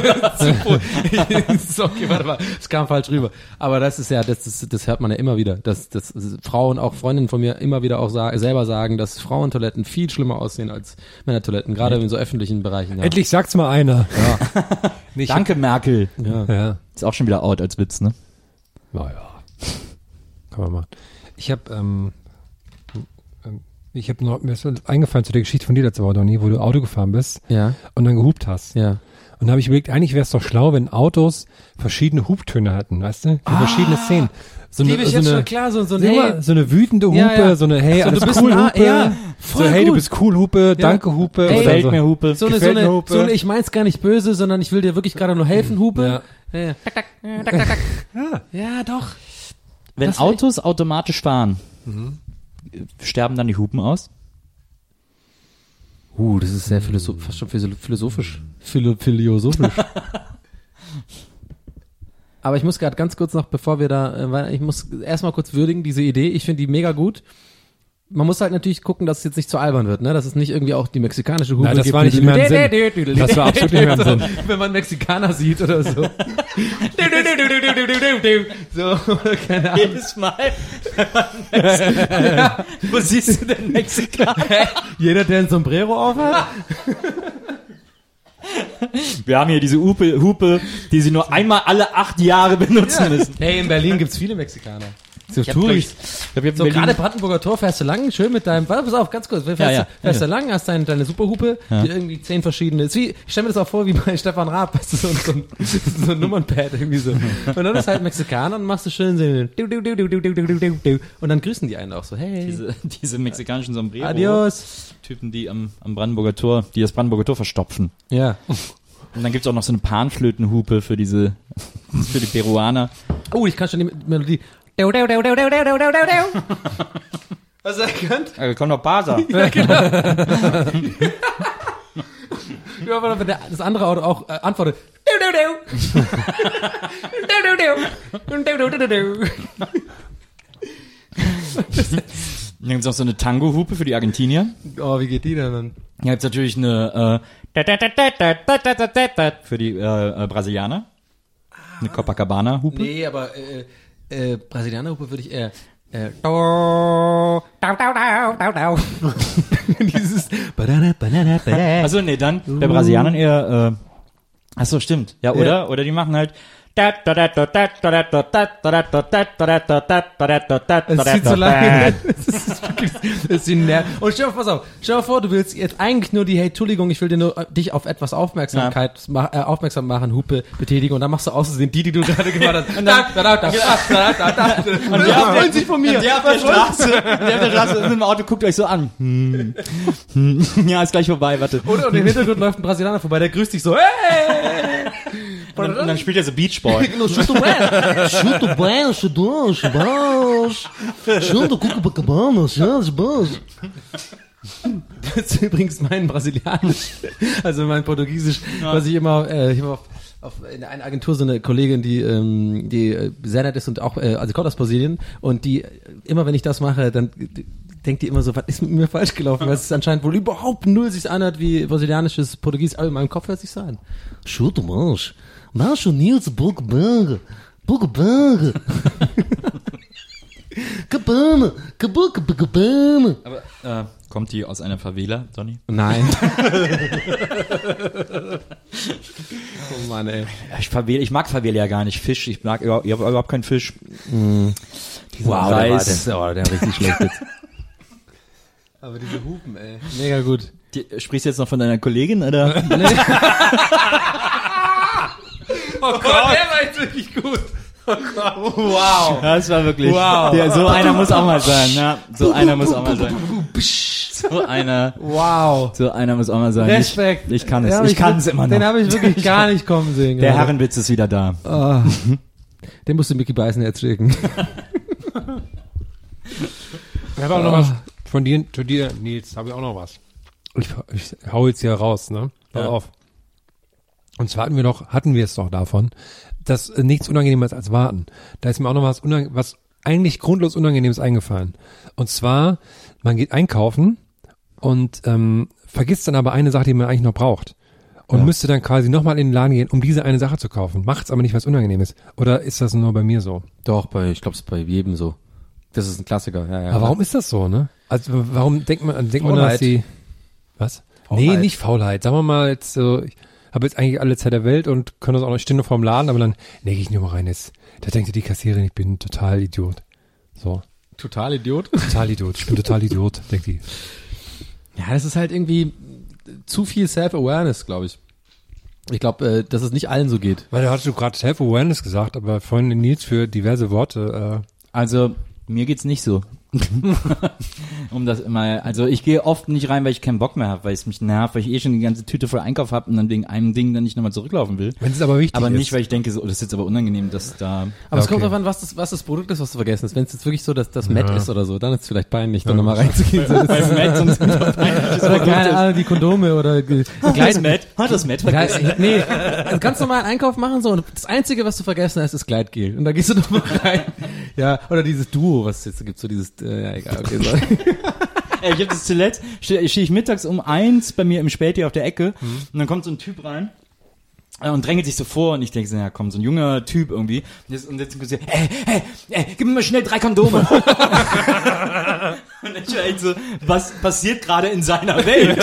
so, okay, warte mal, das kam falsch rüber. Aber das ist ja, das ist, das hört man ja immer wieder, dass, dass Frauen, auch Freundinnen von mir immer wieder auch sagen, selber sagen, dass Frauentoiletten viel schlimmer aussehen als Männertoiletten, gerade in so öffentlichen Bereichen. Ja. Endlich sagt's mal einer. Ja. Nicht, Danke, Merkel. Ja. Ja. Ist auch schon wieder out als Witz, ne? Naja. Kann man machen. Ich habe ähm, ähm, ich habe noch, mir ist eingefallen zu der Geschichte von dir letzte Woche, Donny, wo du Auto gefahren bist Ja, und dann gehupt hast. ja. Und da habe ich überlegt, eigentlich wäre es doch schlau, wenn Autos verschiedene Hubtöne hatten, weißt du? Für verschiedene Szenen. So Liebe ich so jetzt eine, schon klar, so, so ein, so, hey, eine, so eine wütende Hupe, Ja, ja. so eine Hey, So, alles du bist cool nah- Hupe. ja, so voll Hey, du gut. bist cool Hupe, danke Hupe. Hey, oder Gefällt so. mir Hupe. so eine, so gefällt eine, mir Hupe. so eine, ich mein's gar nicht böse, sondern ich will dir wirklich gerade nur helfen, Hupe. Ja. Ja, ja. Tak, tak, tak, tak, tak. Ja, doch. Wenn Das wär- Autos automatisch fahren, sterben dann die Hupen aus? Uh, das ist sehr philosoph fast schon philo- philosophisch. Philo philosophisch. Aber ich muss gerade ganz kurz noch, bevor wir da, äh, weil ich muss erstmal kurz würdigen, diese Idee, ich finde die mega gut. Man muss halt natürlich gucken, dass es jetzt nicht zu albern wird, ne? Dass es nicht irgendwie auch die mexikanische Hupe Nein, das gibt. war nicht die- mehr im Sinn. Dü- dü- dü- dü- Das war absolut nicht mehr im Sinn. Wenn man Mexikaner sieht oder so. Dü- dü- dü- dü- dü- dü- dü- dü- So, keine Ahnung. Jedes Mal. Wo siehst du denn Mexikaner? Jeder, der ein Sombrero aufhat. Wir haben hier diese Hupe, Hupe, die sie nur einmal alle acht Jahre benutzen müssen. Hey, in Berlin gibt's viele Mexikaner. So Ich hab, glaub ich, Touris. ich hab, ich hab So Berlin- gerade Brandenburger Tor fährst du lang, schön mit deinem, warte, pass auf, ganz kurz, fährst, Ja, ja. du, fährst Ja. du lang, hast deine, deine Superhupe, die irgendwie zehn verschiedene, ist wie, ich stell mir das auch vor, wie bei Stefan Raab, weißt du, so, so, ein, so ein Nummernpad irgendwie so. Und dann ist halt Mexikaner und machst du schön so, du, du, du, du, du, du, du, du, du. Und dann grüßen die einen auch so, hey, diese, diese mexikanischen Sombrero. adios. Typen, die am, am Brandenburger Tor, die das Brandenburger Tor verstopfen. Ja. Und dann gibt's auch noch so eine Panflötenhupe für diese, für die Peruaner. Oh, ich kann schon die Melodie. Du, du, du, du, du, du, du, du, du. Was er könnt? Da kommt noch Pasa. Ja, genau. Ja, aber wenn der, das andere Auto auch äh, antwortet. Du, du, du. Du, du, du. Du, du, du, du. Dann gibt's auch so eine Tango-Hupe für die Argentinier. Oh, wie geht die denn dann? Dann gibt's natürlich eine äh, für die äh, äh, Brasilianer. Eine Copacabana-Hupe. Nee, aber äh, äh, Brasilianerhupe würde ich eher äh, dau, dau, dau, dau, dau. Dieses Banana, Banana, Banana. Achso, nee, dann bei Brasilianern eher äh, achso, stimmt. Ja, oder? Ja. Oder die machen halt Es ist viel zu lange. Es ist wirklich, es ist die Ner- Und stell dir mal, pass auf, stell dir mal vor, du willst jetzt eigentlich nur die, hey, Entschuldigung, ich will dir nur äh, dich auf etwas Aufmerksamkeit, ma- äh, aufmerksam machen, Hupe betätigen und dann machst du auszusehen, die, die du gerade gemacht hast. Und dann, da, da, da, da, da, da, da. Und die freuen sich von mir. Der auf der Straße, der auf der Straße mit dem Auto guckt euch so an. Hm. Hm. Ja, ist gleich vorbei, warte. Oder und im Hintergrund läuft ein Brasilianer vorbei, der grüßt dich so, hey! Und dann, und dann spielt er so Beachball. Chuto bem, chuto bem, chuto, chuto, chuto, Copacabana, chuto. Das ist übrigens mein Brasilianisch, also mein Portugiesisch, was ich immer, äh, ich immer auf, auf in einer Agentur so eine Kollegin, die ähm, die äh, sehr nett ist und auch, äh, also kommt aus Brasilien und die, äh, immer wenn ich das mache, dann d- denkt die immer so, was ist mit mir falsch gelaufen, weil es anscheinend wohl überhaupt null sich anhört wie brasilianisches Portugiesisch, aber in meinem Kopf hört sich so an. Chuto, manch. Macho Nils, Bugabanga, Bugabanga. Cabana, Cabana. Aber äh, kommt die aus einer Favela, Donny? Nein. Oh Mann, ey. Ich, Favela, ich mag Favela ja gar nicht. Fisch, ich mag überhaupt, ich hab überhaupt keinen Fisch. Wow, der der, war, Reis. der, oh, der richtig schlecht jetzt. Aber diese Hupen, ey. Mega gut. Die, sprichst du jetzt noch von deiner Kollegin, oder? Oh Gott, der war jetzt wirklich gut. Oh Gott. Wow. Das war wirklich. Wow. Ja, so einer muss auch mal sein. Ja, so einer muss auch mal sein. So einer. Wow. So einer muss auch mal sein. Respekt. Ich, ich kann Den es. hab Ich kann es immer noch. Den habe ich wirklich gar nicht kommen sehen. Der gerade. Herrenwitz ist wieder da. Oh. Den musst du Mickey Beißen jetzt schicken. Ich habe auch noch was von dir, zu dir, Nils, habe ich auch noch was. Ich, ich hau jetzt hier raus, ne? Pass Ja. auf. Und zwar hatten wir doch, hatten wir es doch davon, dass äh, nichts Unangenehmes als warten. Da ist mir auch noch was, unang- was eigentlich grundlos Unangenehmes eingefallen. Und zwar, man geht einkaufen und ähm, vergisst dann aber eine Sache, die man eigentlich noch braucht. Und Ja. müsste dann quasi nochmal in den Laden gehen, um diese eine Sache zu kaufen. Macht's aber nicht was Unangenehmes. Oder ist das nur bei mir so? Doch, bei, ich glaube, es ist bei jedem so. Das ist ein Klassiker. Ja, ja. Aber warum ist das so, ne? Also warum denkt man, denkt man, dass Faulheit. die, was? Faulheit. Nee, nicht Faulheit. Sagen wir mal jetzt so, ich habe jetzt eigentlich alle Zeit der Welt und kann das auch noch, ich stehe nur vorm Laden, aber dann, nee, geh ich nur mal rein jetzt. Da denkt die Kassiererin, ich bin total Idiot. So, Total Idiot. total Idiot. Ich bin total Idiot, denkt die. Ja, das ist halt irgendwie zu viel Self-Awareness, glaube ich. Ich glaube, äh, dass es nicht allen so geht. Weil da hattest du gerade Self-Awareness gesagt, aber vorhin Nils für diverse Worte, äh, Also, mir geht's nicht so. Um das immer, also ich gehe oft nicht rein, weil ich keinen Bock mehr habe, weil es mich nervt, weil ich eh schon die ganze Tüte voll Einkauf habe und dann wegen einem Ding dann nicht nochmal zurücklaufen will. wenn es aber wichtig Aber ist. nicht, weil ich denke, so, oh, das ist jetzt aber unangenehm, dass da. Aber es Okay. kommt darauf an, was das, was das Produkt ist, was du vergessen hast. Wenn es jetzt wirklich so, dass das Matt ist oder so, dann ist es vielleicht peinlich, dann nochmal reinzugehen. So, das ist, Matt und sind doch peinlich. oder keine Ahnung, die Kondome oder ge- Kleid Matt, hat das Matt vergessen. Kleid, nee, also ganz normal Einkauf machen so und das Einzige, was du vergessen hast, ist Gleitgel. Und da gehst du nochmal rein. Ja, oder dieses Duo, was es jetzt gibt, so dieses, äh, ja egal, okay, so. Ey, ich hab das zuletzt, stehe steh ich mittags um eins bei mir im Späti auf der Ecke und dann kommt so ein Typ rein und drängelt sich so vor und ich denke so, ja komm, so ein junger Typ irgendwie. Und jetzt, und jetzt so, hey, hey, hey, gib mir mal schnell drei Kondome. Und ich war echt so, was passiert gerade in seiner Welt?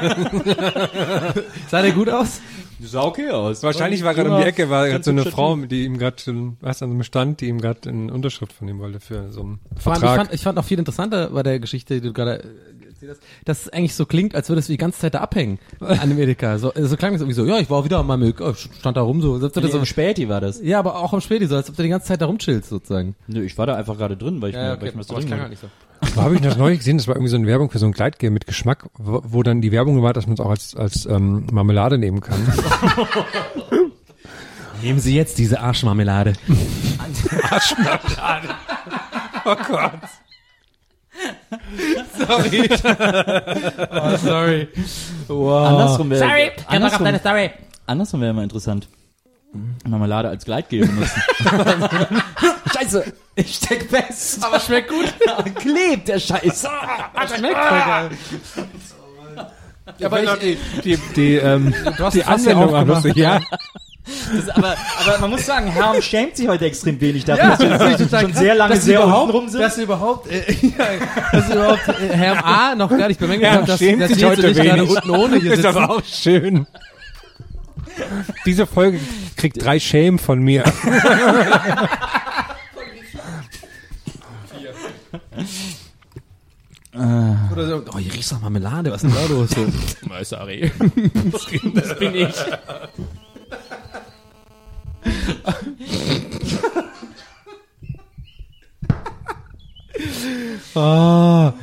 Sah der gut aus? Das sah okay aus. Wahrscheinlich war gerade um die Ecke, war gerade so eine Frau, die ihm gerade, was an so einem Stand, die ihm gerade eine Unterschrift von ihm wollte für so einen Vor allem, Vertrag. ich fand, ich fand auch viel interessanter bei der Geschichte, die du gerade äh, erzählt hast, dass es eigentlich so klingt, als würdest du die ganze Zeit da abhängen an dem Edeka. So, so klang es irgendwie so, ja, ich war wieder an meinem Edeka, stand da rum so. Als ob du Nee, das so im Späti war das. ja, aber auch am Späti, so als ob du die ganze Zeit da rumchillst sozusagen. Nö, ich war da einfach gerade drin, weil ich, mir, weil ich mir das aber es drin klang war. halt nicht so. Wo habe ich das neulich gesehen? Das war irgendwie so eine Werbung für so ein Gleitgel mit Geschmack, wo, wo dann die Werbung war, dass man es auch als, als ähm, Marmelade nehmen kann. Nehmen Sie jetzt diese Arschmarmelade. Arschmarmelade. Oh Gott. Sorry. oh, sorry. Wow. Andersrum wäre, Sorry, andersrum, deine Story. andersrum wäre immer interessant. Marmelade als Gleitgel benutzen. Scheiße, ich steck fest. Aber schmeckt gut. Klebt der Scheiß. Das schmeckt voll geil. Ja, aber ich, Die, die, ähm, hast die es fast ja Anwendung auch aufgemacht. lustig, ja. Das, aber, aber man muss sagen, Herm schämt sich heute extrem wenig dafür, dass wir das jetzt ist total schon krass, sehr lange dass sehr überhaupt, unten rum sind. Dass überhaupt, äh, ja, dass überhaupt äh, Herr A. noch gar nicht bemängelt Ja, hat, dass, schämt dass sich wir jetzt heute nicht gerade wenig. unten ohne hier Ist sitzen. aber auch schön. Diese Folge kriegt drei Shame von mir. Oder so, oh, hier riecht's nach Marmelade, was ist denn da los? So, sorry. Das bin ich. Oh.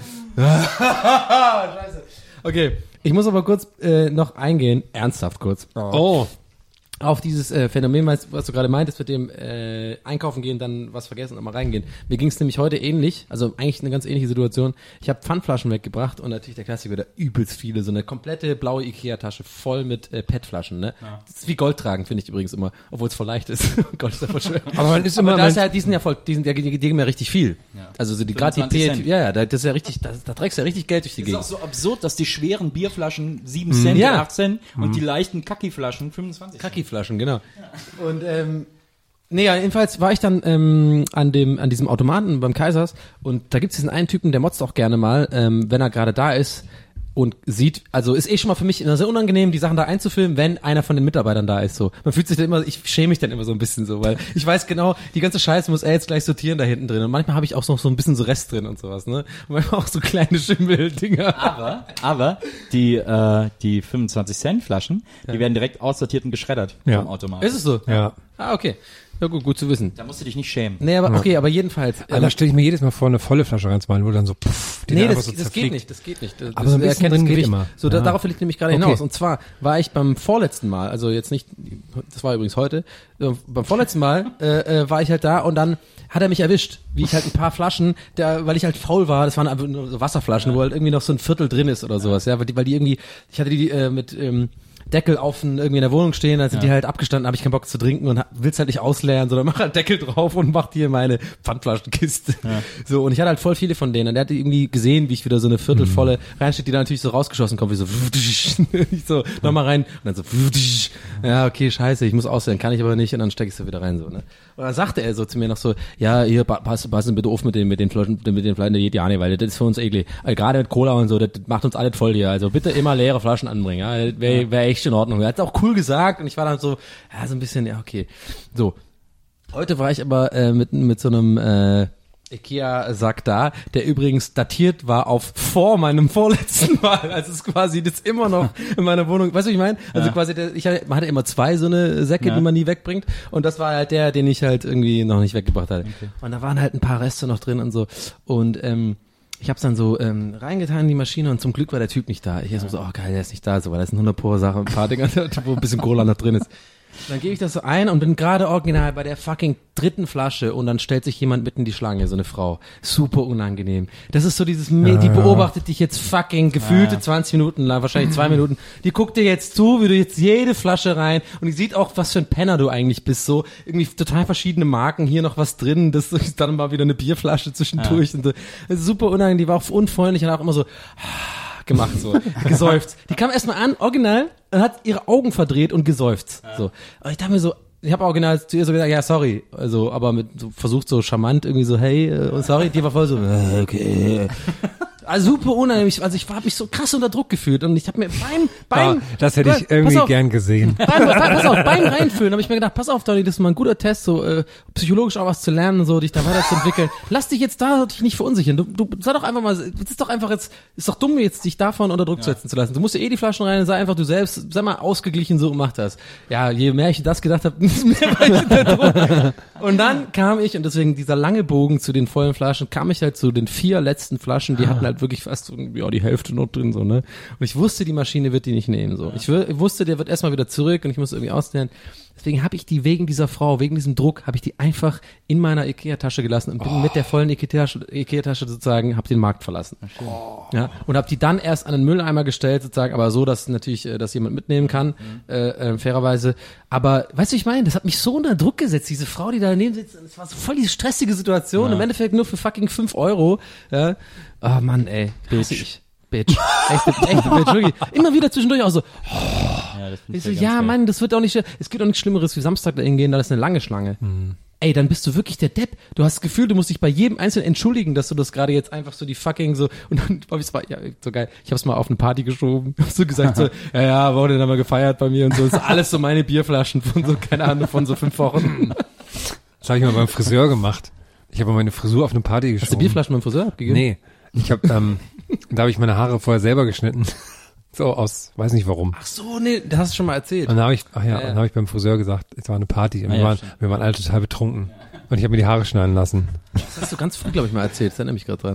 Scheiße. Okay, ich muss aber kurz äh, noch eingehen, ernsthaft kurz, Oh. auf dieses äh, Phänomen, was, was du gerade meintest, mit dem äh, Einkaufen gehen, dann was vergessen und mal reingehen. Mir ging es nämlich heute ähnlich, also eigentlich eine ganz ähnliche Situation. Ich habe Pfandflaschen weggebracht und natürlich der Klassiker, da übelst viele, so eine komplette blaue Ikea-Tasche voll mit äh, P E T-Flaschen. Ne? Ja. Das ist wie Gold tragen, finde ich übrigens immer, obwohl es voll leicht ist. Gold ist ja voll schwer. Aber man ist Aber immer, da ist man, ja, die sind ja voll, die sind ja, die, die geben ja richtig viel. Ja. Also so die gerade die fünfundzwanzig P E T, Cent. ja, ja, da, das ist ja richtig, da, da trägst du ja richtig Geld durch die Das ist auch Gegend. so absurd, dass die schweren Bierflaschen sieben Cent, Ja. acht Cent und die leichten Kaki-Flaschen fünfundzwanzig Cent. Kaki-Flaschen, genau. Und ähm, nee, ja, jedenfalls war ich dann ähm, an dem an diesem Automaten beim Kaisers und da gibt's diesen einen Typen, der motzt auch gerne mal, ähm, wenn er gerade da ist und sieht, also ist eh schon mal für mich immer sehr unangenehm, die Sachen da einzufilmen, wenn einer von den Mitarbeitern da ist. So, man fühlt sich dann immer, ich schäme mich dann immer so ein bisschen so, weil ich weiß genau, die ganze Scheiße muss er jetzt gleich sortieren da hinten drin und manchmal habe ich auch noch so ein bisschen so Rest drin und sowas, ne? Und manchmal auch so kleine Schimmeldinger. Aber, aber die, äh, die fünfundzwanzig Cent Flaschen, die werden direkt aussortiert und geschreddert Ja. vom Automat. Ist es so? ja. Ah, okay. Ja, gut, gut zu wissen. Da musst du dich nicht schämen. Nee, aber okay, aber jedenfalls. Aber da stelle ich mir jedes Mal vor, eine volle Flasche reinzumalen, wo dann so, pff, die Nee, dann das, einfach so das geht zerfliegt. nicht, das geht nicht. Das, Aber so ein das bisschen erkennt das drin geht Gewicht. immer. So, da, Ja. darauf will ich nämlich gerade Okay. hinaus. Und zwar war ich beim vorletzten Mal, also jetzt nicht, das war übrigens heute, äh, beim vorletzten Mal äh, äh, war ich halt da und dann hat er mich erwischt, wie ich halt ein paar Flaschen, der, weil ich halt faul war, das waren einfach nur so Wasserflaschen, ja. wo halt irgendwie noch so ein Viertel drin ist oder sowas, ja, weil die, weil die irgendwie, ich hatte die äh, mit ähm, Deckel offen irgendwie in der Wohnung stehen, dann sind Ja. die halt abgestanden, habe ich keinen Bock zu trinken und hab- will's halt nicht ausleeren, sondern mach halt Deckel drauf und mach hier meine Pfandflaschenkiste. Ja. So, und ich hatte halt voll viele von denen und der hat irgendwie gesehen, wie ich wieder so eine viertelvolle reinsteht, die da natürlich so rausgeschossen kommt, wie so, ich so, nochmal rein und dann so, ja, okay, scheiße, ich muss ausleeren, kann ich aber nicht und dann steck ich so wieder rein, so, ne. Und dann sagte er so zu mir noch so, ja, hier, pass, pass bitte auf mit den, mit den Flaschen, mit den Flaschen, der geht ja nicht, weil das ist für uns eklig. Also, gerade mit Cola und so, das macht uns alles voll hier, also bitte immer leere Flaschen anbringen, ja, das wäre wär echt in Ordnung. Er hat auch cool gesagt und ich war dann so, ja, so ein bisschen, ja, okay. So. Heute war ich aber äh, mit, mit so einem äh, Ikea-Sack da, der übrigens datiert war auf vor meinem vorletzten Mal. Also es ist quasi das immer noch in meiner Wohnung. Weißt du, wie ich meine? Also Ja. quasi, der, ich hatte, man hatte immer zwei so eine Säcke, Ja. die man nie wegbringt. Und das war halt der, den ich halt irgendwie noch nicht weggebracht hatte. Okay. Und da waren halt ein paar Reste noch drin und so. Und ähm, ich hab's dann so ähm, reingetan in die Maschine und zum Glück war der Typ nicht da. Ich ja. so, oh geil, der ist nicht da, so, weil das sind hundert pro Sache, ein paar Dinger, wo ein bisschen Cola noch drin ist. Dann gebe ich das so ein und bin gerade original bei der fucking dritten Flasche und dann stellt sich jemand mitten in die Schlange, so eine Frau. Super unangenehm. Das ist so dieses, Me- die beobachtet dich jetzt fucking gefühlte Ja. zwanzig Minuten lang, wahrscheinlich zwei Minuten. Die guckt dir jetzt zu, wie du jetzt jede Flasche rein und die sieht auch, was für ein Penner du eigentlich bist. So irgendwie total verschiedene Marken, hier noch was drin, das ist dann mal wieder eine Bierflasche zwischendurch. Ja. Und so. Das ist super unangenehm, die war auch unfreundlich und auch immer so, gemacht, so, geseufzt. Die kam erstmal an, original, und hat ihre Augen verdreht und geseufzt, so. Und ich dachte mir so, ich habe original zu ihr so gesagt, ja, sorry, also, aber mit so, versucht so charmant irgendwie so, hey, äh, sorry, die war voll so, äh, okay. Also super unheimlich, also ich habe mich so krass unter Druck gefühlt und ich habe mir beim, beim, Ja, das hätte ich irgendwie auf, gern gesehen. Beim, pass auf, beim Reinfühlen habe ich mir gedacht, pass auf, Donny, das ist mal ein guter Test, so äh, psychologisch auch was zu lernen, so dich da weiterzuentwickeln. Lass dich jetzt da dich nicht verunsichern. Du, du sei doch einfach mal, es ist doch einfach jetzt, ist doch dumm jetzt dich davon unter Druck ja. setzen zu lassen. Du musst ja eh die Flaschen rein, sei einfach du selbst, sei mal ausgeglichen so und mach das. Ja, je mehr ich das gedacht habe, desto mehr war ich unter Druck. Und dann kam ich und deswegen dieser lange Bogen zu den vollen Flaschen, kam ich halt zu den vier letzten Flaschen, die hatten halt wirklich fast ja die Hälfte noch drin so, ne? Und ich wusste, die Maschine wird die nicht nehmen so. Ich, w- ich wusste, der wird erstmal wieder zurück und ich muss irgendwie auslernen. Deswegen habe ich die wegen dieser Frau, wegen diesem Druck, habe ich die einfach in meiner Ikea-Tasche gelassen und bin oh. mit der vollen Ikea-Tasche, Ikea-Tasche sozusagen, habe den Markt verlassen. Oh. Ja, und habe die dann erst an den Mülleimer gestellt sozusagen, aber so, dass natürlich, dass jemand mitnehmen kann, mhm. äh, äh, fairerweise. Aber weißt du, ich meine, das hat mich so unter Druck gesetzt, diese Frau, die da daneben sitzt. Das war so voll die stressige Situation. Ja. Im Endeffekt nur für fucking fünf Euro. Ja. Oh Mann, ey. Bitch. Bitch. Echte, echte Bitch, wirklich. Immer wieder zwischendurch auch so, oh. Ja, das ich so, ja Mann, das wird auch nicht, es gibt auch nichts Schlimmeres wie Samstag da hingehen, da ist eine lange Schlange. Mhm. Ey, dann bist du wirklich der Depp. Du hast das Gefühl, du musst dich bei jedem Einzelnen entschuldigen, dass du das gerade jetzt einfach so die fucking so, und dann war ich ja, so geil. Ich hab's mal auf eine Party geschoben. Hast du gesagt so, ja, ja, wurde dann mal gefeiert bei mir und so. Das ist alles so meine Bierflaschen von so, keine Ahnung, von so fünf Wochen. Das habe ich mal beim Friseur gemacht. Ich habe meine Frisur auf eine Party geschoben. Hast du Bierflaschen beim Friseur abgegeben? Nee. Ich habe, ähm, da habe ich meine Haare vorher selber geschnitten. So aus, weiß nicht warum. Ach so, nee, das hast du schon mal erzählt. Und dann habe ich, ach ja, ja, ja. dann habe ich beim Friseur gesagt, es war eine Party und ah, wir, ja, waren, wir waren alle total betrunken. Und ich habe mir die Haare schneiden lassen. Das hast du ganz früh, glaube ich, mal erzählt. Das erinnere mich gerade dran.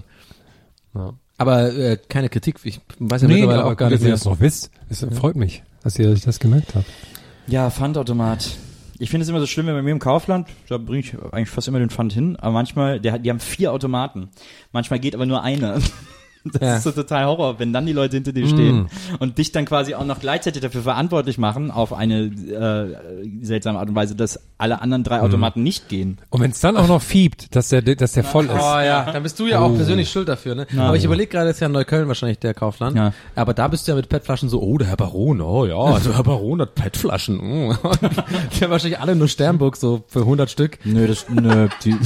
Ja. Aber äh, keine Kritik. Ich weiß ja nee, mittlerweile auch gar nicht, dass ihr das noch wisst. Es freut mich, dass ihr euch das gemerkt habt. Ja, Pfandautomat. Ich finde es immer so schlimm, wenn bei mir im Kaufland, da bringe ich eigentlich fast immer den Pfand hin, aber manchmal, der, die haben vier Automaten. Manchmal geht aber nur einer. Das ja. ist so total Horror, wenn dann die Leute hinter dir stehen mm. und dich dann quasi auch noch gleichzeitig dafür verantwortlich machen, auf eine äh, seltsame Art und Weise, dass alle anderen drei Automaten mm. nicht gehen. Und wenn es dann auch noch fiebt, dass der, dass der voll ist. Oh ja, dann bist du ja oh. auch persönlich schuld dafür, ne? Na, aber ich überlege gerade, das ist ja in Neukölln wahrscheinlich der Kaufland, ja. aber da bist du ja mit P E T-Flaschen so, oh, der Herr Baron, oh ja, der Herr Baron hat P E T-Flaschen. Mm. Die haben wahrscheinlich alle nur Sternburg so für hundert Stück. Nö, das, nö, die...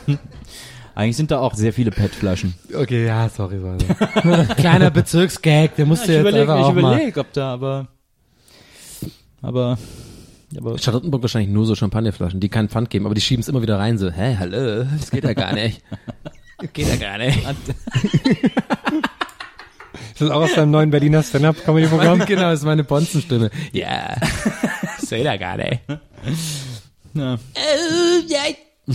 Eigentlich sind da auch sehr viele P E T-Flaschen. Okay, ja, sorry, sorry. Kleiner Bezirksgag, der musste ja, jetzt überleg, einfach ich auch mal. Ich überlege, ob da, aber, aber, aber. Charlottenburg wahrscheinlich nur so Champagnerflaschen, die keinen Pfand geben, aber die schieben es immer wieder rein, so, hä, hallo, das geht ja gar nicht. Das geht ja gar nicht. Ist das auch aus deinem neuen Berliner Stand-Up-Comedy-Programm? Genau, das ist meine Bonzenstimme. Ja, das geht ja gar nicht. Ja. Oh, ja.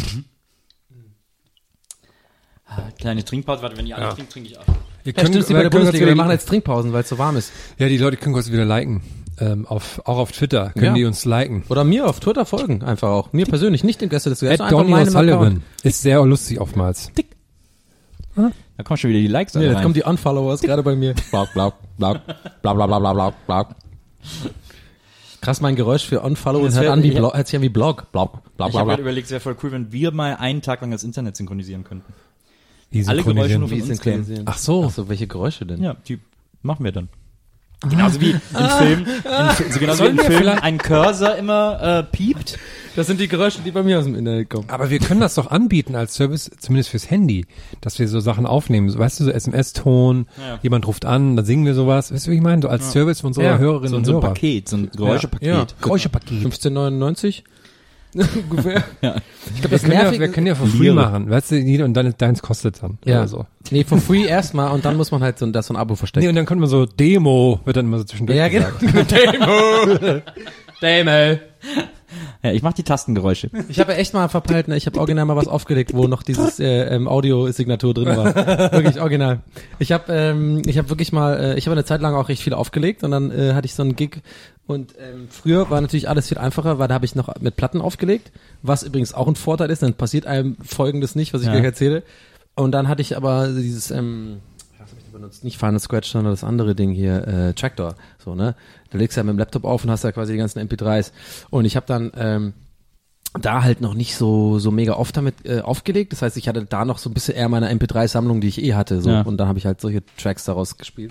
Kleine Trinkpause, warte, wenn die alle ja. trinken, trinke ich auch. Wir können, ja, stimmt, bei der Bundesliga, wir machen jetzt Trinkpausen, weil es so warm ist. Ja, die Leute können kurz wieder liken. Ähm, auf, auch auf Twitter können ja. die uns liken. Oder mir auf Twitter folgen, einfach auch. Mir persönlich, nicht den Gäste des Gästes. Donny O'Sullivan ist sehr lustig oftmals. Tick. Hm? Da kommen schon wieder die Likes ja, rein. Jetzt kommen die Unfollowers gerade bei mir. Bla bla bla bla bla bla bla bla bla. Krass, mein Geräusch für Unfollow hört, an wie Blog, hört sich an wie Blog. Bla, bla, bla, ich habe gerade überlegt, es wäre voll cool, wenn wir mal einen Tag lang das Internet synchronisieren könnten. Wie Alle Geräusche nur von uns kennen. Ach so. Ach so, welche Geräusche denn? Ja, die machen wir dann. Genauso wie im Film, in, so genauso wie im Film ein Cursor immer äh, piept. Das sind die Geräusche, die bei mir aus dem Internet kommen. Aber wir können das doch anbieten als Service, zumindest fürs Handy, dass wir so Sachen aufnehmen. Weißt du, so S M S-Ton, ja. jemand ruft an, dann singen wir sowas. Weißt du, wie ich meine? So als ja. Service von unserer ja. Hörerinnen so, und so Hörer. So ein Paket, so ein Geräuschepaket. Ja. Ja. Geräuschepaket. fünfzehn neunundneunzig Ungefähr. Ja. Ich glaube, das können ja, wir können ja for free Liere. machen. Weißt du, und dann deins kostet dann. Ja. Oder so. Nee, for free erstmal und dann muss man halt so, das so ein Abo verstecken. Nee, und dann kommt man so Demo, wird dann immer so zwischendurch ja, gesagt. Genau. Demo! Demo! Ja, ich mach die Tastengeräusche. Ich habe ja echt mal verpeilt, ne? Ich habe original mal was aufgelegt, wo noch dieses äh, ähm, Audio-Signatur drin war. Wirklich original. Ich habe ähm, ich habe wirklich mal, äh, ich habe eine Zeit lang auch recht viel aufgelegt und dann äh, hatte ich so einen Gig und ähm, früher war natürlich alles viel einfacher, weil da habe ich noch mit Platten aufgelegt, was übrigens auch ein Vorteil ist, dann passiert einem Folgendes nicht, was ich ja. gleich erzähle. Und dann hatte ich aber dieses ähm, benutzt nicht Final Scratch, sondern das andere Ding hier, äh, Tractor, so, ne? Da legst du ja mit dem Laptop auf und hast ja quasi die ganzen M P dreis. Und ich habe dann ähm, da halt noch nicht so so mega oft damit äh, aufgelegt. Das heißt, ich hatte da noch so ein bisschen eher meine M P drei Sammlung, die ich eh hatte, so. Ja. Und dann habe ich halt solche Tracks daraus gespielt.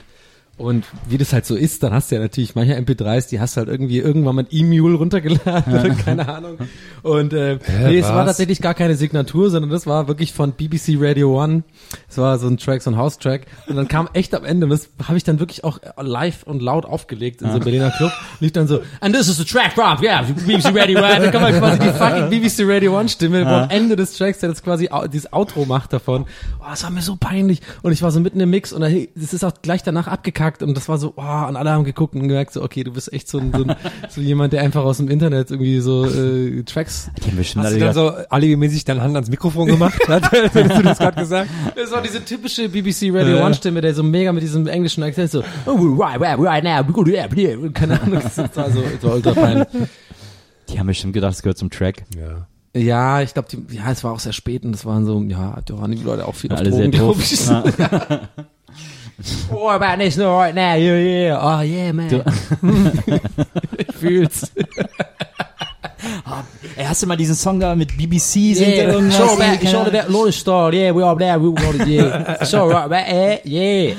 Und wie das halt so ist, dann hast du ja natürlich manche M P dreis, die hast du halt irgendwie irgendwann mit E-Mule runtergeladen oder keine Ahnung. Und äh, nee, es war tatsächlich gar keine Signatur, sondern das war wirklich von B B C Radio One. Es war so ein Track, so ein House-Track. Und dann kam echt am Ende, und das habe ich dann wirklich auch live und laut aufgelegt in so einem Berliner Club, lief dann so, and this is the track from, yeah, B B C Radio One. Da kam halt quasi die fucking B B C Radio One Stimme, wo am Ende des Tracks, der das quasi au- dieses Outro macht davon. Oh, das war mir so peinlich. Und ich war so mitten im Mix und es ist auch gleich danach abgekackt. Und das war so, oh, und alle haben geguckt und gemerkt so, okay, du bist echt so, ein, so, ein, so jemand, der einfach aus dem Internet irgendwie so äh, Tracks. Die haben bestimmt Hast alle du dann gedacht, so alibimäßig deine Hand ans Mikrofon gemacht? Hättest du das gerade gesagt? Das war diese typische B B C Radio One Stimme, der so mega mit diesem englischen Akzent so, oh, right, right, right now, we go to that, keine Ahnung, das war so, das war ultra peinlich. die haben bestimmt gedacht, es gehört zum Track. Ja. Ja, ich glaube, ja, es war auch sehr spät und das waren so, ja, da waren die Leute auch viel auf Alle sehr Drogen, doof. glaub ich. Ja. Oh, about this no right now, yeah, yeah, oh yeah, man. Ich fühl's. Ey, hast du mal diesen Song da mit B B C? Singt Yeah, der irgendwas? it's all about, it's all about Lawrence Star, yeah, we are there, we got it, yeah. It's all right about it, yeah.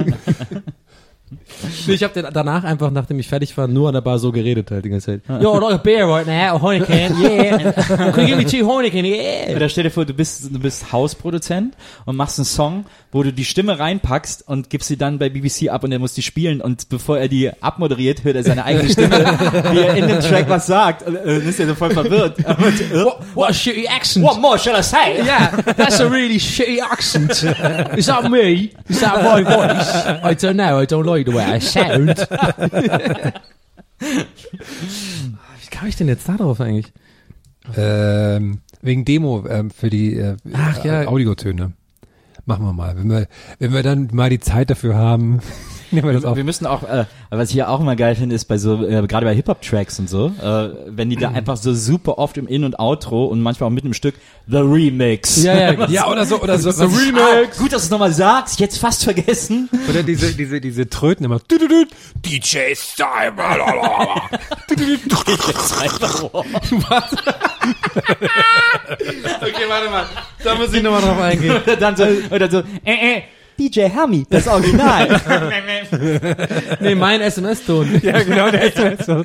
Ich habe danach einfach, nachdem ich fertig war, nur an der Bar so geredet halt die ganze Zeit. Yo, like a beer right now, a Heineken, yeah. Can you give me two Heineken, yeah. Oder stell dir vor, du bist, du bist Hausproduzent und machst einen Song, wo du die Stimme reinpackst und gibst sie dann bei B B C ab und er muss die spielen und bevor er die abmoderiert, hört er seine eigene Stimme, wie er in dem Track was sagt und dann ist er so voll verwirrt. Und, äh, What, what a shitty accent. What more shall I say? Yeah, that's a really shitty accent. Is that me? Is that my voice? I don't know, I don't like the way I sound. Wie kam ich denn jetzt da drauf eigentlich? Ähm, wegen Demo ähm, für die äh, Ach, ja. Audiotöne. Machen wir mal. Wenn wir, wenn wir dann mal die Zeit dafür haben, nehmen wir das auf. Wir müssen auch, äh, was ich ja auch immer geil finde, ist bei so, äh, gerade bei Hip-Hop-Tracks und so, äh, wenn die da einfach so super oft im In- und Outro und manchmal auch mitten im Stück, The Remix. Ja, ja, Ja, oder so, oder so. The Remix. Ah, gut, dass du es nochmal sagst, jetzt fast vergessen. Oder diese, diese, diese Tröten immer. D J Style. Okay, warte mal. Da muss ich nochmal drauf eingehen. dann so, oder so, äh, äh, D J Hammy, das Original. Nee, mein S M S-Ton. Ja, genau, der S M S-Ton.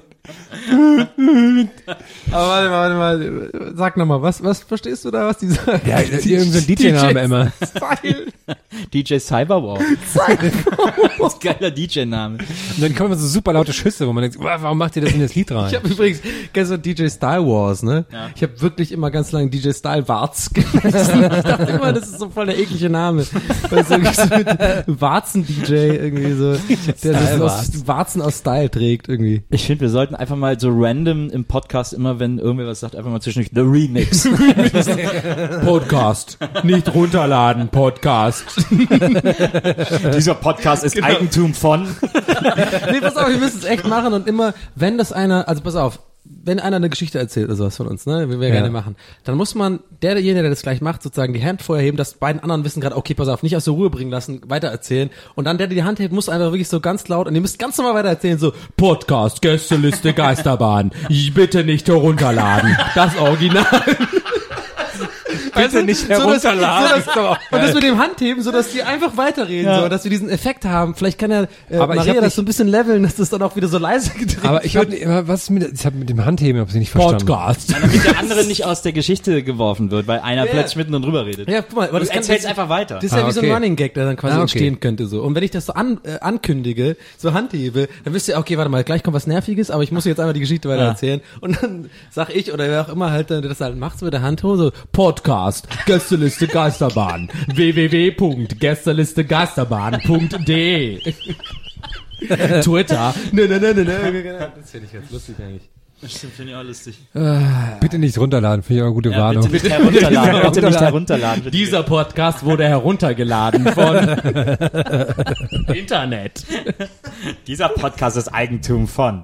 Aber warte mal, warte mal. Sag nochmal, was, was verstehst du da, was die sagen? Ja, irgendein so D J-Name immer. Style. D J Cyberwall. Cyberwall. Das ist ein geiler D J-Name. Und dann kommen immer so super laute Schüsse, wo man denkt, warum macht ihr das in das Lied rein? Ich habe übrigens, kennst du D J Style Wars, ne? Ja. Ich habe wirklich immer ganz lange D J Style Warz gelesen. Ich dachte immer, das ist so voll der eklige Name. Weil es irgendwie so mit Warzen-D J irgendwie so, der das aus, Warzen aus Style trägt irgendwie. Ich finde, wir sollten einfach mal so random im Podcast immer, wenn irgendwer was sagt, einfach mal zwischendurch The Remix. Podcast. Nicht runterladen, Podcast. Dieser Podcast ist Genau. Eigentum von. Nee, pass auf, wir müssen es echt machen und immer, wenn das einer, also pass auf, wenn einer eine Geschichte erzählt oder sowas von uns, ne, wie wir Ja. gerne machen, dann muss man, derjenige, der das gleich macht, sozusagen die Hand vorher heben, dass beiden anderen wissen gerade, okay, pass auf, nicht aus der Ruhe bringen lassen, weiter erzählen. Und dann der, der die Hand hebt, muss einfach wirklich so ganz laut, und ihr müsst ganz normal weiter erzählen, so, Podcast, Gästeliste, Geisterbahn, bitte nicht herunterladen, das Original. Bitte nicht herunterladen. So, dass, und das mit dem Handheben, so dass die einfach weiterreden, Ja. so, dass wir diesen Effekt haben. Vielleicht kann ja äh, Aber ich Maria hab das nicht- so ein bisschen leveln, dass das dann auch wieder so leise gedreht Aber ich wird. habe was ist mit, ich habe mit dem Handheben, habe ich nicht verstanden. Podcast. Damit der andere nicht aus der Geschichte geworfen wird, weil einer Ja. plötzlich mitten drüber redet. Ja, guck mal, aber Du das kann erzählst das, einfach weiter. Das ist ja Ah, wie so ein okay. Running Gag, der dann quasi Ah, okay. entstehen könnte so. Und wenn ich das so an, äh, ankündige, so handhebe, dann wisst ihr, okay, warte mal, gleich kommt was Nerviges, aber ich muss jetzt einfach die Geschichte weiter Ja. erzählen. Und dann sag ich, oder wer auch immer halt, der das halt macht, so mit der Hand hoch, so, Podcast, Gästeliste Geisterbahn, w w w punkt gästelistegeisterbahn punkt d e Twitter, ne, ne, ne, ne, ne. Das finde ich ganz lustig eigentlich. Das finde ich auch lustig. Bitte nicht runterladen, finde ich auch eine gute Warnung. bitte nicht herunterladen. Bitte nicht herunterladen. Dieser Podcast wurde heruntergeladen von Internet. Dieser Podcast ist Eigentum von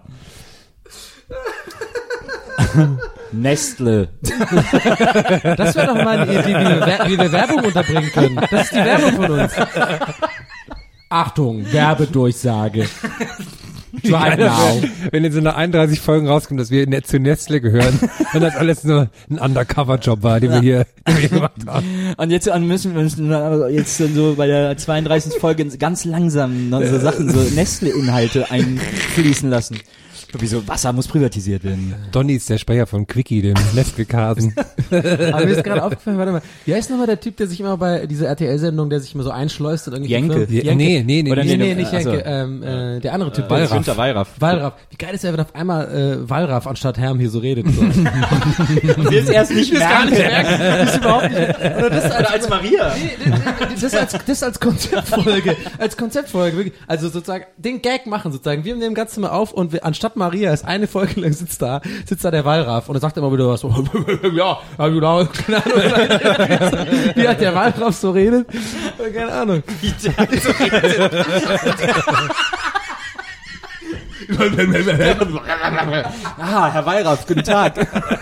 Nestle. Das wäre doch mal eine Idee, wie wir, Wer- wie wir Werbung unterbringen können. Das ist die Werbung von uns. Achtung, Werbedurchsage. Drive now. Wenn in so einer einunddreißig Folgen rauskommt, dass wir in zu Nestle gehören, wenn das alles nur ein Undercover-Job war, den wir hier, den wir hier gemacht haben. Und jetzt müssen wir müssen jetzt so bei der zweiunddreißigsten Folge ganz langsam noch so Sachen, so Nestle-Inhalte einfließen lassen. Wieso Wasser muss privatisiert werden. Donny ist der Sprecher von Quickie, dem Nestle-Kasen. Aber mir ist gerade aufgefallen, warte mal, wie heißt nochmal der Typ, der sich immer bei dieser R T L-Sendung, der sich immer so einschleust und irgendwie Jenke. Ja, nee, nee, nee. Oder Nee, nee, nee, nicht Also, Jenke, ähm, äh, der andere Typ. Äh, Wallraff. Günther Wallraff. Wallraff. Wie geil ist er, wenn auf einmal äh, Wallraff anstatt Herm hier so redet. So. Und wir es erst nicht gar nicht merken. merken. Das ist überhaupt nicht. Oder das als, Oder als Maria. Nee, nee, nee, das als, das als Konzeptfolge. Als Konzeptfolge. Wirklich. Also sozusagen den Gag machen sozusagen. Wir nehmen ganz mal auf und wir, anstatt Maria ist eine Folge lang sitzt da, sitzt da der Wallraff und er sagt immer wieder was so, ja, ja, genau, keine Ahnung. Wie hat der Wallraff so redet? Keine Ahnung. Wie der so redet. Ah, Herr Wallraff, guten Tag.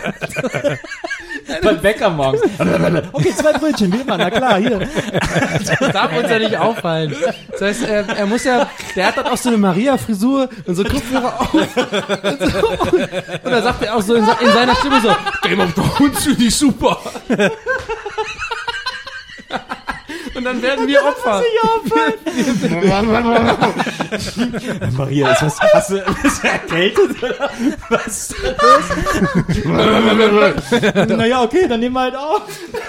Beim Bäcker morgens. Okay, zwei Brötchen, wie immer, na klar, hier. Das darf uns ja nicht auffallen. Das heißt, er, er muss ja, der hat dann auch so eine Maria-Frisur und so Kopfhörer auf. Und, so, und, und dann sagt er auch so in, in seiner Stimme so, Game of Thrones finde ich super. Und dann werden wir Opfer. Maria, ist was, hast du, bist du erkältet oder was ist da los? Naja, okay, dann nehmen wir halt auf.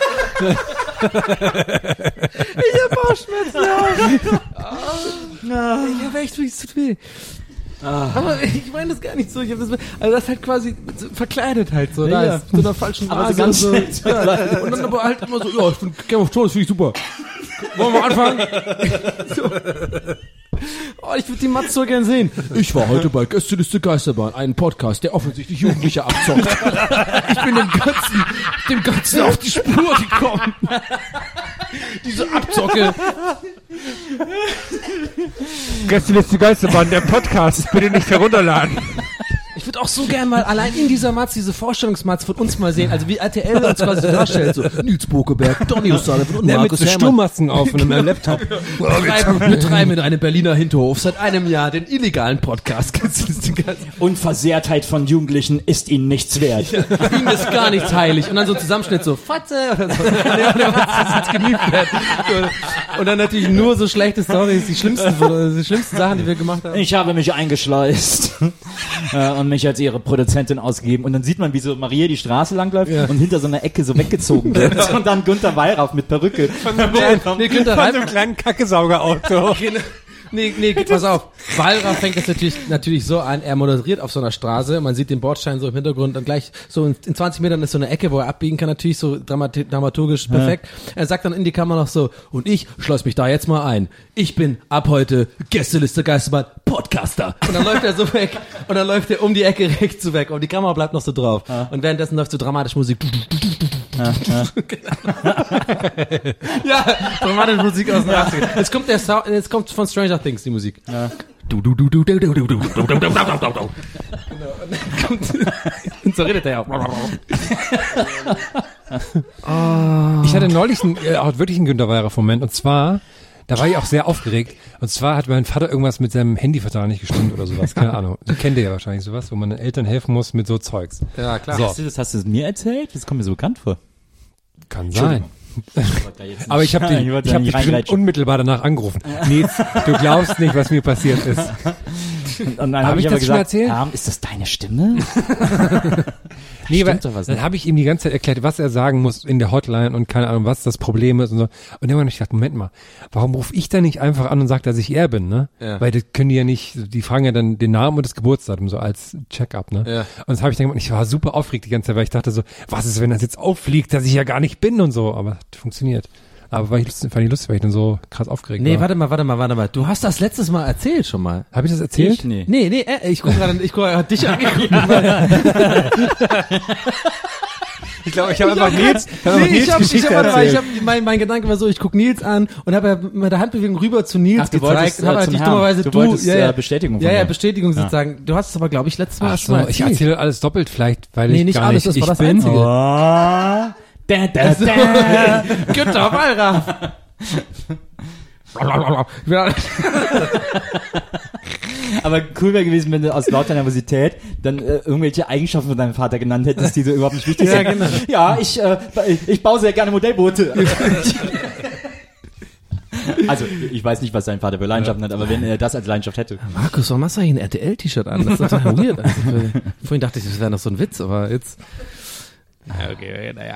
Ich hab Bauchschmerzen. Ich hab echt wirklich zu viel. Ah. Aber ich meine das gar nicht so. Ich hab das, also das ist halt quasi so verkleidet halt so. Da Ja. ist so einer falschen Aber Nase so ganz und so. Ja. Und dann aber halt immer so, ja, ich finde Game of Thrones finde ich super. Wollen wir anfangen? So. Oh, ich würde die Matz so gern sehen. Ich war heute bei Gästeliste Geisterbahn, einen Podcast, der offensichtlich Jugendliche abzockt. Ich bin dem Ganzen, dem Ganzen auf die Spur gekommen. Diese Abzocke. Gästeliste Geisterbahn, der Podcast, bitte nicht herunterladen. Ich würde auch so gern mal allein in dieser Matz, diese Vorstellungsmatz von uns mal sehen, also wie R T L uns quasi darstellt, so Nils Bokeberg, Donny O'Sullivan und Ja, mit Markus so Herrmann. Sturmmasken auf und einem Laptop. Wir treiben, wir treiben in einem Berliner Hinterhof seit einem Jahr den illegalen Podcast. Unversehrtheit von Jugendlichen ist ihnen nichts wert. Ihnen ist gar nichts heilig. Und dann so Zusammenschnitt so, Fatze, oder so. Das ist genügt wird. So. Und dann natürlich nur so schlechte Storys, die schlimmsten, die schlimmsten Sachen, die wir gemacht haben. Ich habe mich eingeschleust äh, und mich als ihre Produzentin ausgegeben. Und dann sieht man, wie so Maria die Straße langläuft Ja. und hinter so einer Ecke so weggezogen wird. Und dann Günther Wallraff mit Perücke. Nee, Günther Von Reif, so einem kleinen Kackesaugerauto. Nee, nee, pass auf. Wallraff fängt das natürlich, natürlich so an, er moderiert auf so einer Straße, man sieht den Bordstein so im Hintergrund und gleich so in, in zwanzig Metern ist so eine Ecke, wo er abbiegen kann, natürlich so dramati- dramaturgisch perfekt. Er sagt dann in die Kamera noch so, und ich schleus mich da jetzt mal ein. Ich bin ab heute Gästeliste Geisterbahn Podcaster. Und dann läuft er so weg und dann läuft er um die Ecke rechts so weg und die Kamera bleibt noch so drauf. Und währenddessen läuft so dramatische Musik. Ja, dramatische Musik aus den achtziger. Jetzt kommt der Sound, jetzt kommt von Stranger Things die Musik. Ja. Du, du, du, du, du, du, du, du, du, du, du, du, du. Und so redet er ja. Ich hatte neulich einen, äh, auch wirklich einen Günther Wallraff-Moment. Und zwar, da war ich auch sehr aufgeregt. Und zwar hat mein Vater irgendwas mit seinem Handyvertrag nicht gestimmt oder sowas. Keine Ahnung. Du kennt ihr ja wahrscheinlich sowas, wo man den Eltern helfen muss mit so Zeugs. Ja, klar. So. Hast du das, hast du das mir erzählt? Das kommt mir so bekannt vor. Kann sein. Da jetzt Aber ich habe nicht- dich, wollte ich da hab nicht dich bestimmt reingrätschen. unmittelbar danach angerufen. Nils, du glaubst nicht, was mir passiert ist. Und dann Hab habe ich ich aber das schon gesagt, erzählt? Herm, ist das deine Stimme? Nee, weil, Stimmt doch was dann nicht. habe ich ihm die ganze Zeit erklärt, was er sagen muss in der Hotline und keine Ahnung, was das Problem ist und so. Und dann habe ich gedacht, Moment mal, warum rufe ich da nicht einfach an und sage, dass ich er bin, ne? Ja. Weil das können die ja nicht, die fragen ja dann den Namen und das Geburtsdatum so als Check-up, ne? Ja. Und das habe ich dann gemacht, ich war super aufgeregt die ganze Zeit, weil ich dachte so, was ist, wenn das jetzt auffliegt, dass ich ja gar nicht bin und so, aber das funktioniert. Aber war ich lustig, fand ich lustig, weil ich dann so krass aufgeregt Nee, war. warte mal, warte mal, warte mal. Du hast das letztes Mal erzählt schon mal. Habe ich das erzählt? Ich? Nee. Nee, nee, äh, ich gucke gerade, ich gucke gerade dich angeguckt. Ich glaube, ich habe einfach Nils, ich hab Nee, einfach Nils ich hab, ich Geschichte hab, warte mal, ich erzählt. hab, mein, mein Gedanke war so, ich guck Nils an und habe mit der Handbewegung rüber zu Nils Ach, du gezeigt wolltest, und habe äh, natürlich zum Herrn. dummerweise Du du, wolltest, ja, ja, äh, Bestätigung von ja, ja, mir. Bestätigung sozusagen. Du hast es aber, glaube ich, letztes Mal Ach schon mal so, ich erzählt. erzähle alles doppelt vielleicht, weil Nee, ich nicht gar alles, nicht das ich war das bin. Einzige. Oh, da, da, da. Günther Wallraff. Aber cool wäre gewesen, wenn du aus lauter Nervosität dann äh, irgendwelche Eigenschaften von deinem Vater genannt hättest, die so überhaupt nicht wichtig sind. Ja, genau. Ja, ich, äh, ich baue sehr gerne Modellboote. Also, ich weiß nicht, was sein Vater für Leidenschaften hat, aber wenn er das als Leidenschaft hätte. Markus, warum hast du eigentlich ein R T L-T-Shirt an? Das ist total weird. Also, vorhin dachte ich, das wäre noch so ein Witz, aber jetzt... Na, okay, naja.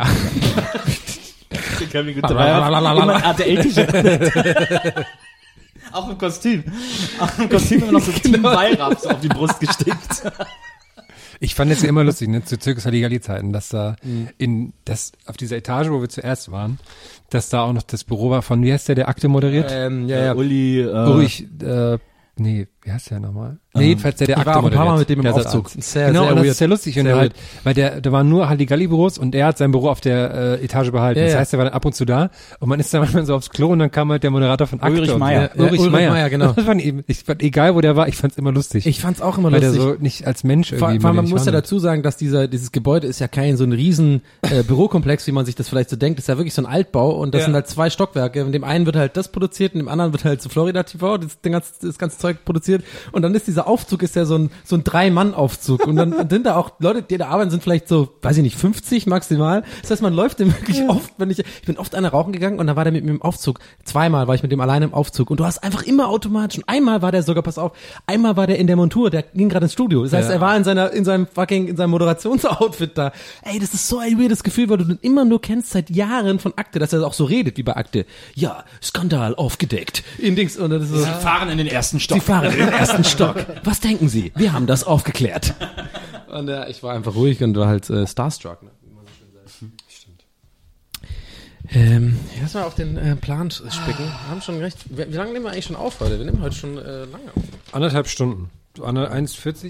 Immer ein R T L-T-Shirt. Auch im Kostüm. Auch im Kostüm immer noch so Team Wallraff so auf die Brust gestickt. Ich fand es ja immer lustig, ne, zu Zirkus Halligalli-Zeiten, dass da mhm. in das auf dieser Etage, wo wir zuerst waren, dass da auch noch das Büro war von, wie heißt der, der Akte moderiert? Ähm, ja, ja. Äh, Uli, äh, Ulrich, äh, nee, wie heißt der nochmal? Nee, jedenfalls der, der ich Akte war auch ein paar Mal mit dem im der Aufzug. Sehr, genau, sehr und das weird. ist sehr lustig. Und Sehr halt, weil der, da waren nur Halligalli-Büros und er hat sein Büro auf der äh, Etage behalten. Ja, das ja. heißt, er war dann ab und zu da und man ist dann manchmal so aufs Klo und dann kam halt der Moderator von Akte. Ulrich und Meier. So. Ja, Ulrich Ulrich Meier, Meier, genau. Das fand ich, ich fand, egal wo der war, ich fand's immer lustig. Ich fand's auch immer weil lustig. der so nicht als Mensch Vor, irgendwie. vor allem, man nicht muss ja wahrnimmt. dazu sagen, dass dieser, dieses Gebäude ist ja kein so ein riesen äh, Bürokomplex, wie man sich das vielleicht so denkt. Das ist ja wirklich so ein Altbau und das Ja. sind halt zwei Stockwerke. In dem einen wird halt das produziert und im anderen wird halt so Florida T V, das, den ganzen, das ganze Zeug produziert. Und dann ist dieser Aufzug ist ja so ein, so ein Drei-Mann-Aufzug. Und dann sind da auch Leute, die da arbeiten, sind vielleicht so, weiß ich nicht, fünfzig maximal. Das heißt, man läuft dem wirklich oft, wenn ich, ich bin oft einer rauchen gegangen und da war der mit mir im Aufzug. Zweimal war ich mit dem alleine im Aufzug. Und du hast einfach immer automatisch, und einmal war der sogar, pass auf, einmal war der in der Montur, der ging gerade ins Studio. Das heißt, Ja. er war in seiner, in seinem fucking, in seinem Moderationsoutfit da. Ey, das ist so ein weirdes Gefühl, weil du den immer nur kennst seit Jahren von Akte, dass er auch so redet wie bei Akte. Ja, Skandal aufgedeckt. In Dings, und das ist so. Sie fahren in den ersten Stock. Sie fahren in den ersten Stock. Was denken Sie? Wir haben das aufgeklärt. Und ja, ich war einfach ruhig und war halt äh, starstruck. Ne? Wie man so schön sagt. Stimmt. Ähm, lass mal auf den äh, Plan spicken. Wir haben schon recht. Wie, wie lange nehmen wir eigentlich schon auf heute? Wir nehmen heute schon äh, lange auf. Anderthalb Stunden. Du, Anna, eins vierzig?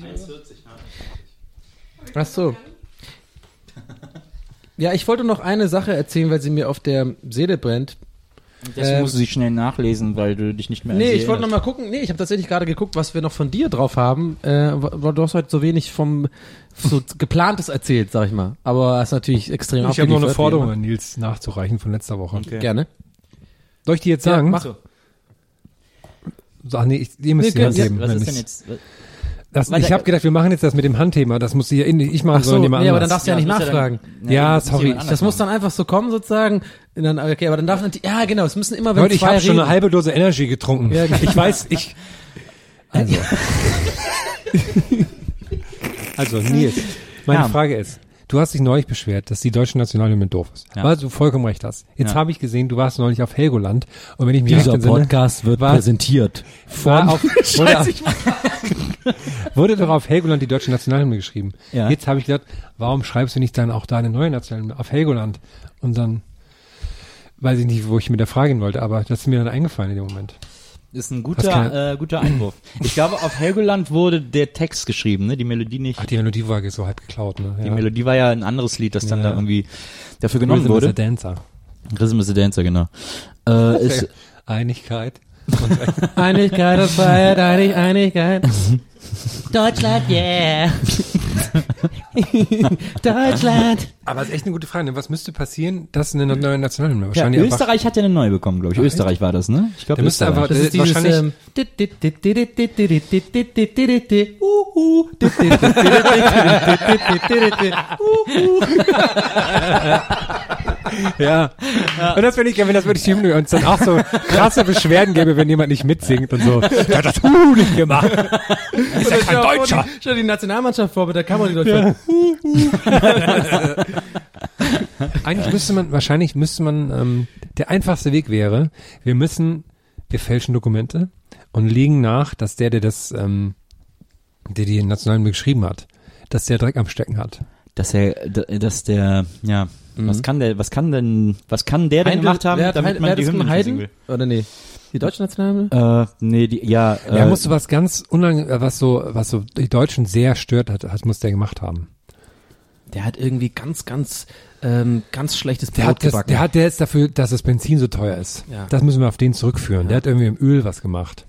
Ach so. Ja, ich wollte noch eine Sache erzählen, weil sie mir auf der Seele brennt. Deswegen Ähm, musst du sie schnell nachlesen, weil du dich nicht mehr an Nee, sie ich wollte noch erinnerst. mal gucken. Nee, ich habe tatsächlich gerade geguckt, was wir noch von dir drauf haben. Äh, weil du hast heute so wenig vom so geplantes erzählt, sag ich mal. Aber es ist natürlich extrem Ich habe noch eine abgeliefert, wie Forderung immer. an Nils nachzureichen von letzter Woche. Okay. Gerne. Soll ich die jetzt Ja, sagen? mach. Ach nee, ich, ihr müsst Nee, die Hand ja, geben. Was wenn ist denn ich's- jetzt? Das, Weil ich der- habe gedacht, wir machen jetzt das mit dem Handthema. Das muss hier nicht ich machen, Ach so, sondern jemand nee, aber dann anders. darfst du ja, nicht das muss nachfragen. dann- Ja, das muss sorry. jemand anders Das muss machen. dann einfach so kommen sozusagen. Und dann, okay, aber dann darf natürlich, ja genau, es müssen immer, wenn Leute, ich zwei habe schon reden. eine halbe Dose Energy getrunken. Ja, genau. Ich weiß, ich... Also. also, Nils, meine Ja. Frage ist, du hast dich neulich beschwert, dass die deutsche Nationalhymne doof ist. Ja. Weil du vollkommen recht hast. Jetzt Ja. habe ich gesehen, du warst neulich auf Helgoland und wenn ich mich recht entsinne, wird war- präsentiert war auf, wurde, auf, ich wurde doch auf Helgoland die deutsche Nationalhymne geschrieben. Ja. Jetzt habe ich gedacht, warum schreibst du nicht dann auch deine neue Nationalhymne auf Helgoland? Und dann weiß ich nicht, wo ich mit der Frage hin wollte, aber das ist mir dann eingefallen in dem Moment. Ist ein Hast keine- guter, äh, guter Einwurf. Ich glaube, auf Helgoland wurde der Text geschrieben, ne? Die Melodie nicht. Ach, die Melodie war so halb geklaut, ne? Die Melodie war ja ein anderes Lied, das dann Ja. da irgendwie dafür genommen Rhythm is a wurde. Dancer. Rhythm is a Dancer, genau. Äh, ist, Einigkeit. Einigkeit und Freiheit, Einig, Einigkeit. Deutschland, yeah. Deutschland. Aber es ist echt eine gute Frage. Ne? Was müsste passieren, dass eine neue Nationalhymne ja, wahrscheinlich einfach... Österreich hat ja eine neue bekommen, glaube ich. Ach, Österreich war das, ne? Ich glaube, Der müsste einfach- Das ist Äh, dieses, wahrscheinlich- ähm, Uhu. Ja. Und das finde ich geil, wenn das wirklich die Hymne uns dann auch so krasse Beschwerden gäbe, wenn jemand nicht mitsingt und so. Der hat das Huhu nicht gemacht. Ist ja kein Deutscher. Stell dir die Nationalmannschaft vor, mit der Kamera, die Leute. Eigentlich müsste man, wahrscheinlich müsste man, ähm, der einfachste Weg wäre, wir müssen, wir fälschen Dokumente und legen nach, dass der, der das, ähm, der die Nationalhymne geschrieben hat, dass der Dreck am Stecken hat. dass er, dass der, ja, was kann der, was kann denn, was kann der denn gemacht haben, wer hat, damit wer man hat die das Hymne gemacht? nicht singen Heiden? will? Oder nee? Die deutsche Nationalhymne? Äh, nee, die, ja, äh, Er musste was ganz unang, äh, was so, was so die Deutschen sehr stört hat, hat muss der gemacht haben. Der hat irgendwie ganz, ganz, ähm, ganz schlechtes Der Brot hat, das, gebacken. der hat, der ist dafür, dass das Benzin so teuer ist. Ja. Das müssen wir auf den zurückführen. Der hat irgendwie im Öl was gemacht.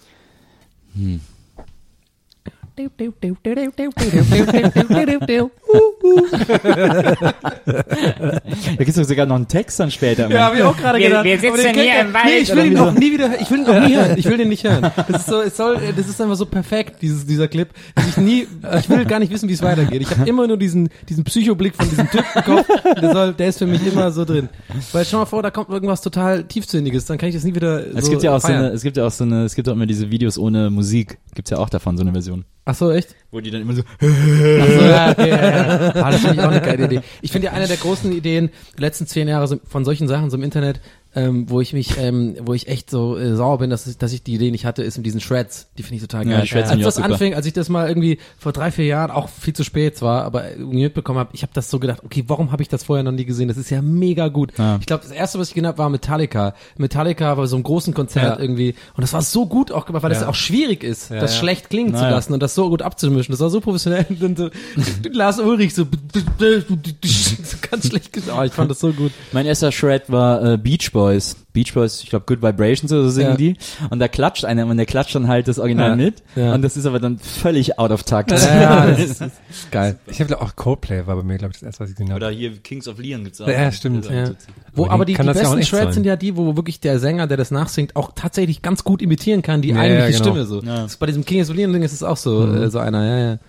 Hm. Da gibt's doch sogar noch einen Text dann später. Ja, habe ich auch gerade gedacht. wir sitzen Aber den hier kennt- im Wald Nee, ich will oder ihn wie auch so. nie wieder, ich will ihn auch nie hören. Ich will den nicht hören. Das ist so, es soll, das ist einfach so perfekt, dieses, dieser Clip, dass ich nie, ich will gar nicht wissen, wie es weitergeht. Ich habe immer nur diesen, diesen Psychoblick von diesem Typ im Kopf. Der soll, der ist für mich immer so drin. Weil stell mal vor, da kommt irgendwas total tiefsinniges, dann kann ich das nie wieder so Es gibt ja auch so feiern. eine, es gibt ja auch so eine, es gibt auch immer diese Videos ohne Musik. Gibt's ja auch davon, so eine Version. Ach so, echt? Wo die dann immer so, Ach so, ja, okay, ja, ja. Ah, das finde ich auch eine geile Idee. Ich finde ja eine der großen Ideen der letzten zehn Jahre so, von solchen Sachen so im Internet, ähm, wo ich mich, ähm, wo ich echt so äh, sauer bin, dass ich, dass ich die Idee nicht hatte, ist mit diesen Shreds. Die finde ich total geil. Ja, die Shreds als finde ich das auch super. anfing, als ich das mal irgendwie vor drei, vier Jahren, auch viel zu spät zwar, aber irgendwie mitbekommen habe, ich habe das so gedacht, okay, warum habe ich das vorher noch nie gesehen? Das ist ja mega gut. Ja. Ich glaube, das erste, was ich genannt habe, war Metallica. Metallica war so einem großen Konzert Ja. irgendwie und das war so gut auch gemacht, weil das Ja. ja auch schwierig ist, Ja, das ja. schlecht klingen zu Naja. lassen und das so gut abzumischen. Das war so professionell. Und dann so, Lars Ulrich so, so ganz schlecht gesagt. Oh, ich fand das so gut. mein erster Shred war äh, Beach Boys. Beach Boys, ich glaube Good Vibrations oder so singen Ja. die. Und da klatscht einer und der klatscht dann halt das Original Ja. mit. Ja. Und das ist aber dann völlig out of takt. Ja, das ist, das ist geil. Ich habe auch Coldplay war bei mir, glaube ich, das erste, was ich gesehen habe. Oder hier Kings of Leon gibt's auch. Ja, stimmt. Ja. Also, Wo, Aber aber die die, die kann das ja auch besten echt Shreds sein. sind ja die, wo wirklich der Sänger, der das nachsingt, auch tatsächlich ganz gut imitieren kann, die Ja, eigentliche ja, genau. Stimme so. Ja. Das ist bei diesem King of Leon Ding ist es auch so, äh, so einer, ja, ja.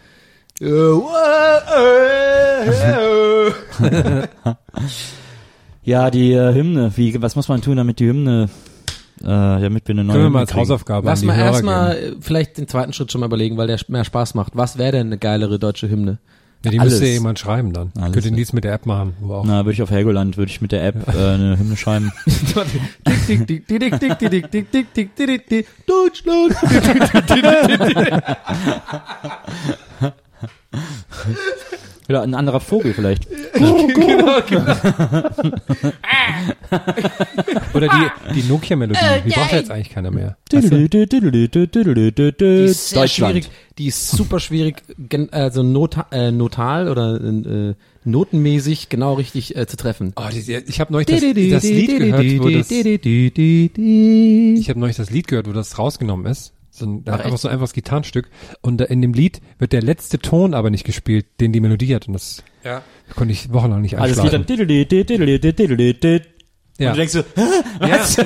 Ja, die äh, Hymne. Wie, was muss man tun, damit die Hymne, äh, damit wir eine neue Können wir Hymne mal als kriegen? Hausaufgabe Lass an die mal Hörer erstmal geben. äh, vielleicht den zweiten Schritt schon mal überlegen, weil der mehr Spaß macht. Was wäre denn eine geilere deutsche Hymne? Ja, die alles. müsste ja jemand schreiben dann. Alles, Könnt ihr ja. nichts mit der App machen, wo auch. Na, würde ich auf Helgoland, würde ich mit der App äh, eine Hymne schreiben. Dick, dick, dick, dick, dick, dick, dick, dick, dick, dick, dick, dick, Deutschland. Oder ein anderer Vogel vielleicht. Genau, genau. Oder die, die Nokia-Melodie, die braucht ja jetzt eigentlich keiner mehr. Die ist sehr Deutschland. schwierig, die ist super schwierig, gen, also nota, äh, notal oder äh, notenmäßig genau richtig äh, zu treffen. Oh, die, ich habe neulich das, das Lied gehört, wo das, ich habe neulich das Lied gehört, wo das rausgenommen ist. So ein, da Ach, hat einfach echt? so ein einfaches Gitarrenstück. Und da in dem Lied wird der letzte Ton aber nicht gespielt, den die Melodie hat. Und das Ja. konnte ich wochenlang nicht Alles geht einschlafen. dann. Ja. Und du denkst so, was?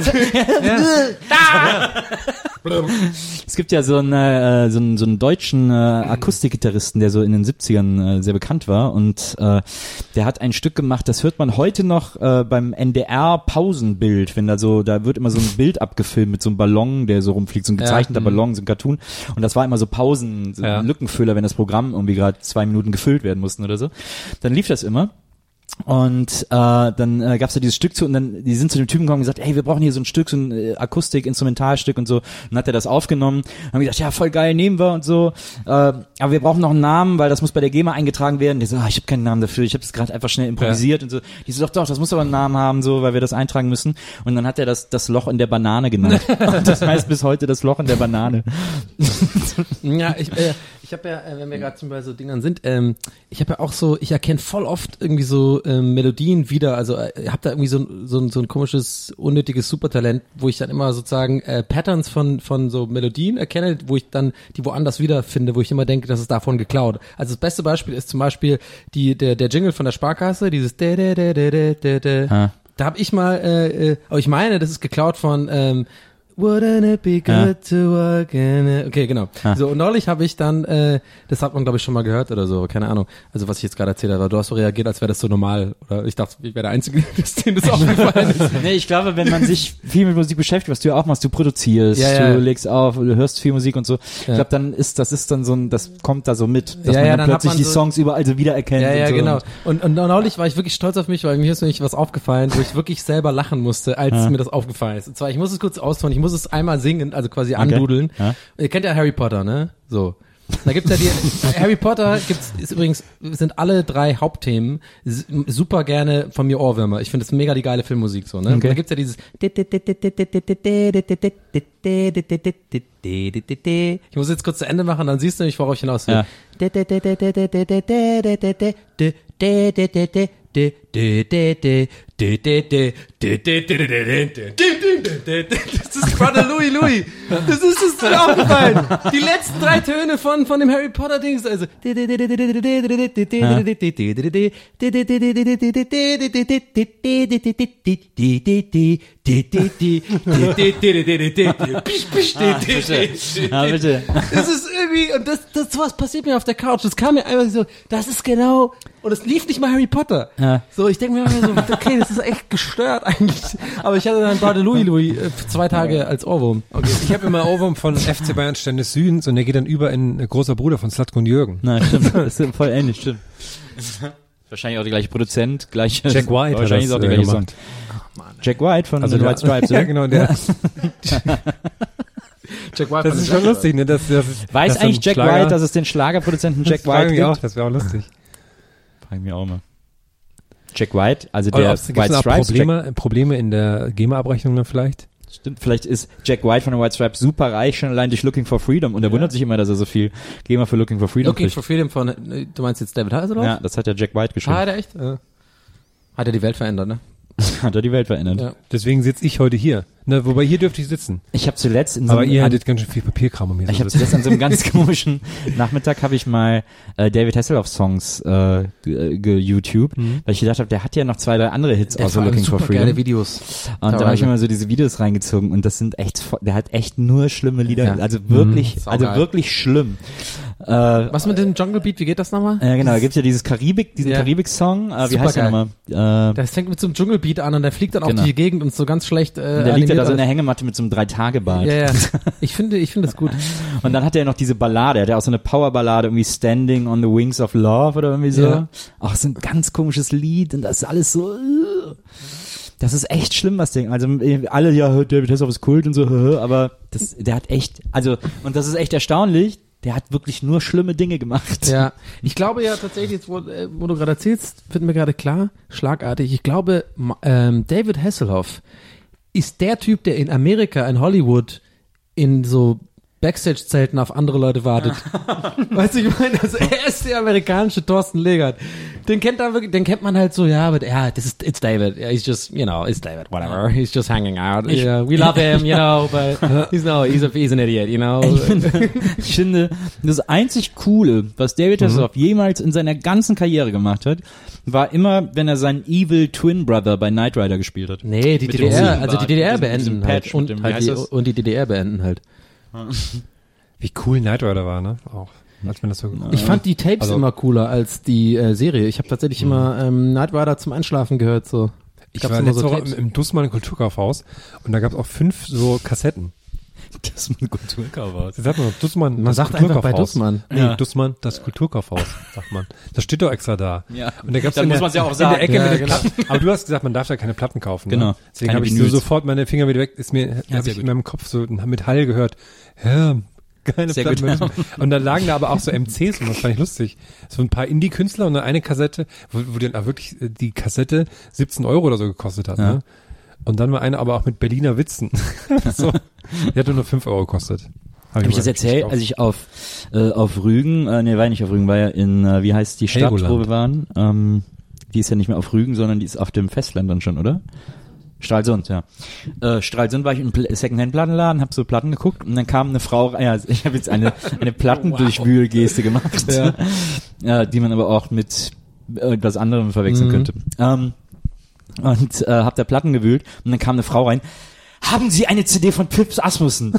Es gibt ja so einen, äh, so einen, so einen deutschen äh, Akustikgitarristen, der so in den siebzigern äh, sehr bekannt war und äh, der hat ein Stück gemacht, das hört man heute noch äh, beim N D R-Pausenbild, wenn da so, da wird immer so ein Bild abgefilmt mit so einem Ballon, der so rumfliegt, so ein gezeichneter Ja. Ballon, so ein Cartoon und das war immer so Pausen, so Ja. ein Lückenfüller, wenn das Programm irgendwie gerade zwei Minuten gefüllt werden mussten oder so. Dann lief das immer. Und äh, dann äh, gab's da dieses Stück zu und dann die sind zu dem Typen gekommen und gesagt, ey, wir brauchen hier so ein Stück, so ein äh, Akustik-Instrumentalstück und so. Und dann hat er das aufgenommen und haben gesagt, ja, voll geil, nehmen wir und so. Äh, aber wir brauchen noch einen Namen, weil das muss bei der GEMA eingetragen werden. Die so, ah, ich habe keinen Namen dafür, ich habe das gerade einfach schnell improvisiert und so. Die so, doch, doch, das muss aber einen Namen haben, so, weil wir das eintragen müssen. Und dann hat er das das Loch in der Banane genannt. Und das heißt bis heute das Loch in der Banane. Ja, ich, äh, ich habe ja, äh, wenn wir gerade zum Beispiel so Dingern sind, ähm, ich habe ja auch so, ich erkenne voll oft irgendwie so ähm, Melodien wieder, also äh, habe da irgendwie so, so, so ein komisches, unnötiges Supertalent, wo ich dann immer sozusagen äh, Patterns von von so Melodien erkenne, wo ich dann die woanders wiederfinde, wo ich immer denke, das ist davon geklaut. Also das beste Beispiel ist zum Beispiel die der der Jingle von der Sparkasse, dieses de de de de de de de. Ha. Da habe ich mal, äh, äh, aber ich meine, das ist geklaut von ähm, Wouldn't it be good Ja. to work in it? Okay, genau. Ah. So, und neulich habe ich dann, äh, das hat man glaube ich schon mal gehört oder so, keine Ahnung. Also was ich jetzt gerade erzählt habe, du hast so reagiert, als wäre das so normal. Oder ich dachte, ich wäre der Einzige, dem das aufgefallen ist. Nee, ich glaube, wenn man sich viel mit Musik beschäftigt, was du ja auch machst, du produzierst, Ja, ja. du legst auf, du hörst viel Musik und so. Ich Ja. glaube, dann ist, das ist dann so ein, das kommt da so mit, dass Ja, man ja, dann dann hat plötzlich man die so- Songs überall so wiedererkennt. Ja, und ja, so. genau. Und, und neulich war ich wirklich stolz auf mich, weil mir ist nämlich was aufgefallen, wo ich wirklich selber lachen musste, als Ja. mir das aufgefallen ist. Und zwar, ich muss es kurz ausholen, ich muss es einmal singen, also quasi andudeln. Ja. Ihr kennt ja Harry Potter, ne? So. Da gibt's ja die, Harry Potter gibt's, ist übrigens, sind alle drei Hauptthemen s- super gerne von mir Ohrwürmer. Ich finde das mega die geile Filmmusik, so, ne? Und da gibt's ja dieses, ich muss jetzt kurz zu Ende machen, dann siehst du nämlich, worauf ich hinaus will. Ja. Das ist Brother Louis Louis. Das ist, das ist mir aufgefallen. Die letzten drei Töne von, von dem Harry Potter Dings, also. Ah, bitte. Das ist irgendwie, und das, das, was passiert mir auf der Couch, das kam mir einfach so, das ist genau, und es lief nicht mal Harry Potter. Ja. So, ich denke mir immer so, okay, das ist echt gestört eigentlich. Aber ich hatte dann Brother Louis Louis äh, für zwei Tage als Ohrwurm. Okay, ich habe immer Ohrwurm von F C Bayern Stern des Südens und der geht dann über in äh, großer Bruder von Slatko und Jürgen. Na, stimmt. Das ist voll ähnlich, stimmt. Wahrscheinlich auch der gleiche Produzent, gleiche. Jack White hat wahrscheinlich das, auch der äh, gleiche gemacht. Song. Jack White von Also den der- White Stripes, Ja, oder? genau, der. Jack White Das ist schon lustig, ne? Das, das ist, Weiß das eigentlich Jack Schlager, White, dass es den Schlagerproduzenten Jack das fragen White wir auch, gibt? das wäre auch lustig. Frag ich mir auch mal. Jack White, also Oder der gibt's White da Stripes. Probleme, Probleme in der GEMA-Abrechnung dann vielleicht? Jack, stimmt, vielleicht ist Jack White von den White Stripes super reich, schon allein durch Looking for Freedom. Und er wundert sich immer, dass er so viel GEMA für Looking for Freedom Looking kriegt. for Freedom von, äh, du meinst jetzt David Hasselhoff? Ja, das hat ja Jack White geschrieben. Ah, hat er echt? Ja. Hat er die Welt verändert, ne? Hat er die Welt verändert. Ja. Deswegen sitze ich heute hier. Ne, wobei hier dürfte ich sitzen. Ich habe zuletzt in so Aber einem, ihr an, hattet ganz schön viel Papierkram um hier ich zu habe sitzen. zuletzt an so einem ganz komischen Nachmittag habe ich mal äh, David Hasselhoff Songs äh, ge- ge- YouTube, Mhm. weil ich gedacht habe, der hat ja noch zwei, drei andere Hits außer Looking for super geile Freedom. Videos. Und da habe ich teilweise. mir mal so diese Videos reingezogen und das sind echt, vo- der hat echt nur schlimme Lieder, Ja. also wirklich, Mhm. also Saugeil. wirklich schlimm. Äh, Was mit dem Jungle Beat, wie geht das nochmal? ja genau, da gibt's ja dieses Karibik, diesen Ja. Karibik-Song, äh, wie heißt der Supergeil. nochmal? Äh, Das fängt mit so einem Dschungelbeat an und der fliegt dann Genau. auf die Gegend und ist so ganz schlecht äh, der liegt ja animiert da so in der alles. Hängematte mit so einem Drei-Tage-Bart. Ja, ja. Ich finde, ich finde das gut. Und dann hat er noch diese Ballade, der hat auch so eine Powerballade, irgendwie Standing on the Wings of Love oder irgendwie so. Ja. Auch so ein ganz komisches Lied und das ist alles so. uh. Das ist echt schlimm, was Ding. Also alle, ja, David Hasselhoff ist Kult und so, aber das, der hat echt, also, und das ist echt erstaunlich, der hat wirklich nur schlimme Dinge gemacht. Ja, ich glaube ja tatsächlich, jetzt, wo, äh, wo du gerade erzählst, wird mir gerade klar, schlagartig, ich glaube, ma- ähm, David Hasselhoff ist der Typ, der in Amerika, in Hollywood, in so Backstage-Zelten auf andere Leute wartet. Weißt du, ich meine, also er ist der amerikanische Thorsten Legert. Den kennt man wirklich, den kennt man halt so, ja, aber ja, this is, it's David. Yeah, he's just, you know, it's David, whatever. He's just hanging out. Ich- yeah, we love him, you know, but he's no, he's a, he's an idiot, you know. Ich finde, ich finde, das einzig Coole, was David Hasselhoff jemals in seiner ganzen Karriere gemacht hat, war immer, wenn er seinen Evil Twin Brother bei Knight Rider gespielt hat. Nee, die Mit D dem D R, Ziegenbart, also die D D R mit diesem- beenden diesem halt. Patch, Und, mit dem- wie halt heißt die, das? und die D D R beenden halt. Wie cool Knight Rider war, ne? Auch. Als man das so Ich fand die Tapes Also- immer cooler als die äh, Serie. Ich habe tatsächlich immer ähm, Knight Rider zum Einschlafen gehört. So. Ich Gab's war immer letzte so Woche Tapes? im, im Dussmann Kulturkaufhaus und da gab es auch fünf so Kassetten. Das ist ein Kulturkaufhaus. Das sagt man doch, Dussmann, Man das sagt einfach bei Kulturkaufhaus. Dussmann. Nee, Ja. Dussmann, das Kulturkaufhaus, sagt man. Das steht doch extra da. Ja. Und da gab's Dann in muss der, man's ja auch in sagen. der Ecke Ja, mit den genau. Platten. Aber du hast gesagt, man darf da keine Platten kaufen. Genau. Ne? Deswegen Keine habe ich so Vinyls. sofort meine Finger wieder weg, ist mir, Ja, habe sehr ich gut. in meinem Kopf so mit Hall gehört. Ja, keine Sehr Platten. gut. Und dann lagen da aber auch so M Cs und das fand ich lustig. So ein paar Indie-Künstler und dann eine Kassette, wo, wo dann auch wirklich äh, die Kassette siebzehn Euro oder so gekostet hat. Ja. Ne? Und dann war eine aber auch mit Berliner Witzen. so. Die hatte nur fünf Euro gekostet. Hab Habe ich das mal erzählt, gekauft. als ich auf äh, auf Rügen, äh, nee, war ja nicht auf Rügen, war ja in, äh, wie heißt die Stadt, Helgoland. wo wir waren? Ähm, die ist ja nicht mehr auf Rügen, sondern die ist auf dem Festland dann schon, oder? Stralsund, ja. Äh, Stralsund war ich im Pl- Secondhand-Plattenladen, hab so Platten geguckt und dann kam eine Frau, ja, ich habe jetzt eine eine Plattendurchwühlgeste gemacht, Ja. ja, die man aber auch mit irgendwas anderem verwechseln Mhm. könnte. Ähm, und äh, hab da Platten gewühlt und dann kam eine Frau rein. Haben Sie eine C D von Pips Asmussen?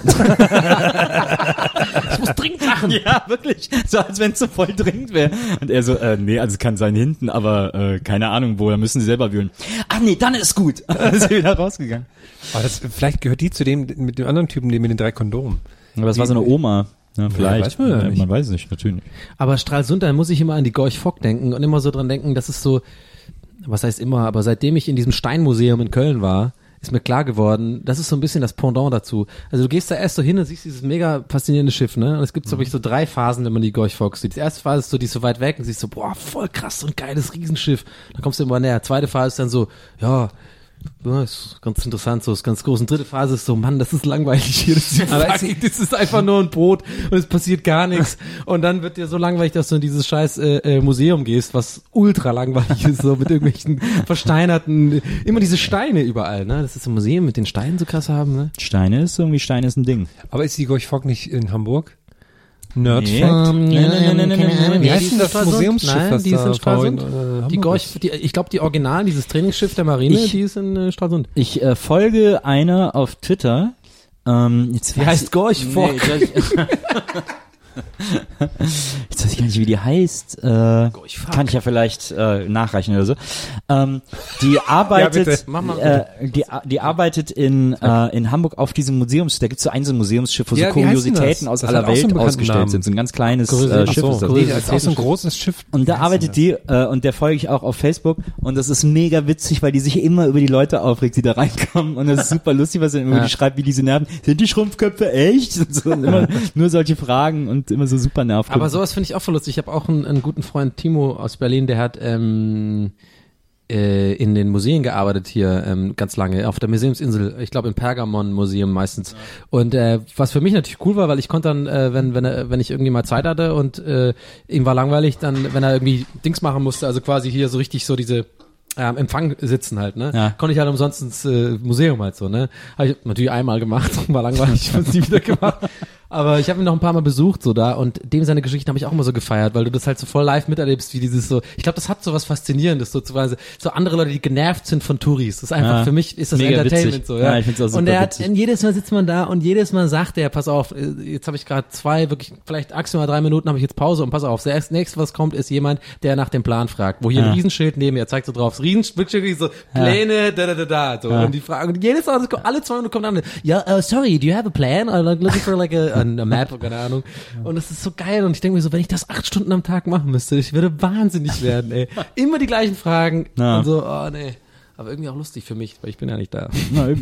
Ich muss dringend lachen. Ja, wirklich. So, als wenn es so voll dringend wäre. Und er so, äh, nee, also es kann sein hinten, aber äh, keine Ahnung wo, da müssen Sie selber wühlen. Ach nee, dann ist gut. Dann ist er wieder rausgegangen. Aber das, vielleicht gehört die zu dem, mit dem anderen Typen, dem mit den drei Kondomen. Aber das war so eine Oma. Ja, vielleicht. weiß man ja nicht. Man weiß es nicht, natürlich nicht. Aber Stralsund, da muss ich immer an die Gorch Fock denken und immer so dran denken, das ist so, was heißt immer, aber seitdem ich in diesem Steinmuseum in Köln war, ist mir klar geworden, das ist so ein bisschen das Pendant dazu. Also du gehst da erst so hin und siehst dieses mega faszinierende Schiff, ne? Und es gibt, glaube ich, so drei Phasen, wenn man die Gorch Fock sieht. Die erste Phase ist so, die ist so weit weg und siehst so, boah, voll krass, so ein geiles Riesenschiff. Dann kommst du immer näher. Zweite Phase ist dann so, ja, Ja, ist ganz interessant, so ist ganz groß. Und dritte Phase ist so, Mann, das ist langweilig hier. Das ist, Aber fucking, das ist einfach nur ein Brot und es passiert gar nichts. Und dann wird dir so langweilig, dass du in dieses scheiß äh, äh, Museum gehst, was ultra langweilig ist, so mit irgendwelchen versteinerten, immer diese Steine überall, ne? Das ist ein Museum mit den Steinen so krass haben, ne? Steine ist irgendwie, Steine ist ein Ding. Aber ist die Gorch Fock nicht in Hamburg? Nerd Nee. Fact? Ähm, Nein, nein, nein, nein, nein, nein. Wie Ja, heißt die denn ist das Stralsund? Museumsschiff, Nein, was die ist da in Stralsund. vorhin, äh, Hamburg Die Gorch, ist? die, ich glaube, die Original, dieses Trainingsschiff der Marine, Ich- die ist in äh, Stralsund. Ich äh, folge einer auf Twitter. Ähm, jetzt Die weiß heißt ich- Gorch Fock. Nee, jetzt, weiß ich, jetzt weiß ich gar nicht, wie die heißt. Äh, Gorch Fock. kann ich ja vielleicht äh, nachreichen oder so. Ähm, die arbeitet, bitte. Mach mal äh, die, die arbeitet in äh, in Hamburg auf diesem Museumsschiff. Da gibt's so ein so ein Museumsschiff, wo Ja, so wie heißt denn Kuriositäten das? aus Das aller hat auch so Welt einen bekannten ausgestellt Namen. sind. So ein ganz kleines Kuriositäten. äh, Schiff Ach so, ist das. Kuriositäten. Nee, das ist auch so ein großes Schiff. Und da Wie heißt arbeitet die äh, und der folge ich auch auf Facebook und das ist mega witzig, weil die sich immer über die Leute aufregt, die da reinkommen und das ist super lustig, was sie immer Ja. die schreibt, wie diese Nerven. Sind die Schrumpfköpfe echt? Und, so, und immer nur solche Fragen und immer so super nervig. Aber sowas finde ich auch voll lustig. Ich habe auch einen, einen guten Freund, Timo aus Berlin, der hat ähm, äh, in den Museen gearbeitet hier ähm, ganz lange, auf der Museumsinsel, ich glaube im Pergamon-Museum meistens. Und äh, was für mich natürlich cool war, weil ich konnte dann, äh, wenn wenn er, wenn ich irgendwie mal Zeit hatte und äh, ihm war langweilig, dann, wenn er irgendwie Dings machen musste, also quasi hier so richtig so diese ähm, Empfang sitzen halt, ne? Ja. Konnte ich halt umsonst ins äh, Museum halt so, ne? Habe ich natürlich einmal gemacht, war langweilig, habe es nie wieder gemacht. Aber ich habe ihn noch ein paar Mal besucht so da und dem seine Geschichten habe ich auch immer so gefeiert, weil du das halt so voll live miterlebst, wie dieses so, ich glaube, das hat so was Faszinierendes, so, so so andere Leute, die genervt sind von Touris. Das ist einfach, Ja. für mich ist das Mega Entertainment witzig. so, ja. Ja, ich find's auch super und er hat, witzig. und jedes Mal sitzt man da und jedes Mal sagt er, pass auf, äh, jetzt habe ich gerade zwei, wirklich, vielleicht maximal drei Minuten habe ich jetzt Pause und pass auf, das nächste, was kommt, ist jemand, der nach dem Plan fragt, wo hier Ja. ein Riesenschild neben mir, er zeigt so drauf, das Riesenschild, wirklich so, Pläne, da, da, da, da, so, Ja. und die Fragen, und jedes Mal, das kommt, alle zwei Minuten kommt an, ja, uh, sorry, do you have a plan? Or like looking for like a, a, a map, keine Ahnung. Und das ist so geil und ich denke mir so, wenn ich das acht Stunden am Tag machen müsste, ich würde wahnsinnig werden, ey. Immer die gleichen Fragen Ja. und so, oh nee. Aber irgendwie auch lustig für mich, weil ich bin ja nicht da. Na, eben.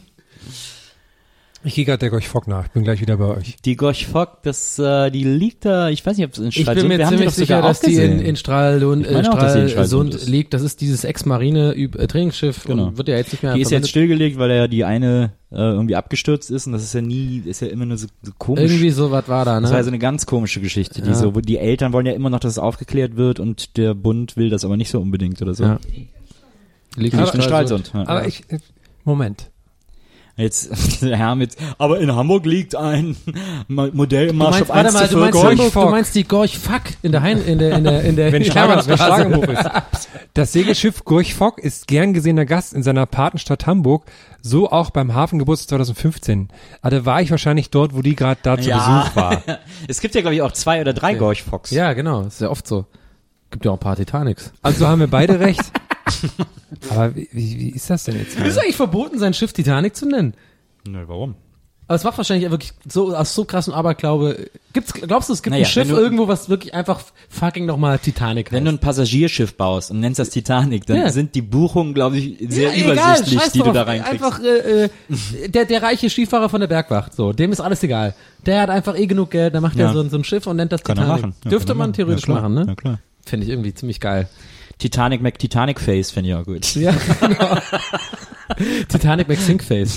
Ich gehe gerade der Gorch Fock nach. Ich bin gleich wieder bei euch. Die Gorch Fock, das, äh, die liegt da, ich weiß nicht, ob es in Ich bin Stralsund, mir wir haben die ziemlich doch sogar sicher, dass die in, aufgesehen. in Stralsund, Ich meine äh, auch, dass sie in Stralsund Stralsund ist. liegt. Das ist dieses Ex-Marine-Trainingsschiff Genau. und wird ja jetzt nicht mehr Die ist verwendet. jetzt stillgelegt, weil ja die eine äh, irgendwie abgestürzt ist und das ist ja nie, ist ja immer nur so, so komisch. Irgendwie so was war da, Das war ja ne? so eine ganz komische Geschichte, die Ja. so, wo die Eltern wollen ja immer noch, dass es aufgeklärt wird und der Bund will das aber nicht so unbedingt oder so. Ja. Liegt Liegt in Stralsund. Ja. Aber ich, äh, Moment. Jetzt der Herr mit, aber in Hamburg liegt ein Mo- Modell im Du Maßstab meinst, warte eins mal, zu du meinst, Gorch Hamburg, Fock. du meinst die Gorch Fuck in der Hein, in der, in der, in der, Wenn Schlager, wenn Hermannstraße. Schlagerbuch ist. Das Segelschiff Gorch Fock ist gern gesehener Gast in seiner Patenstadt Hamburg, so auch beim Hafengeburtstag zwanzig fünfzehn. Aber da war ich wahrscheinlich dort, wo die gerade da zu Ja. Besuch war. Es gibt ja, glaube ich, auch zwei oder drei Gorch Focks. Ja, genau, ist ja oft so. Gibt ja auch ein paar Titanics. Also haben wir beide recht. Aber wie, wie, wie ist das denn jetzt? Ist eigentlich verboten, sein Schiff Titanic zu nennen? Nö, warum? Aber es macht wahrscheinlich wirklich so, aus so krassem Aberglaube. Gibt's, glaubst du, es gibt Naja, ein Schiff wenn du- irgendwo, was wirklich einfach fucking nochmal Titanic Wenn heißt? du ein Passagierschiff baust und nennst das Titanic, dann Ja. sind die Buchungen, glaube ich, sehr Ja, übersichtlich, egal, scheiß die du drauf. da reinkriegst. Einfach äh, äh, der, der reiche Skifahrer von der Bergwacht, so, dem ist alles egal. Der hat einfach eh genug Geld, der macht ja, Ja. so, ein- so ein Schiff und nennt das Kann er Titanic. machen. Ja, Dürfte kann er man machen. theoretisch Ja, klar. machen, ne? Ja, klar. Finde ich irgendwie ziemlich geil. Titanic Mac Titanic Face finde ich auch gut. Ja, genau. Titanic McSinkface.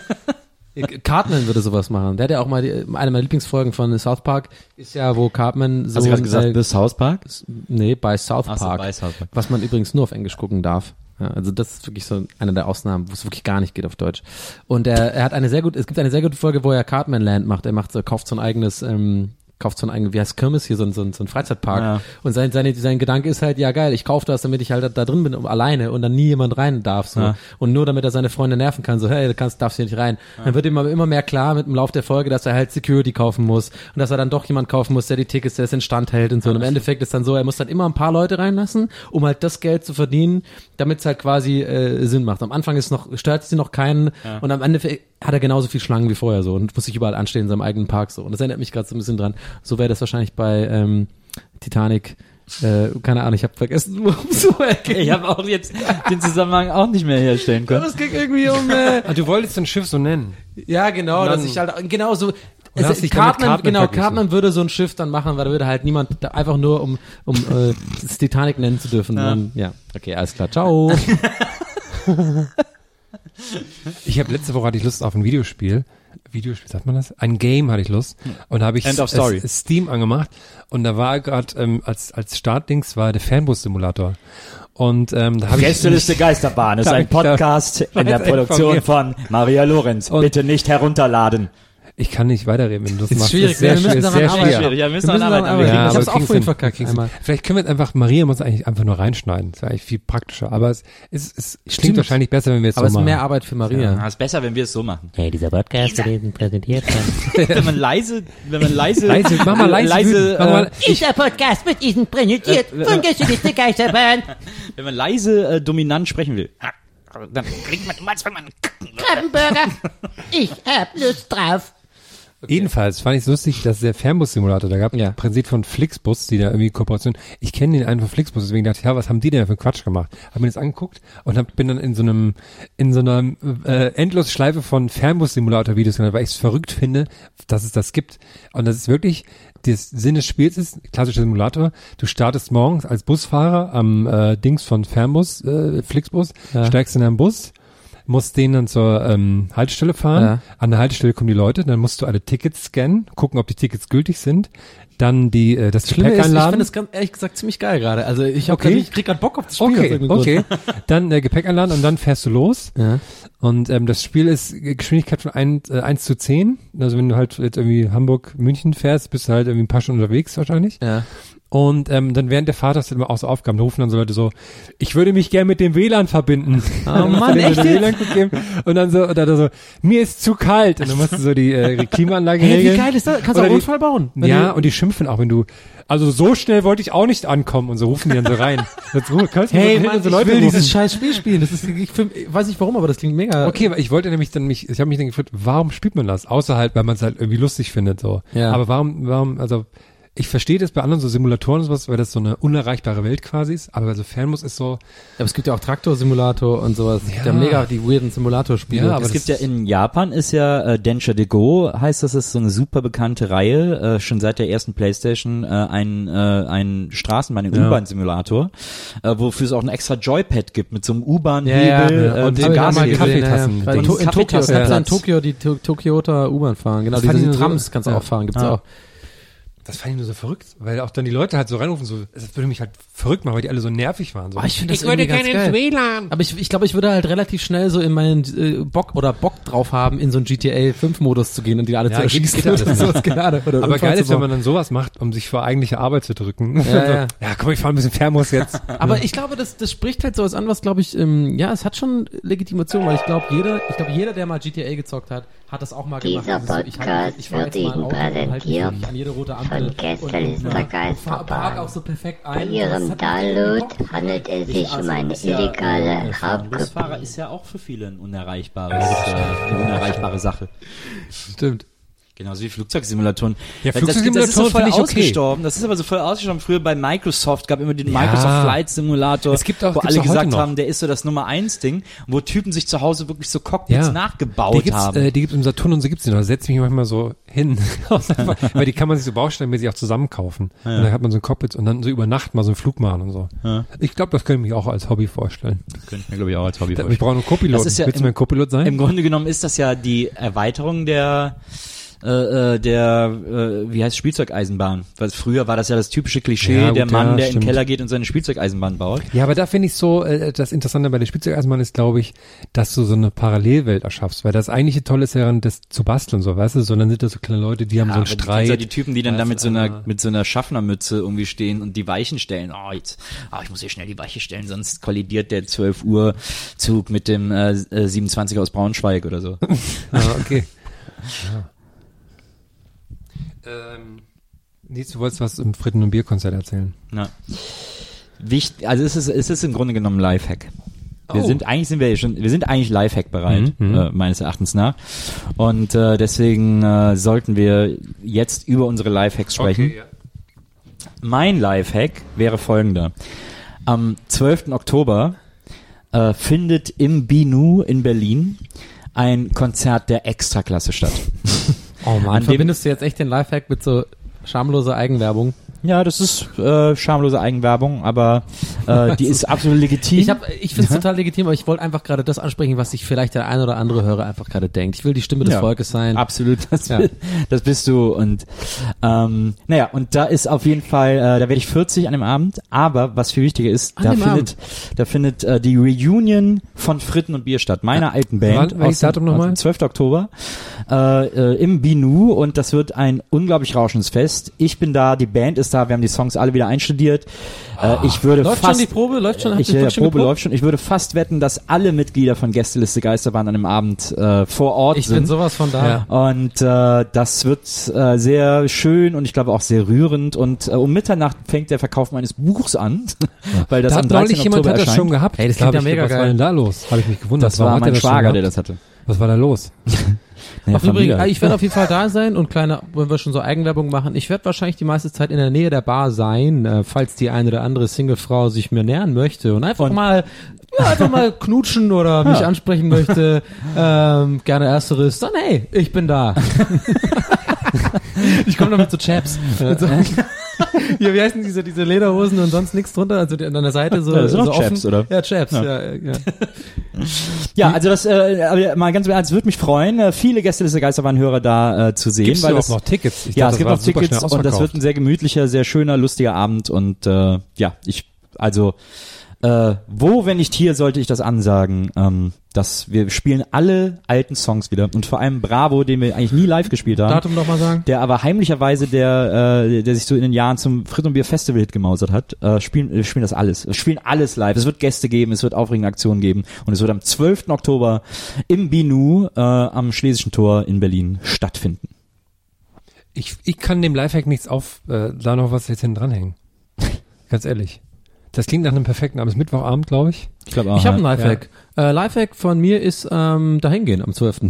Cartman würde sowas machen. Der hat ja auch mal die, eine meiner Lieblingsfolgen von South Park ist ja, wo Cartman so Hast du gerade gesagt, äh, bis House Park? nee, bei South Ach so, Park, bei South Park. was man übrigens nur auf Englisch gucken darf. Ja, also das ist wirklich so eine der Ausnahmen, wo es wirklich gar nicht geht auf Deutsch. Und er, er hat eine sehr gute, es gibt eine sehr gute Folge, wo er Cartman Land macht. Er macht so, kauft so ein eigenes, ähm, kauft so ein eigenes, wie heißt Kirmes hier, so ein, so ein, so ein Freizeitpark. Ja. Und sein, seine, sein Gedanke ist halt, ja geil, ich kaufe das, damit ich halt da drin bin, um, alleine und dann nie jemand rein darf. So. Ja. Und nur damit er seine Freunde nerven kann, so, hey, du kannst, darfst hier nicht rein. Dann wird ihm aber immer mehr klar mit dem Lauf der Folge, dass er halt Security kaufen muss und dass er dann doch jemand kaufen muss, der die Tickets, der es instand hält und so. Und im Endeffekt ist dann so, er muss dann immer ein paar Leute reinlassen, um halt das Geld zu verdienen, damit es halt quasi äh, Sinn macht. Am Anfang ist noch, stört sie noch keinen und am Ende hat er genauso viel Schlangen wie vorher so und muss sich überall anstehen in seinem eigenen Park so. Und das erinnert mich gerade so ein bisschen dran. So wäre das wahrscheinlich bei ähm, Titanic. Äh, keine Ahnung, ich habe vergessen, worum es so geht. Ich habe auch jetzt den Zusammenhang auch nicht mehr herstellen können. Es ging irgendwie um äh, Ah, du wolltest ein Schiff so nennen. ja, genau, dann- dass ich halt genau so hast es, dich dann mit Cartman, Cartman genau, verglichen. Cartman würde so ein Schiff dann machen, weil da würde halt niemand da einfach nur um um äh, das Titanic nennen zu dürfen. Ja. Und, ja, okay, alles klar. Ciao. Ich habe letzte Woche hatte ich Lust auf ein Videospiel. Videospiel, sagt man das? Ein Game hatte ich Lust. Und da habe ich End of Story. S- Steam angemacht. Und da war gerade ähm, als als Startdings war der Fernbus-Simulator. Und ähm, da habe ich Gästeliste Geisterbahn ist Da- ein Podcast in der Weiß einfach Produktion mir. von Maria Lorenz. Und- Bitte nicht herunterladen. ich kann nicht weiterreden, wenn du das Ist machst. schwierig, Das ist sehr wir müssen schwer, daran sehr arbeiten. schwer. Schwierig, ja, wir müssen Wir müssen daran daran arbeiten. arbeiten. Ja, Ich aber hab's wir auch kriegen's vorhin hin. verkackt, Wir kriegen's einmal. hin. Vielleicht können wir jetzt einfach, Maria muss eigentlich einfach nur reinschneiden. Das wäre eigentlich viel praktischer. Aber es, es, es klingt Stimmt. wahrscheinlich besser, wenn wir es Aber es so ist machen. mehr Arbeit für Maria. Ja, ist besser, wenn wir es so machen. Hey, dieser Podcast wird Ihnen präsentiert von Wenn man leise, wenn man leise, Leise, mach mal leise leise wütend. Mach mal- äh, Dieser Podcast wird Ihnen präsentiert von Gästeliste Geisterbahn. wenn man leise äh, dominant sprechen will, dann klingt man immer, als wenn man Krabbenburger. Ich hab Lust drauf. Jedenfalls fand ich es lustig, dass der Fernbus-Simulator da gab, Ja. präsentiert von Flixbus, die da irgendwie Kooperation. Ich kenne den einen von Flixbus, deswegen dachte ich, ja, was haben die denn für einen Quatsch gemacht? Hab mir das angeguckt und hab, bin dann in so einem, in so einer äh, Endlosschleife von Fernbus-Simulator-Videos gelandet, weil ich es verrückt finde, dass es das gibt. Und das ist wirklich, das Sinn des Spiels ist, klassischer Simulator, du startest morgens als Busfahrer am äh, Dings von Fernbus, äh, Flixbus, Ja. steigst in einen Bus, musst den dann zur ähm, Haltestelle fahren. Ja. An der Haltestelle kommen die Leute, dann musst du alle Tickets scannen, gucken, ob die Tickets gültig sind, dann die äh, das Schlimme Gepäck ist, ich einladen. finde es ganz ehrlich gesagt ziemlich geil gerade. Also ich, hab Okay. grad, ich krieg gerade Bock auf das Spiel. aus okay, irgendeinem okay. Dann äh, Gepäck einladen und dann fährst du los. Grund. Ja. Und ähm, das Spiel ist äh, Geschwindigkeit von ein, äh, eins zu zehn. Also wenn du halt jetzt irgendwie Hamburg, München fährst, bist du halt irgendwie ein paar Stunden unterwegs wahrscheinlich. Ja. Und ähm, dann während der Fahrt hast du immer auch so Aufgaben, da rufen dann so Leute so, ich würde mich gern mit dem W L A N verbinden. Oh Mann, echt so den jetzt? W L A N geben. Und dann so, oder so, mir ist zu kalt. Und dann musst du so die äh, Klimaanlage Hey, regeln. wie geil ist das? Kannst du Oder auch die- Unfall bauen? Wenn Ja, du- und die schimpfen auch, wenn du, also so schnell wollte ich auch nicht ankommen und so rufen die dann so rein. Jetzt ruhe, kannst du Hey, so, Mann, so ich Leute will rufen. dieses scheiß Spiel spielen. Das ist, ich find, ich weiß nicht warum, aber das klingt mega. Okay, weil ich wollte nämlich dann mich, ich habe mich dann gefragt, warum spielt man das? Außer halt, weil man es halt irgendwie lustig findet, so. Ja. Aber warum, warum, also, ich verstehe das bei anderen so Simulatoren und sowas, weil das so eine unerreichbare Welt quasi ist, aber bei so Fernbus ist so, Aber es gibt ja auch Traktor-Simulator und sowas. Es gibt ja Ja. mega die weirden Simulatorspiele. Ja, aber es das gibt ja in Japan ist ja äh, Densha de Go, heißt das, ist so eine super bekannte Reihe, äh, schon seit der ersten Playstation, äh, ein, äh, ein Straßenbahn, ein Ja. U-Bahn-Simulator, äh, wofür es auch ein extra Joypad gibt mit so einem U-Bahn-Hebel, Ja, ja, äh, und mit den Hab ich Gas- auch mal gesehen, Kaffeetassen. ja, ja. Und In, to in Tokio, Kaffeetassen- kannst du in Tokio die to Tokioter U-Bahn fahren. Genau, Das fand diese ich nur so- Trams kannst du ja. auch fahren. Gibt's Ah. auch. das fand ich nur so verrückt, weil auch dann die Leute halt so reinrufen, so, das würde mich halt verrückt machen, weil die alle so nervig waren, so. Oh, ich finde das irgendwie ganz geil. W L A N. Aber ich, ich glaube, ich würde halt relativ schnell so in meinen äh, Bock oder Bock drauf haben, in so einen G T A fünf Modus zu gehen und die alle Ja, zu geht- erschießen. geht alles oder nicht. sowas, keine Ahnung, oder Aber Unfall geil zu ist, wenn bauen. man dann sowas macht, um sich vor eigentliche Arbeit zu drücken. Ja, so, ja. ja, komm, ich fahr ein bisschen Fernbus jetzt. Aber ich glaube, das, das spricht halt sowas an, was glaube ich, ähm, ja, es hat schon Legitimation, weil ich glaube, jeder, ich glaube, jeder, der mal G T A gezockt hat, hat das auch mal gemacht. Dieser Also so, ich Podcast halt- ich fahr wird jetzt mal ein Ihnen Auto und halte mich präsentiert an jede rote Ampel von und- Gästeliste und, ja, Geisterbahn. und park auch so perfekt ein. Bei und Ihrem das hat mich Download gebockt. handelt es Ich- sich also, um eine ist ja, illegale äh, Busfahrer Raubkopie. ist ja auch für viele ein unerreichbares, äh, eine unerreichbare Sache. Stimmt. Genauso wie Flugzeugsimulatoren. Ja, Das- das, das ist so Flugzeugsimulatoren voll finde ich okay. ausgestorben. Das ist aber so voll ausgestorben. Früher bei Microsoft gab immer den Ja. Microsoft Flight Simulator, Es gibt auch- wo gibt's alle auch heute gesagt noch. haben, der ist so das Nummer eins Ding, wo Typen sich zu Hause wirklich so Cockpits Ja. nachgebaut Die gibt's, haben. äh, die gibt's im Saturn und so gibt's die noch. Da setze ich mich manchmal so hin. Weil die kann man sich so baustellenmäßig auch zusammenkaufen. Und dann hat man so ein Cockpit und dann so über Nacht mal so einen Flug machen und so. Ja. Ich glaube, das könnte ich mir auch als Hobby vorstellen. Könnte ich mir, glaube ich, auch als Hobby Ich vorstellen. brauche einen Copilot. Das ist ja Willst du im- mein Copilot sein? Im Grunde genommen ist das ja die Erweiterung der äh, äh, der, äh, wie heißt Spielzeugeisenbahn? Weil früher war das ja das typische Klischee, Ja, gut, der Mann, ja, der in stimmt. den Keller geht und seine Spielzeugeisenbahn baut. Ja, aber da finde ich so, äh, das Interessante bei der Spielzeugeisenbahn ist, glaube ich, dass du so eine Parallelwelt erschaffst, weil das eigentliche Tolle ist ja dann, das zu basteln, so, weißt du, sondern sind das so kleine Leute, die haben so einen aber du kennst Streit. ja die Typen, die dann da mit so einer, einer- mit so einer Schaffnermütze irgendwie stehen und die Weichen stellen. Oh, jetzt, oh, ich muss hier schnell die Weiche stellen, sonst kollidiert der zwölf Uhr Zug mit dem äh, äh, siebenundzwanzig aus Braunschweig oder so. Ah, okay. ja. Ähm, Nils, du wolltest was im Fritten- und Bierkonzert erzählen. Na. Wichtig, also es ist, es ist im Grunde genommen ein Lifehack. Wir Oh. sind, eigentlich sind wir ja schon, wir sind eigentlich Lifehack bereit, Mhm, mhm. äh, meines Erachtens nach. Und äh, deswegen äh, sollten wir jetzt über unsere Lifehacks sprechen. Okay, ja. Mein Lifehack wäre folgender. Am zwölften Oktober äh, findet im Binu in Berlin ein Konzert der Extraklasse statt. Oh man, An dem- verbindest du jetzt echt den Lifehack mit so schamloser Eigenwerbung? ja, das ist äh, schamlose Eigenwerbung, aber äh, die ist absolut legitim. Ich, hab- ich finde es total legitim, aber ich wollte einfach gerade das ansprechen, was sich vielleicht der ein oder andere Hörer einfach gerade denkt. Ich will die Stimme des Ja. Volkes sein. Absolut, das, Ja. das bist du. Und ähm, naja, und da ist auf jeden Fall, äh, da werde ich vierzig an dem Abend, aber was viel wichtiger ist, An da dem findet, da findet äh, die Reunion von Fritten und Bier statt, meiner alten Band. Wann- welches aus dem- Datum nochmal? aus dem zwölften Oktober äh, äh, im Binu, und das wird ein unglaublich rauschendes Fest. Ich bin da, die Band ist da, wir haben die Songs alle wieder einstudiert. Äh, ich würde Läuft fast schon die Probe? Läuft schon? Habt ich, ihr ja, wirklich schon Probe geprobt? läuft schon. Ich würde fast wetten, dass alle Mitglieder von Gästeliste Geisterbahn an dem Abend äh, vor Ort Ich sind. bin sowas von da. Und äh, das wird äh, sehr schön und ich glaube auch sehr rührend. Und äh, um Mitternacht fängt der Verkauf meines Buchs an, weil das Da am hat neulich dreizehnten jemand Oktober hat das erscheint. schon gehabt. Hey, das Da hab klingt ja ich, mega was war geil. denn da los? Habe ich mich gewundert. Das war Warum hat mein er das schon Schwager, der gehabt? das hatte. Was war da los? Naja, Auf übrigens, Familie. ich werde auf jeden Fall da sein und kleine, wenn wir schon so Eigenwerbung machen, ich werde wahrscheinlich die meiste Zeit in der Nähe der Bar sein, äh, falls die eine oder andere Singlefrau sich mir nähern möchte und einfach Und- mal ja, einfach mal knutschen oder mich ansprechen möchte, ähm, gerne ersteres, dann hey, ich bin da. Ich komme noch mit so Chaps. Mit so, hier, wie heißen diese, diese Lederhosen und sonst nichts drunter, also die, an der Seite so, Ja, das sind so auch offen. Chaps, oder? Ja, Chaps, Ja. ja, ja. Ja, also das, äh, aber mal ganz ernst, würde mich freuen, äh, viele Gästeliste Geisterbahn-Hörer da äh, zu sehen. Gibt's weil überhaupt das, noch Tickets? Ich ja, dachte, es gibt das noch war super Tickets schnell und das wird ausverkauft. ein sehr gemütlicher, sehr schöner, lustiger Abend und äh, ja, ich, also äh, wo, wenn nicht hier, sollte ich das ansagen, ähm, dass wir spielen alle alten Songs wieder und vor allem Bravo, den wir eigentlich nie live gespielt haben. Datum nochmal sagen? Der aber heimlicherweise, der, äh, der sich so in den Jahren zum Fritt und Bier Festival Hit gemausert hat, äh, spielen, wir spielen das alles. Wir spielen alles live. Es wird Gäste geben, es wird aufregende Aktionen geben und es wird am zwölften Oktober im Binu äh, am Schlesischen Tor in Berlin stattfinden. Ich, ich kann dem Lifehack nichts auf, äh, da noch was jetzt hinten dranhängen. Ganz ehrlich. Das klingt nach einem perfekten Abend. Es ist Mittwochabend, glaube ich. Ich glaube auch. Ich habe einen ja. Lifehack. Äh, Lifehack von mir ist ähm, dahin gehen am zwölften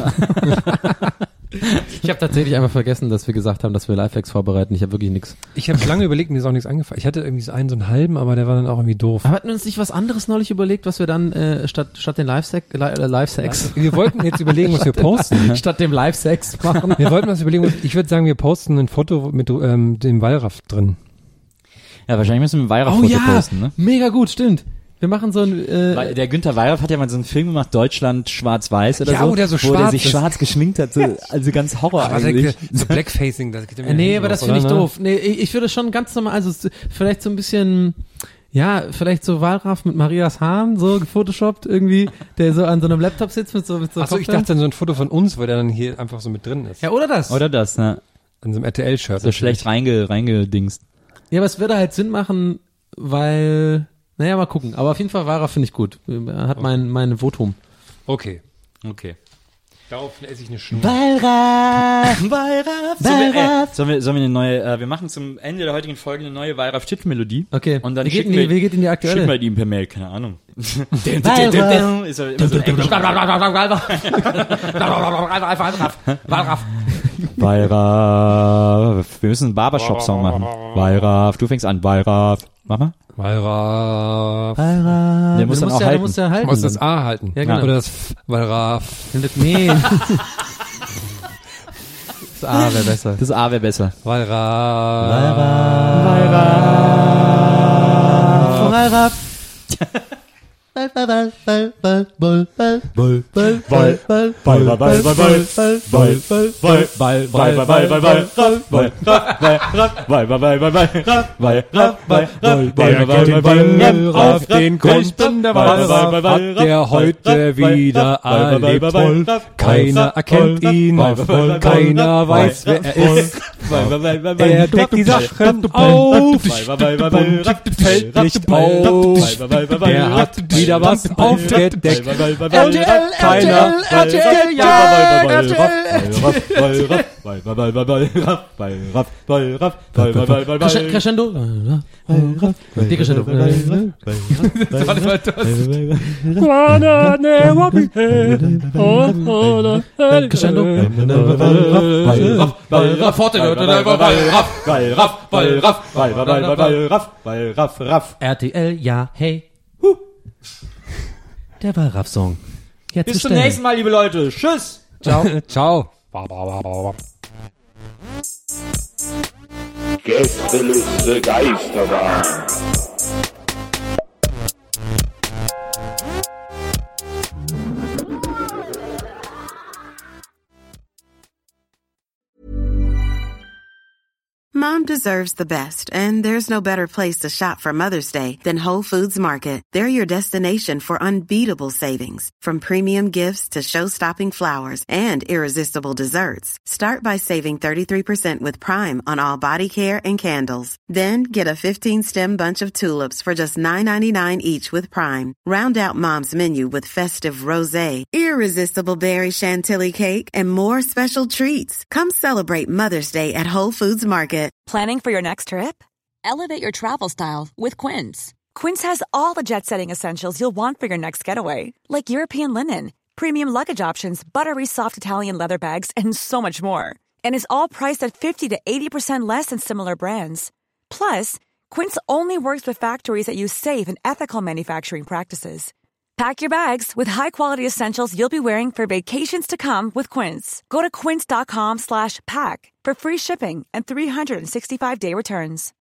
Ich habe tatsächlich einfach vergessen, dass wir gesagt haben, dass wir Lifehacks vorbereiten. Ich habe wirklich nichts. Ich habe lange überlegt, mir ist auch nichts angefallen. Ich hatte irgendwie so einen, so einen halben, aber der war dann auch irgendwie doof. Aber hatten wir uns nicht was anderes neulich überlegt, was wir dann äh, statt statt den Live-Sex, Li äh, Live-Sex, Wir wollten jetzt überlegen, was wir posten. statt dem Live-Sex machen? Wir wollten was überlegen. Was, ich würde sagen, wir posten ein Foto mit ähm, dem Wallraff drin. Ja, wahrscheinlich müssen wir ein Oh Weihrauch-Foto ja, posten, ne? mega gut, stimmt. Wir machen so ein äh, Weil der Günther Weyraff hat ja mal so einen Film gemacht, Deutschland schwarz-weiß oder Ja, so, wo der so wo der schwarz sich ist. schwarz geschminkt hat, so, also ganz Horror Aber eigentlich. so Blackfacing, das geht ja Äh, nee, aber das finde ich oder, ne? doof. Nee, ich, ich würde schon ganz normal, also s- vielleicht so ein bisschen, ja, vielleicht so Wallraff mit Marias Haaren, so gefotoshoppt irgendwie, der so an so einem Laptop sitzt mit so, mit so Achso, ich Kopfhörern. dachte dann so ein Foto von uns, wo der dann hier einfach so mit drin ist. Ja, oder das. Oder das, ne? An so einem R T L-Shirt. So schlecht reinge, reingedingst. Ja, aber es würde halt Sinn machen, weil, naja, mal gucken. Aber auf jeden Fall Wallraff finde ich gut. Er hat mein, mein Votum. Okay. Okay. Darauf esse ich eine Schnur. Wallraff, Wallraff, sollen wir, äh, sollen wir, sollen wir eine neue, äh, wir machen zum Ende der heutigen Folge eine neue Wallraff-Titelmelodie. Okay. Und dann wie, geht schicken in die, wir, wie geht in die aktuelle? schicken wir die ihm per Mail, keine Ahnung. Ist ja immer so Englisch. Wallraff. Wallraff. Wir müssen einen Barbershop-Song machen. Wallraff, du fängst an, Wallraff. Mach mal. Wallraff. Der muss Du dann musst auch ja, du halten. musst ja halten. Muss das A halten. Ja, genau. Oder das F. Wallraff. Nee. Das A wäre besser. Das A wäre besser. Wallraff. Wallraff. Wallraff, den großen Wallraff hat der heute wieder erlebt. Keiner erkennt ihn, keiner weiß, wer er ist. Er deckt die Sachen auf, fällt nicht auf. Der hat wieder was aufgedeckt. R T L, Keiner. R T L, ja, R T L. Cresce- Crescendo. Die Crescendo. Crescendo. Wallraff, Forte, Wallraff, Wallraff, Wallraff, Wallraff, Wallraff, Raff. R T L, ja, hey. Der Wallraff-Song. Jetzt Bis zum bestellen. nächsten Mal, liebe Leute. Tschüss. Ciao. Ciao. Gästeliste Geisterbahn. Mom deserves the best, and there's no better place to shop for Mother's Day than Whole Foods Market. They're your destination for unbeatable savings, from premium gifts to show-stopping flowers and irresistible desserts. Start by saving thirty-three percent with Prime on all body care and candles. Then get a fifteen-stem bunch of tulips for just nine ninety-nine each with Prime. Round out Mom's menu with festive rosé, irresistible berry chantilly cake, and more special treats. Come celebrate Mother's Day at Whole Foods Market. Planning for your next trip? Elevate your travel style with Quince. Quince has all the jet-setting essentials you'll want for your next getaway, like European linen, premium luggage options, buttery soft Italian leather bags, and so much more. And is all priced at fifty to eighty percent less than similar brands. Plus, Quince only works with factories that use safe and ethical manufacturing practices. Pack your bags with high-quality essentials you'll be wearing for vacations to come with Quince. Go to quince.com slash pack for free shipping and three sixty-five day returns.